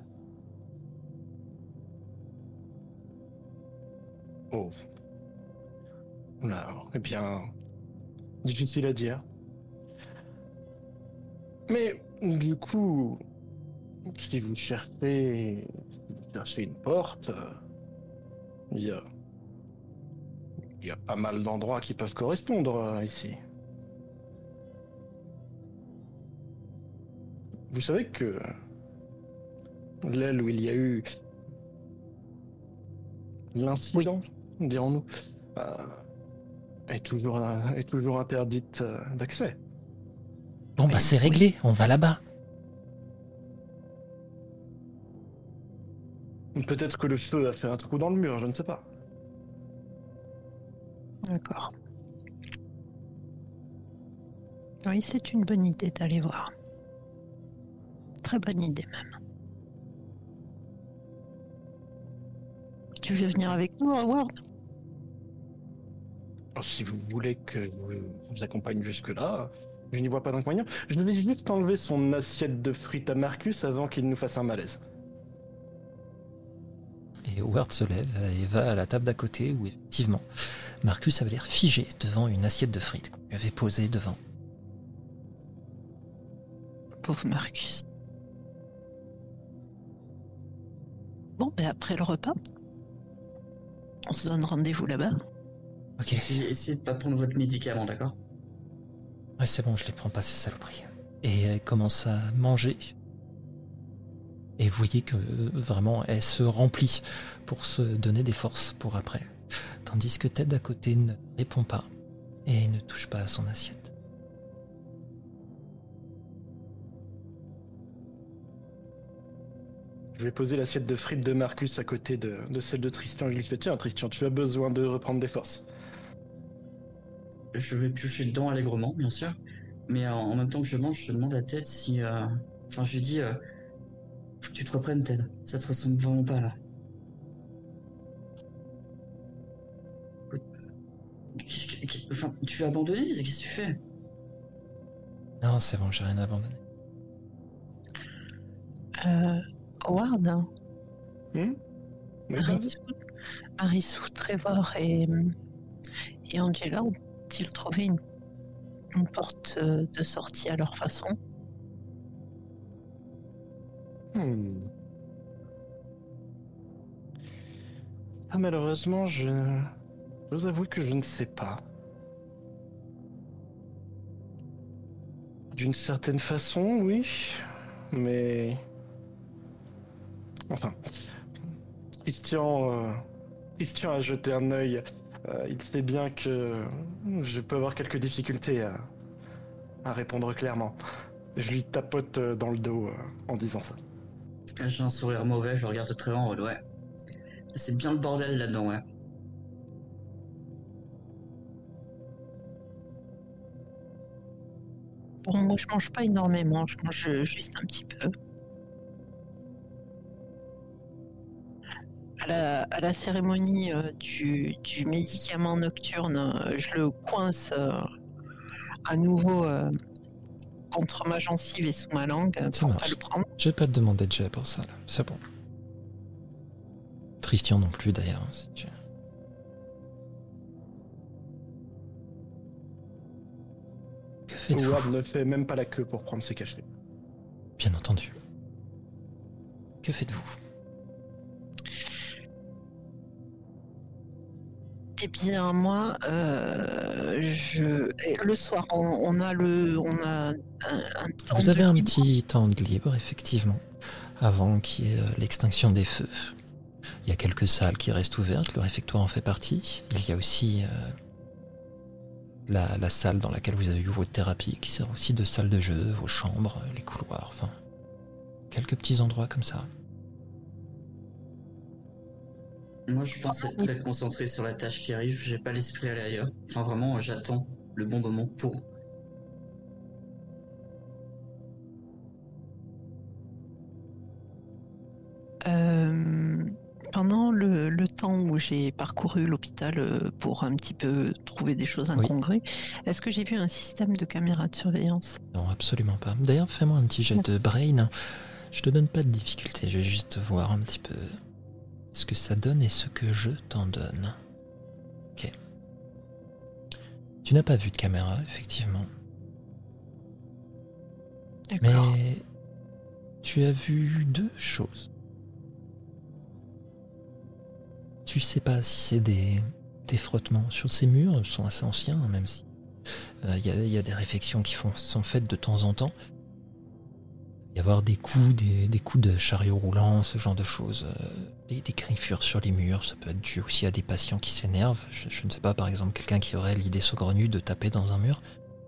Oh. Là, eh bien, difficile à dire. Mais du coup, Si vous cherchez une porte, il y a, il y a pas mal d'endroits qui peuvent correspondre ici. Vous savez que l'aile où il y a eu l'incident, dirons-nous, euh, est toujours interdite d'accès. Bon, bah c'est réglé, on va là-bas. Peut-être que le feu a fait un trou dans le mur, je ne sais pas. D'accord. Oui, c'est une bonne idée d'aller voir. Très bonne idée même. Tu veux venir avec nous, Howard? Si vous voulez que je vous accompagne jusque-là, je n'y vois pas d'inconvénient. Je devais juste enlever son assiette de frites à Marcus avant qu'il nous fasse un malaise. Et Howard se lève et va à la table d'à côté où effectivement Marcus avait l'air figé devant une assiette de frites qu'on lui avait posée devant. Pauvre Marcus. Bon, ben après le repas, on se donne rendez-vous là-bas. Ok, Essayez de pas prendre votre médicament, d'accord? ouais, c'est bon, je les prends pas ces saloperies. Et elle commence à manger. Et vous voyez que vraiment elle se remplit pour se donner des forces pour après. Tandis que Ted à côté ne répond pas et ne touche pas à son assiette. Je vais poser l'assiette de frites de Marcus à côté de celle de Tristan. Je lui fais, tiens Tristan, tu as besoin de reprendre des forces. Je vais piocher dedans allègrement, bien sûr. Mais en même temps que je mange, je demande à Ted si... Enfin, je lui dis... faut que tu te reprennes, Ted. Ça te ressemble vraiment pas, là. Enfin, tu vas abandonner? Qu'est-ce que tu fais? Non, c'est bon, j'ai rien abandonné. Howard, Oui, Marissou, Trevor et Angela ont-ils trouvé une porte de sortie à leur façon? Ah, malheureusement, je vous avoue que je ne sais pas. D'une certaine façon, oui, mais... Enfin, Christian a jeté un œil. Il sait bien que je peux avoir quelques difficultés à répondre clairement. Je lui tapote dans le dos en disant ça. J'ai un sourire mauvais, je regarde très en haut, ouais. C'est bien le bordel là-dedans, ouais. Bon, moi je mange pas énormément, je mange juste un petit peu. À la cérémonie du médicament nocturne, je le coince à nouveau contre ma gencive et sous ma langue Ça pour marche. pas le prendre. Je vais pas te demander de jet pour ça, là. C'est bon. Tristan non plus, d'ailleurs. Hein, si tu... Que faites-vous? Howard ne fait même pas la queue pour prendre ses cachets. Bien entendu. Que faites-vous? Eh bien, moi, le soir, on a un temps Vous avez de un libre. petit temps de libre, effectivement, avant qu'il y ait l'extinction des feux. Il y a quelques salles qui restent ouvertes, le réfectoire en fait partie. Il y a aussi la salle dans laquelle vous avez eu votre thérapie, qui sert aussi de salle de jeu, vos chambres, les couloirs, enfin, quelques petits endroits comme ça. Moi, je pense être très concentré sur la tâche qui arrive. J'ai pas l'esprit à aller ailleurs. Enfin, vraiment, j'attends le bon moment pour. Pendant le temps où j'ai parcouru l'hôpital pour un petit peu trouver des choses incongrues, est-ce que j'ai vu un système de caméra de surveillance? Non, absolument pas. D'ailleurs, fais-moi un petit jet de brain. Je te donne pas de difficulté, je vais juste voir un petit peu ce que ça donne et ce que je t'en donne. Ok. Tu n'as pas vu de caméra, effectivement. D'accord. Mais tu as vu deux choses. Tu sais pas si c'est des frottements sur ces murs, ils sont assez anciens, hein, même si il y a des réflexions qui sont faites de temps en temps. Il y avoir des coups de chariot roulant, ce genre de choses, des griffures sur les murs, ça peut être dû aussi à des patients qui s'énervent. Je ne sais pas, par exemple, quelqu'un qui aurait l'idée saugrenue de taper dans un mur.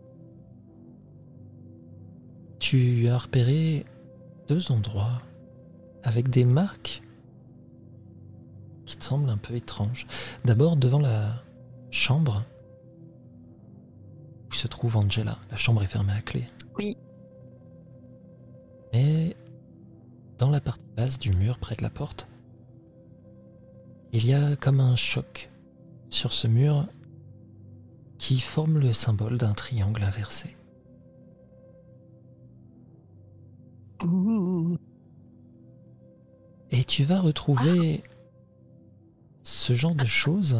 Tu as repéré deux endroits avec des marques qui te semblent un peu étranges. D'abord, devant la chambre où se trouve Angela. La chambre est fermée à clé. Oui. Mais dans la partie basse du mur, près de la porte, il y a comme un choc sur ce mur qui forme le symbole d'un triangle inversé. Ouh. Et tu vas retrouver ce genre de choses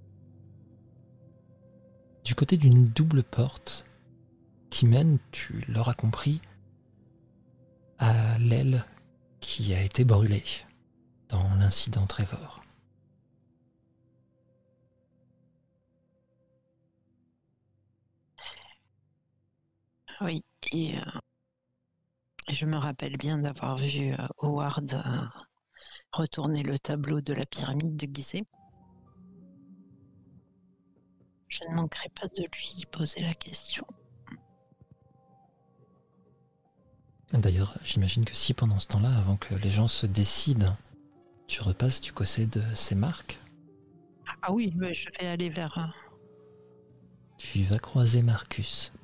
du côté d'une double porte qui mène, tu l'auras compris, à l'aile qui a été brûlée dans l'incident Trevor. Oui, et je me rappelle bien d'avoir vu Howard retourner le tableau de la pyramide de Gizeh. Je ne manquerai pas de lui poser la question. D'ailleurs, j'imagine que si pendant ce temps-là, avant que les gens se décident, tu repasses du côté de ces marques, Ah oui, mais je vais aller vers... tu vas croiser Marcus.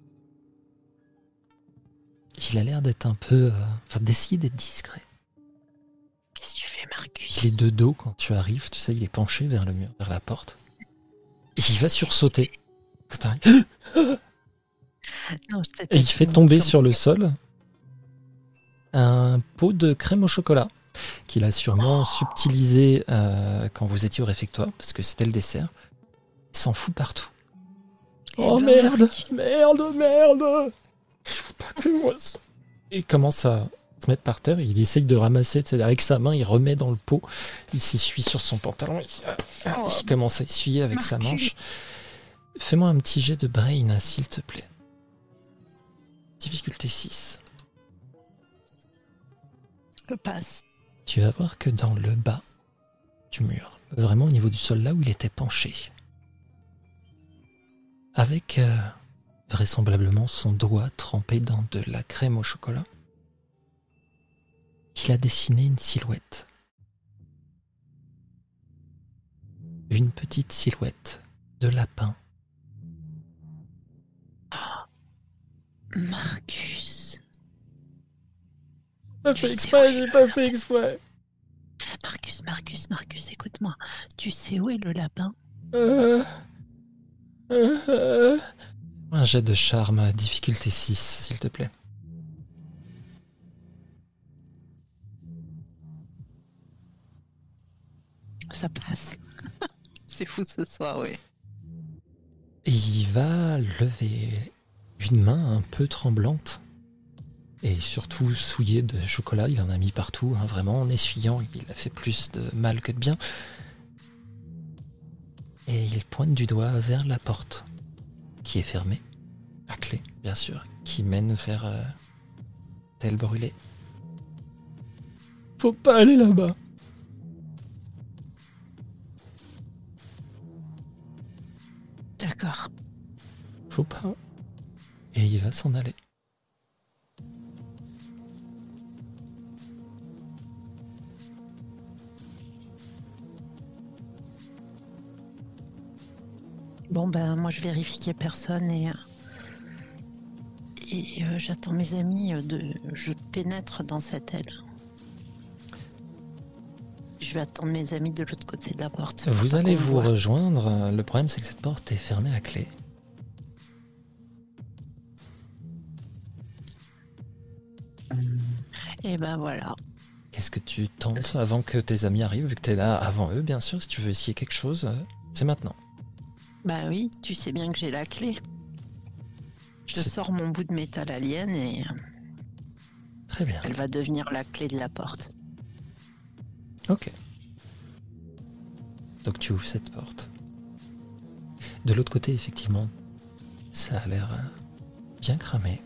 Il a l'air d'être un peu... d'essayer d'être discret. Qu'est-ce que tu fais, Marcus? Il est de dos quand tu arrives, tu sais, il est penché vers le mur, vers la porte. Et il va sursauter. Quand t'arrives. Non, Et il fait tomber sur le sol un pot de crème au chocolat qu'il a sûrement subtilisé quand vous étiez au réfectoire, parce que c'était le dessert. Il s'en fout partout. Oh merde, merde. Faut pas que je vois ça. Il commence à se mettre par terre, il essaye de ramasser, avec sa main, il remet dans le pot, il s'essuie sur son pantalon, il commence à essuyer avec sa manche. Fais-moi un petit jet de brain, s'il te plaît. Difficulté 6. Je passe. Tu vas voir que dans le bas du mur, vraiment au niveau du sol, là où il était penché, avec vraisemblablement son doigt trempé dans de la crème au chocolat, il a dessiné une silhouette. Une petite silhouette de lapin. Marcus. J'ai pas fait exprès. Marcus, écoute-moi. Tu sais où est le lapin? Un jet de charme à difficulté 6, s'il te plaît. Ça passe. C'est fou ce soir, oui. Et il va lever une main un peu tremblante et surtout souillée de chocolat. Il en a mis partout, hein, vraiment, en essuyant. Il a fait plus de mal que de bien. Et il pointe du doigt vers la porte, qui est fermée, à clé, bien sûr, qui mène vers Tel Brûlé. Faut pas aller là-bas. D'accord. Faut pas. Et il va s'en aller. Bon, ben, moi, je vérifie qu'il n'y a personne et j'attends mes amis. Je pénètre dans cette aile. Je vais attendre mes amis de l'autre côté de la porte. Vous allez vous rejoindre. Le problème, c'est que cette porte est fermée à clé. Et ben voilà. Qu'est-ce que tu tentes avant que tes amis arrivent, vu que t'es là avant eux, bien sûr. Si tu veux essayer quelque chose, c'est maintenant. Bah oui, tu sais bien que j'ai la clé. Je sors mon bout de métal alien et... Très bien. Elle va devenir la clé de la porte. Ok. Donc tu ouvres cette porte. De l'autre côté, effectivement, ça a l'air bien cramé.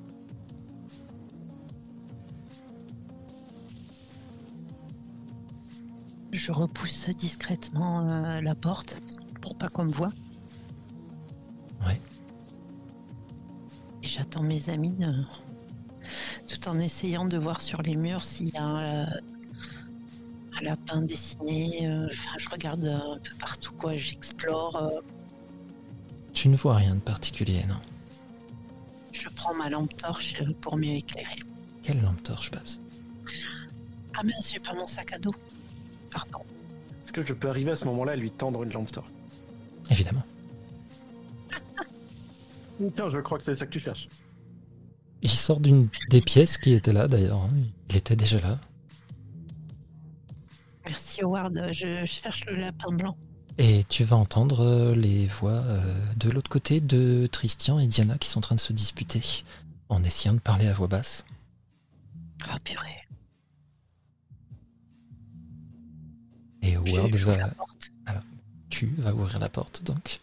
Je repousse discrètement la porte pour pas qu'on me voie. Ouais. Et j'attends mes amis tout en essayant de voir sur les murs s'il y a un lapin dessiné. Enfin, je regarde un peu partout, quoi. J'explore. Tu ne vois rien de particulier, non? Je prends ma lampe torche pour mieux éclairer. Quelle lampe torche, Babs? Ah mince, j'ai pas mon sac à dos. Pardon. Est-ce que je peux arriver à ce moment-là et lui tendre une lampe torche? Évidemment. Tiens, je crois que c'est ça que tu cherches. Il sort d'une des pièces qui étaient là, d'ailleurs. Hein. Il était déjà là. Merci Howard, je cherche le lapin blanc. Et tu vas entendre les voix de l'autre côté de Tristian et Diana qui sont en train de se disputer en essayant de parler à voix basse. Ah purée. Et Howard J'ouvre la va... porte. Alors, tu vas ouvrir la porte, donc.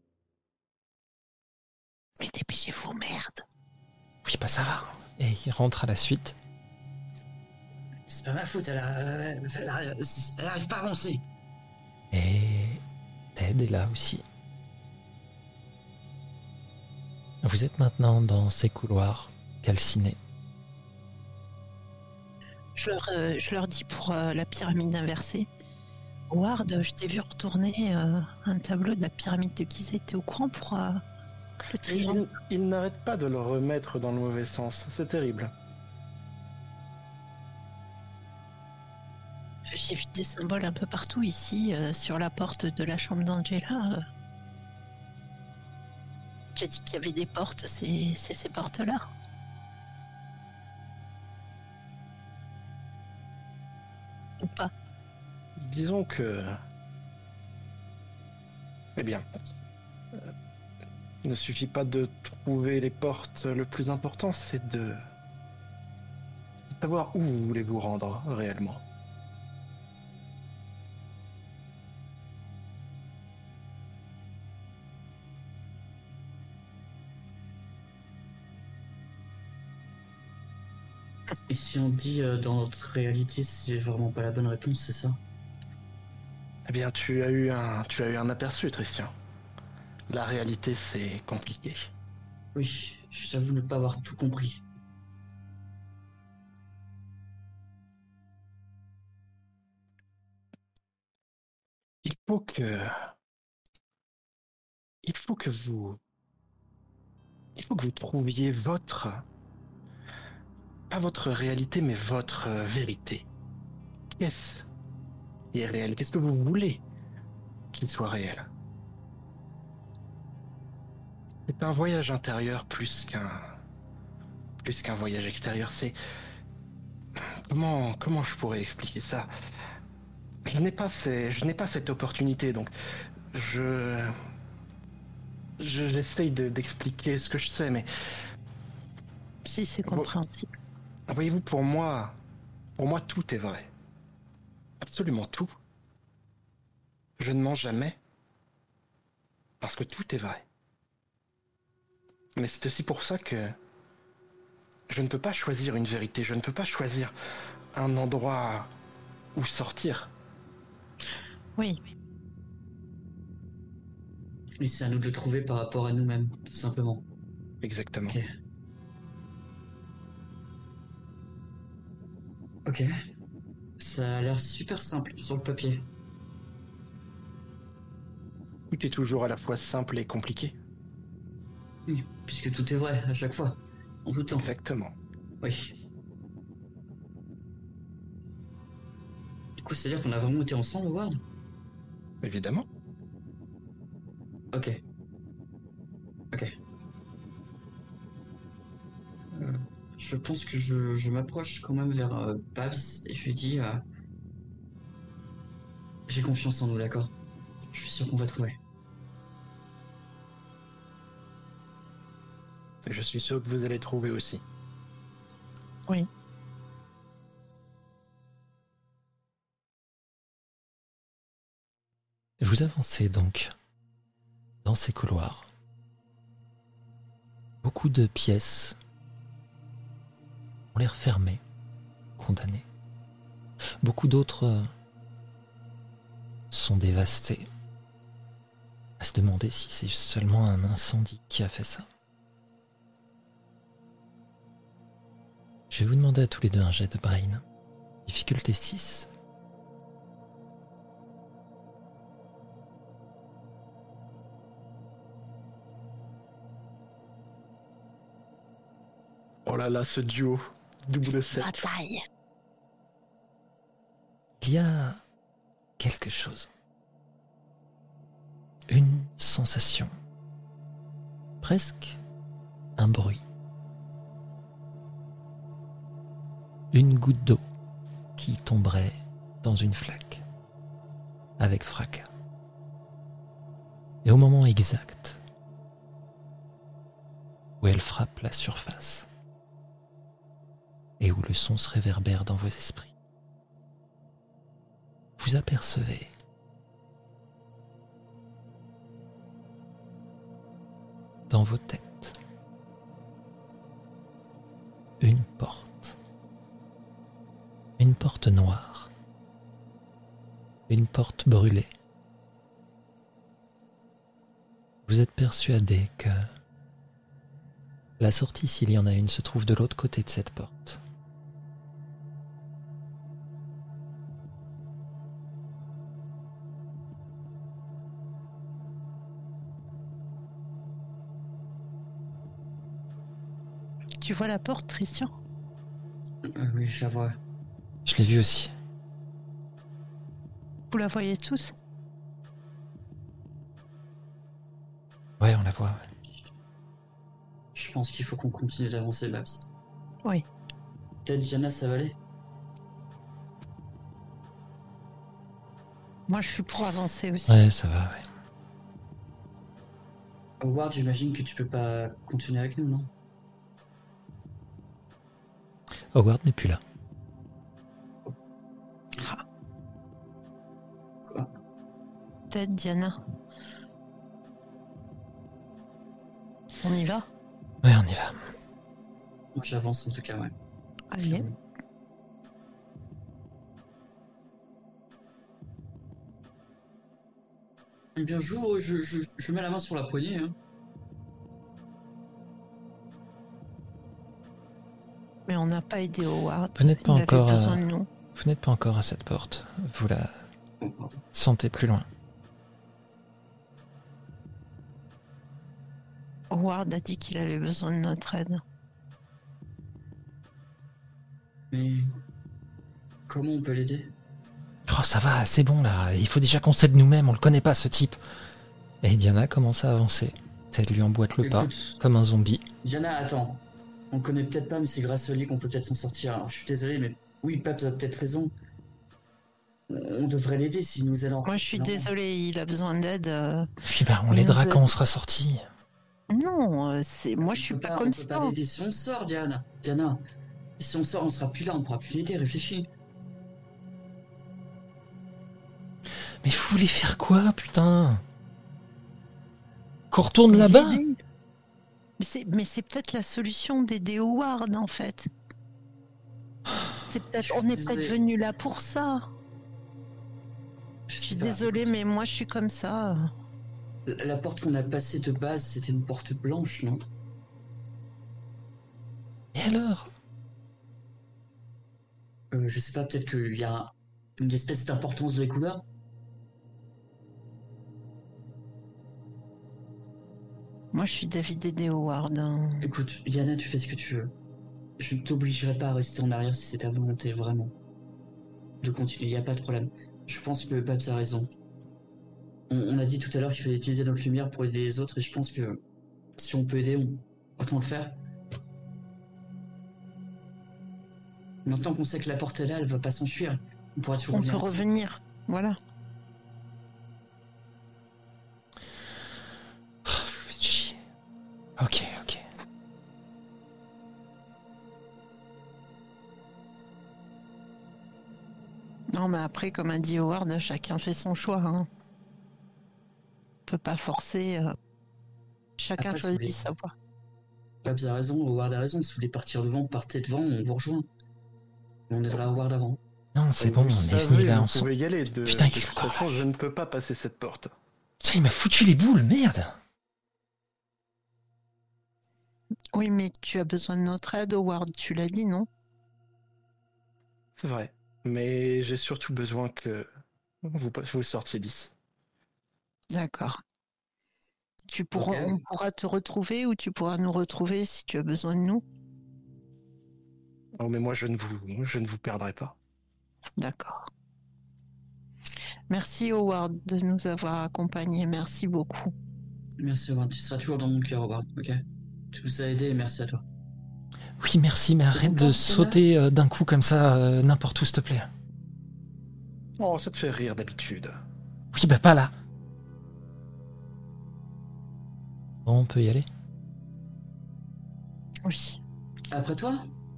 Mais dépêchez-vous, merde. Oui, bah ça va. Et il rentre à la suite. C'est pas ma faute, elle arrive pas à avancer. Et Ted est là aussi. Vous êtes maintenant dans ces couloirs calcinés. Je leur dis pour la pyramide inversée. Howard, je t'ai vu retourner un tableau de la pyramide de Gizeh. T'es au courant pour le triangle? Il n'arrête pas de le remettre dans le mauvais sens. C'est terrible. J'ai vu des symboles un peu partout ici, sur la porte de la chambre d'Angela. J'ai dit qu'il y avait des portes, c'est ces portes-là. Ou pas? Disons que... Eh bien... il ne suffit pas de trouver les portes. Le plus important, c'est de savoir où vous voulez vous rendre réellement. Et si on dit dans notre réalité, c'est vraiment pas la bonne réponse, c'est ça? Eh bien, tu as eu un aperçu, Tristian. La réalité, c'est compliqué. Oui, j'avoue ne pas avoir tout compris. Il faut que... Il faut que vous trouviez votre... Pas votre réalité, mais votre vérité. Qu'est-ce qui est réel? Qu'est-ce que vous voulez qu'il soit réel? C'est un voyage intérieur plus qu'un voyage extérieur. C'est... Comment je pourrais expliquer ça? Je n'ai pas cette opportunité, donc j'essaye d'expliquer ce que je sais, mais Si, c'est compréhensible. voyez-vous, pour moi, tout est vrai. Absolument tout. Je ne mens jamais, parce que tout est vrai. Mais c'est aussi pour ça que je ne peux pas choisir une vérité, je ne peux pas choisir un endroit où sortir. Oui, Et c'est à nous de le trouver par rapport à nous-mêmes, tout simplement. Exactement. Ok. Ça a l'air super simple sur le papier. Tout est toujours à la fois simple et compliqué. Oui, puisque tout est vrai à chaque fois, en tout temps. Exactement. Oui. Du coup, c'est-à-dire qu'on a vraiment été ensemble, Howard? Évidemment. Ok. Ok. Je pense que je m'approche quand même vers Babs et je lui dis j'ai confiance en nous, d'accord? Je suis sûr qu'on va trouver. Et je suis sûr que vous allez trouver aussi. oui. Vous avancez donc dans ces couloirs. Beaucoup de pièces ont l'air fermées, condamnées. Beaucoup d'autres sont dévastées. À se demander si c'est seulement un incendie qui a fait ça. Je vais vous demander à tous les deux un jet de brain. Difficulté 6. Oh là là, ce duo. Double 7. Bataille. Il y a quelque chose. Une sensation. Presque un bruit. Une goutte d'eau qui tomberait dans une flaque avec fracas. Et au moment exact où elle frappe la surface et où le son se réverbère dans vos esprits, vous apercevez dans vos têtes une porte. Une porte noire. Une porte brûlée. Vous êtes persuadé que la sortie, s'il y en a une, se trouve de l'autre côté de cette porte. Tu vois la porte, Christian? Oui, je la vois. Je l'ai vu aussi. Vous la voyez tous? Ouais, on la voit. Ouais. Je pense qu'il faut qu'on continue d'avancer, Babs. Oui. Peut-être Diana, ça va aller? Moi, je suis pour avancer aussi. Ouais, ça va, ouais. Howard, j'imagine que tu peux pas continuer avec nous, non? Howard n'est plus là. Peut-être, Diana. On y va? Ouais, on y va. Moi, j'avance en tout cas, ouais. Allez. Eh bien, j'ouvre, je mets la main sur la poignée, hein. Mais on n'a pas aidé Howard. Vous n'êtes pas Il encore avait besoin de nous. Vous n'êtes pas encore à cette porte. Vous la Oh, pardon. sentez plus loin. Howard a dit qu'il avait besoin de notre aide. Mais comment on peut l'aider? Oh, ça va, c'est bon là. Il faut déjà qu'on s'aide nous-mêmes. On le connaît pas, ce type. Et Diana commence à avancer. Ted lui emboîte le pas, Écoute, comme un zombie. Diana, attends. On le connaît peut-être pas, mais c'est grâce à lui qu'on peut peut-être s'en sortir. Alors, je suis désolé, mais oui, Paps a peut-être raison. On devrait l'aider s'il nous aide encore. Moi, je suis Non. désolée, il a besoin d'aide. Et puis bah, on Il l'aidera nous a- quand on sera sorti. Non, moi, je suis On peut pas on comme peut ça. pas l'aider si on sort, Diana. Diana, si on sort, on sera plus là, on pourra plus l'aider, réfléchis. Mais vous voulez faire quoi, putain? Qu'on retourne là-bas? L'aider. Mais c'est peut-être la solution d'aider Howard, en fait. On est peut-être désolé. venu là pour ça. Je suis sais pas, désolée, écoute. mais moi, je suis comme ça. La porte qu'on a passée de base, c'était une porte blanche, non? Et alors? Je sais pas, peut-être qu'il y a une espèce d'importance de les couleurs. Moi, je suis d'avis d'aider Howard. Hein. Écoute, Diana, tu fais ce que tu veux. Je ne t'obligerai pas à rester en arrière si c'est ta volonté, vraiment. De continuer, il n'y a pas de problème. Je pense que Paps a raison. On a dit tout à l'heure qu'il fallait utiliser notre lumière pour aider les autres, et je pense que si on peut aider, autant le faire. Maintenant qu'on sait que la porte est là, elle va pas s'enfuir. On pourra toujours On peut revenir ici. revenir. Voilà. Vous faites chier. Ok. Non, mais après, comme a dit Howard, chacun fait son choix. Hein. peut pas forcer. Chacun Après, si vous choisit voulez. sa voie. Babs a raison, Howard a raison. Si vous voulez partir devant, partez devant, on vous rejoint. On aidera Howard avant. Non, c'est bon, Vous on est savez, venu là vous ensemble. pouvez y aller. De Putain, il toute est encore façon, là. je ne peux pas passer cette porte. Putain, il m'a foutu les boules, merde. Oui, mais tu as besoin de notre aide, Howard, tu l'as dit, non? C'est vrai. Mais j'ai surtout besoin que vous sortiez d'ici. D'accord. Ok. On pourra te retrouver ou tu pourras nous retrouver si tu as besoin de nous. Oh, mais moi, je ne vous perdrai pas. D'accord. Merci, Howard, de nous avoir accompagnés. Merci beaucoup. Merci Howard, tu seras toujours dans mon cœur, Howard, ok? Tu nous as aidés et merci à toi. Oui, merci, mais arrête de Encore, sauter d'un coup comme ça, n'importe où, s'il te plaît. Oh, ça te fait rire d'habitude. Oui, bah pas là. Bon, on peut y aller. Oui. Après toi?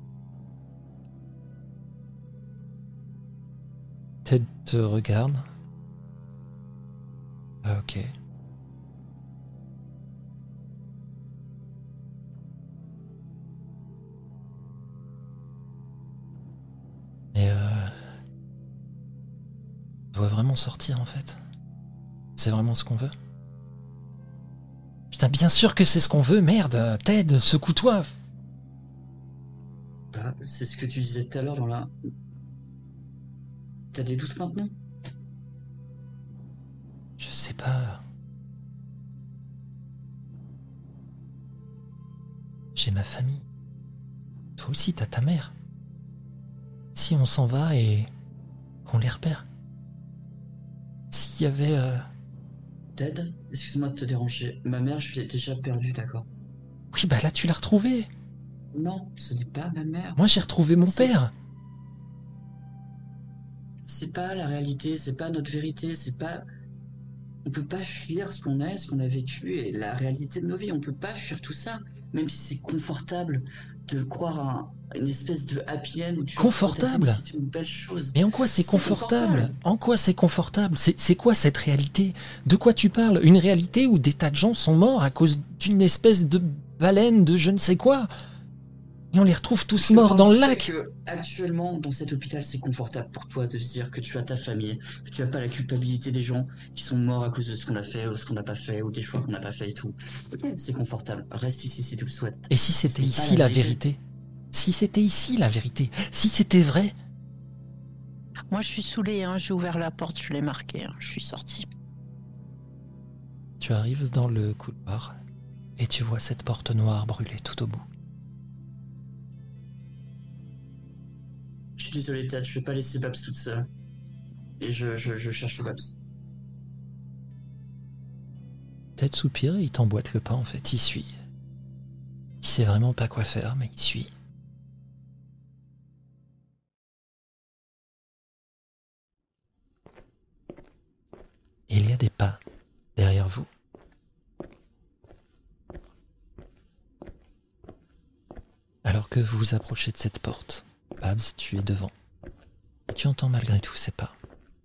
Ted te regarde. Ah, ok. Mais on doit vraiment sortir en fait. C'est vraiment ce qu'on veut. Putain, bien sûr que c'est ce qu'on veut, merde. Ted, secoue-toi. Bah, c'est ce que tu disais tout à l'heure dans la... T'as des doutes maintenant? Je sais pas. J'ai ma famille. Toi aussi, t'as ta mère. Si on s'en va et qu'on les repère. S'il y avait... Ted, excuse-moi de te déranger. Ma mère, je l'ai déjà perdue, d'accord? Oui, bah là, tu l'as retrouvée. Non, ce n'est pas ma mère. Moi, j'ai retrouvé mon C'est- père. C'est pas la réalité, c'est pas notre vérité, c'est pas... On peut pas fuir ce qu'on est, ce qu'on a vécu et la réalité de nos vies. On peut pas fuir tout ça, même si c'est confortable de croire à une espèce de happy end où tu retrouves ta famille, Confortable. c'est une belle chose. Mais en quoi c'est C'est confortable? En quoi c'est confortable? C'est quoi cette réalité? De quoi tu parles? Une réalité où des tas de gens sont morts à cause d'une espèce de baleine de je ne sais quoi? Et on les retrouve tous Je morts parle dans le du fait lac? que, actuellement, dans cet hôpital, c'est confortable pour toi de se dire que tu as ta famille, que tu n'as pas la culpabilité des gens qui sont morts à cause de ce qu'on a fait ou ce qu'on n'a pas fait ou des choix qu'on n'a pas fait et tout. Ok, c'est confortable. Reste ici si tu le souhaites. Et si c'était Ce n'est pas ici la la vérité. vérité? Si c'était ici la vérité? Si c'était vrai? Moi, je suis saoulée, hein. J'ai ouvert la porte, je l'ai marqué, hein. Je suis sortie. Tu arrives dans le couloir et tu vois cette porte noire brûler tout au bout. Je suis désolé, Ted, je vais pas laisser Babs toute seule. Et je cherche Babs. Ted soupire et il t'emboîte le pas en fait, il suit. Il sait vraiment pas quoi faire, mais il suit. Et il y a des pas derrière vous. Alors que vous vous approchez de cette porte, Babs, tu es devant. Et tu entends malgré tout ces pas.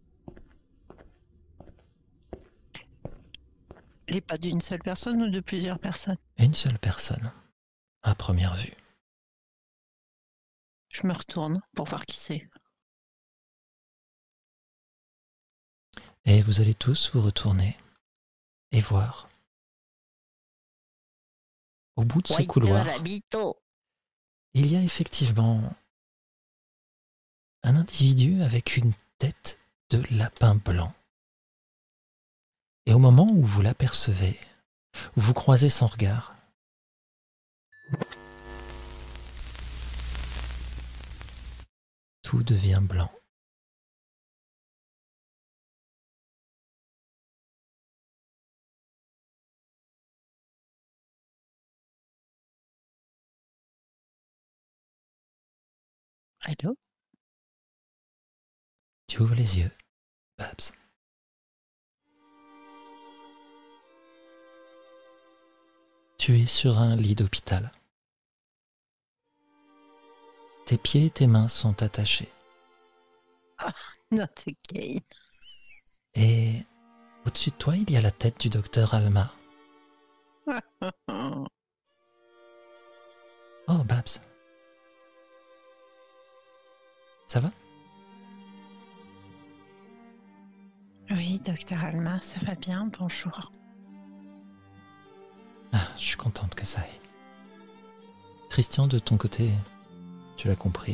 Les pas d'une seule personne ou de plusieurs personnes? Une seule personne, à première vue. Je me retourne pour voir qui c'est. Et vous allez tous vous retourner et voir. Au bout de ce couloir, il y a effectivement un individu avec une tête de lapin blanc. Et au moment où vous l'apercevez, où vous croisez son regard, tout devient blanc. Allô? Tu ouvres les yeux, Babs. Tu es sur un lit d'hôpital. Tes pieds et tes mains sont attachés. Not again. Et Au-dessus de toi, il y a la tête du docteur Alma. Oh, Babs. Ça va? Oui, docteur Alma, ça va bien, bonjour. Ah, je suis contente que ça aille. Christian, de ton côté, tu l'as compris.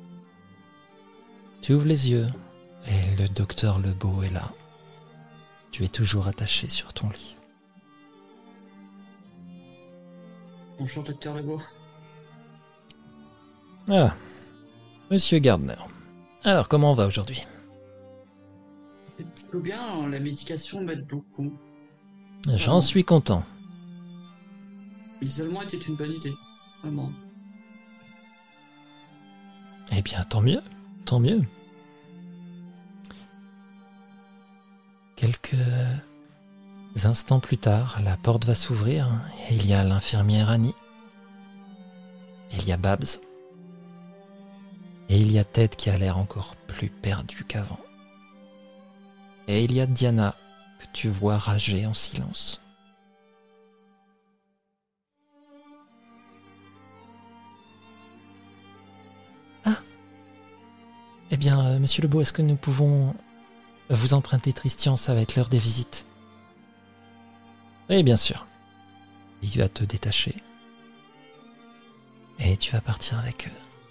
Tu ouvres les yeux et le docteur Lebeau est là. Tu es toujours attaché sur ton lit. Bonjour, docteur Lebeau. Ah, monsieur Gardner. Alors, comment on va aujourd'hui? C'est plutôt bien, la médication m'aide beaucoup. J'en suis content. L'isolement était une bonne idée, vraiment. Eh bien, tant mieux, tant mieux. Quelques instants plus tard, la porte va s'ouvrir et il y a l'infirmière Annie. Il y a Babs. Et il y a Ted qui a l'air encore plus perdu qu'avant. Et il y a Diana que tu vois rager en silence. Ah! Eh bien, monsieur Lebeau, est-ce que nous pouvons vous emprunter Tristian? Ça va être l'heure des visites. Oui, bien sûr. Il va te détacher. Et tu vas partir avec eux.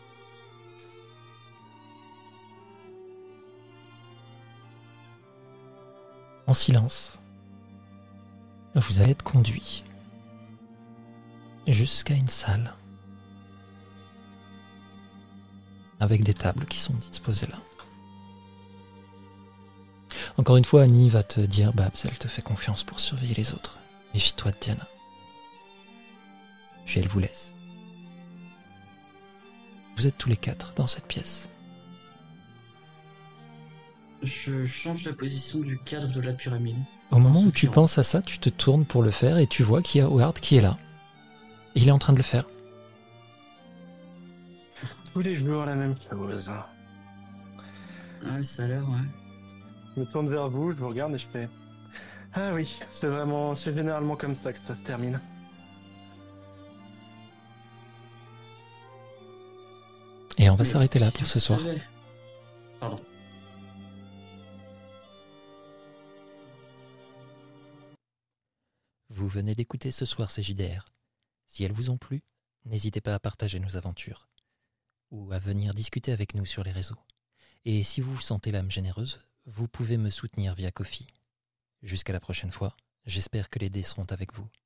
En silence, vous allez être conduit jusqu'à une salle avec des tables qui sont disposées là. Encore une fois, Annie va te dire, Babs, elle te fait confiance pour surveiller les autres. Méfie-toi de Diana. Puis elle vous laisse. Vous êtes tous les 4 dans cette pièce. Je change la position du cadre de la pyramide. Au moment où tu Insouciant. penses à ça, tu te tournes pour le faire et tu vois qu'il y a Howard qui est là. Il est en train de le faire. Tous les jours la même chose. Ouais, ça a l'air, ouais. Je me tourne vers vous, je vous regarde et je fais... Ah oui, c'est généralement comme ça que ça se termine. Et on va Mais s'arrêter là si pour tu ce soir. savais- Pardon. Vous venez d'écouter ce soir ces JDR. Si elles vous ont plu, n'hésitez pas à partager nos aventures ou à venir discuter avec nous sur les réseaux. Et si vous vous sentez l'âme généreuse, vous pouvez me soutenir via Ko-fi. Jusqu'à la prochaine fois, j'espère que les dés seront avec vous.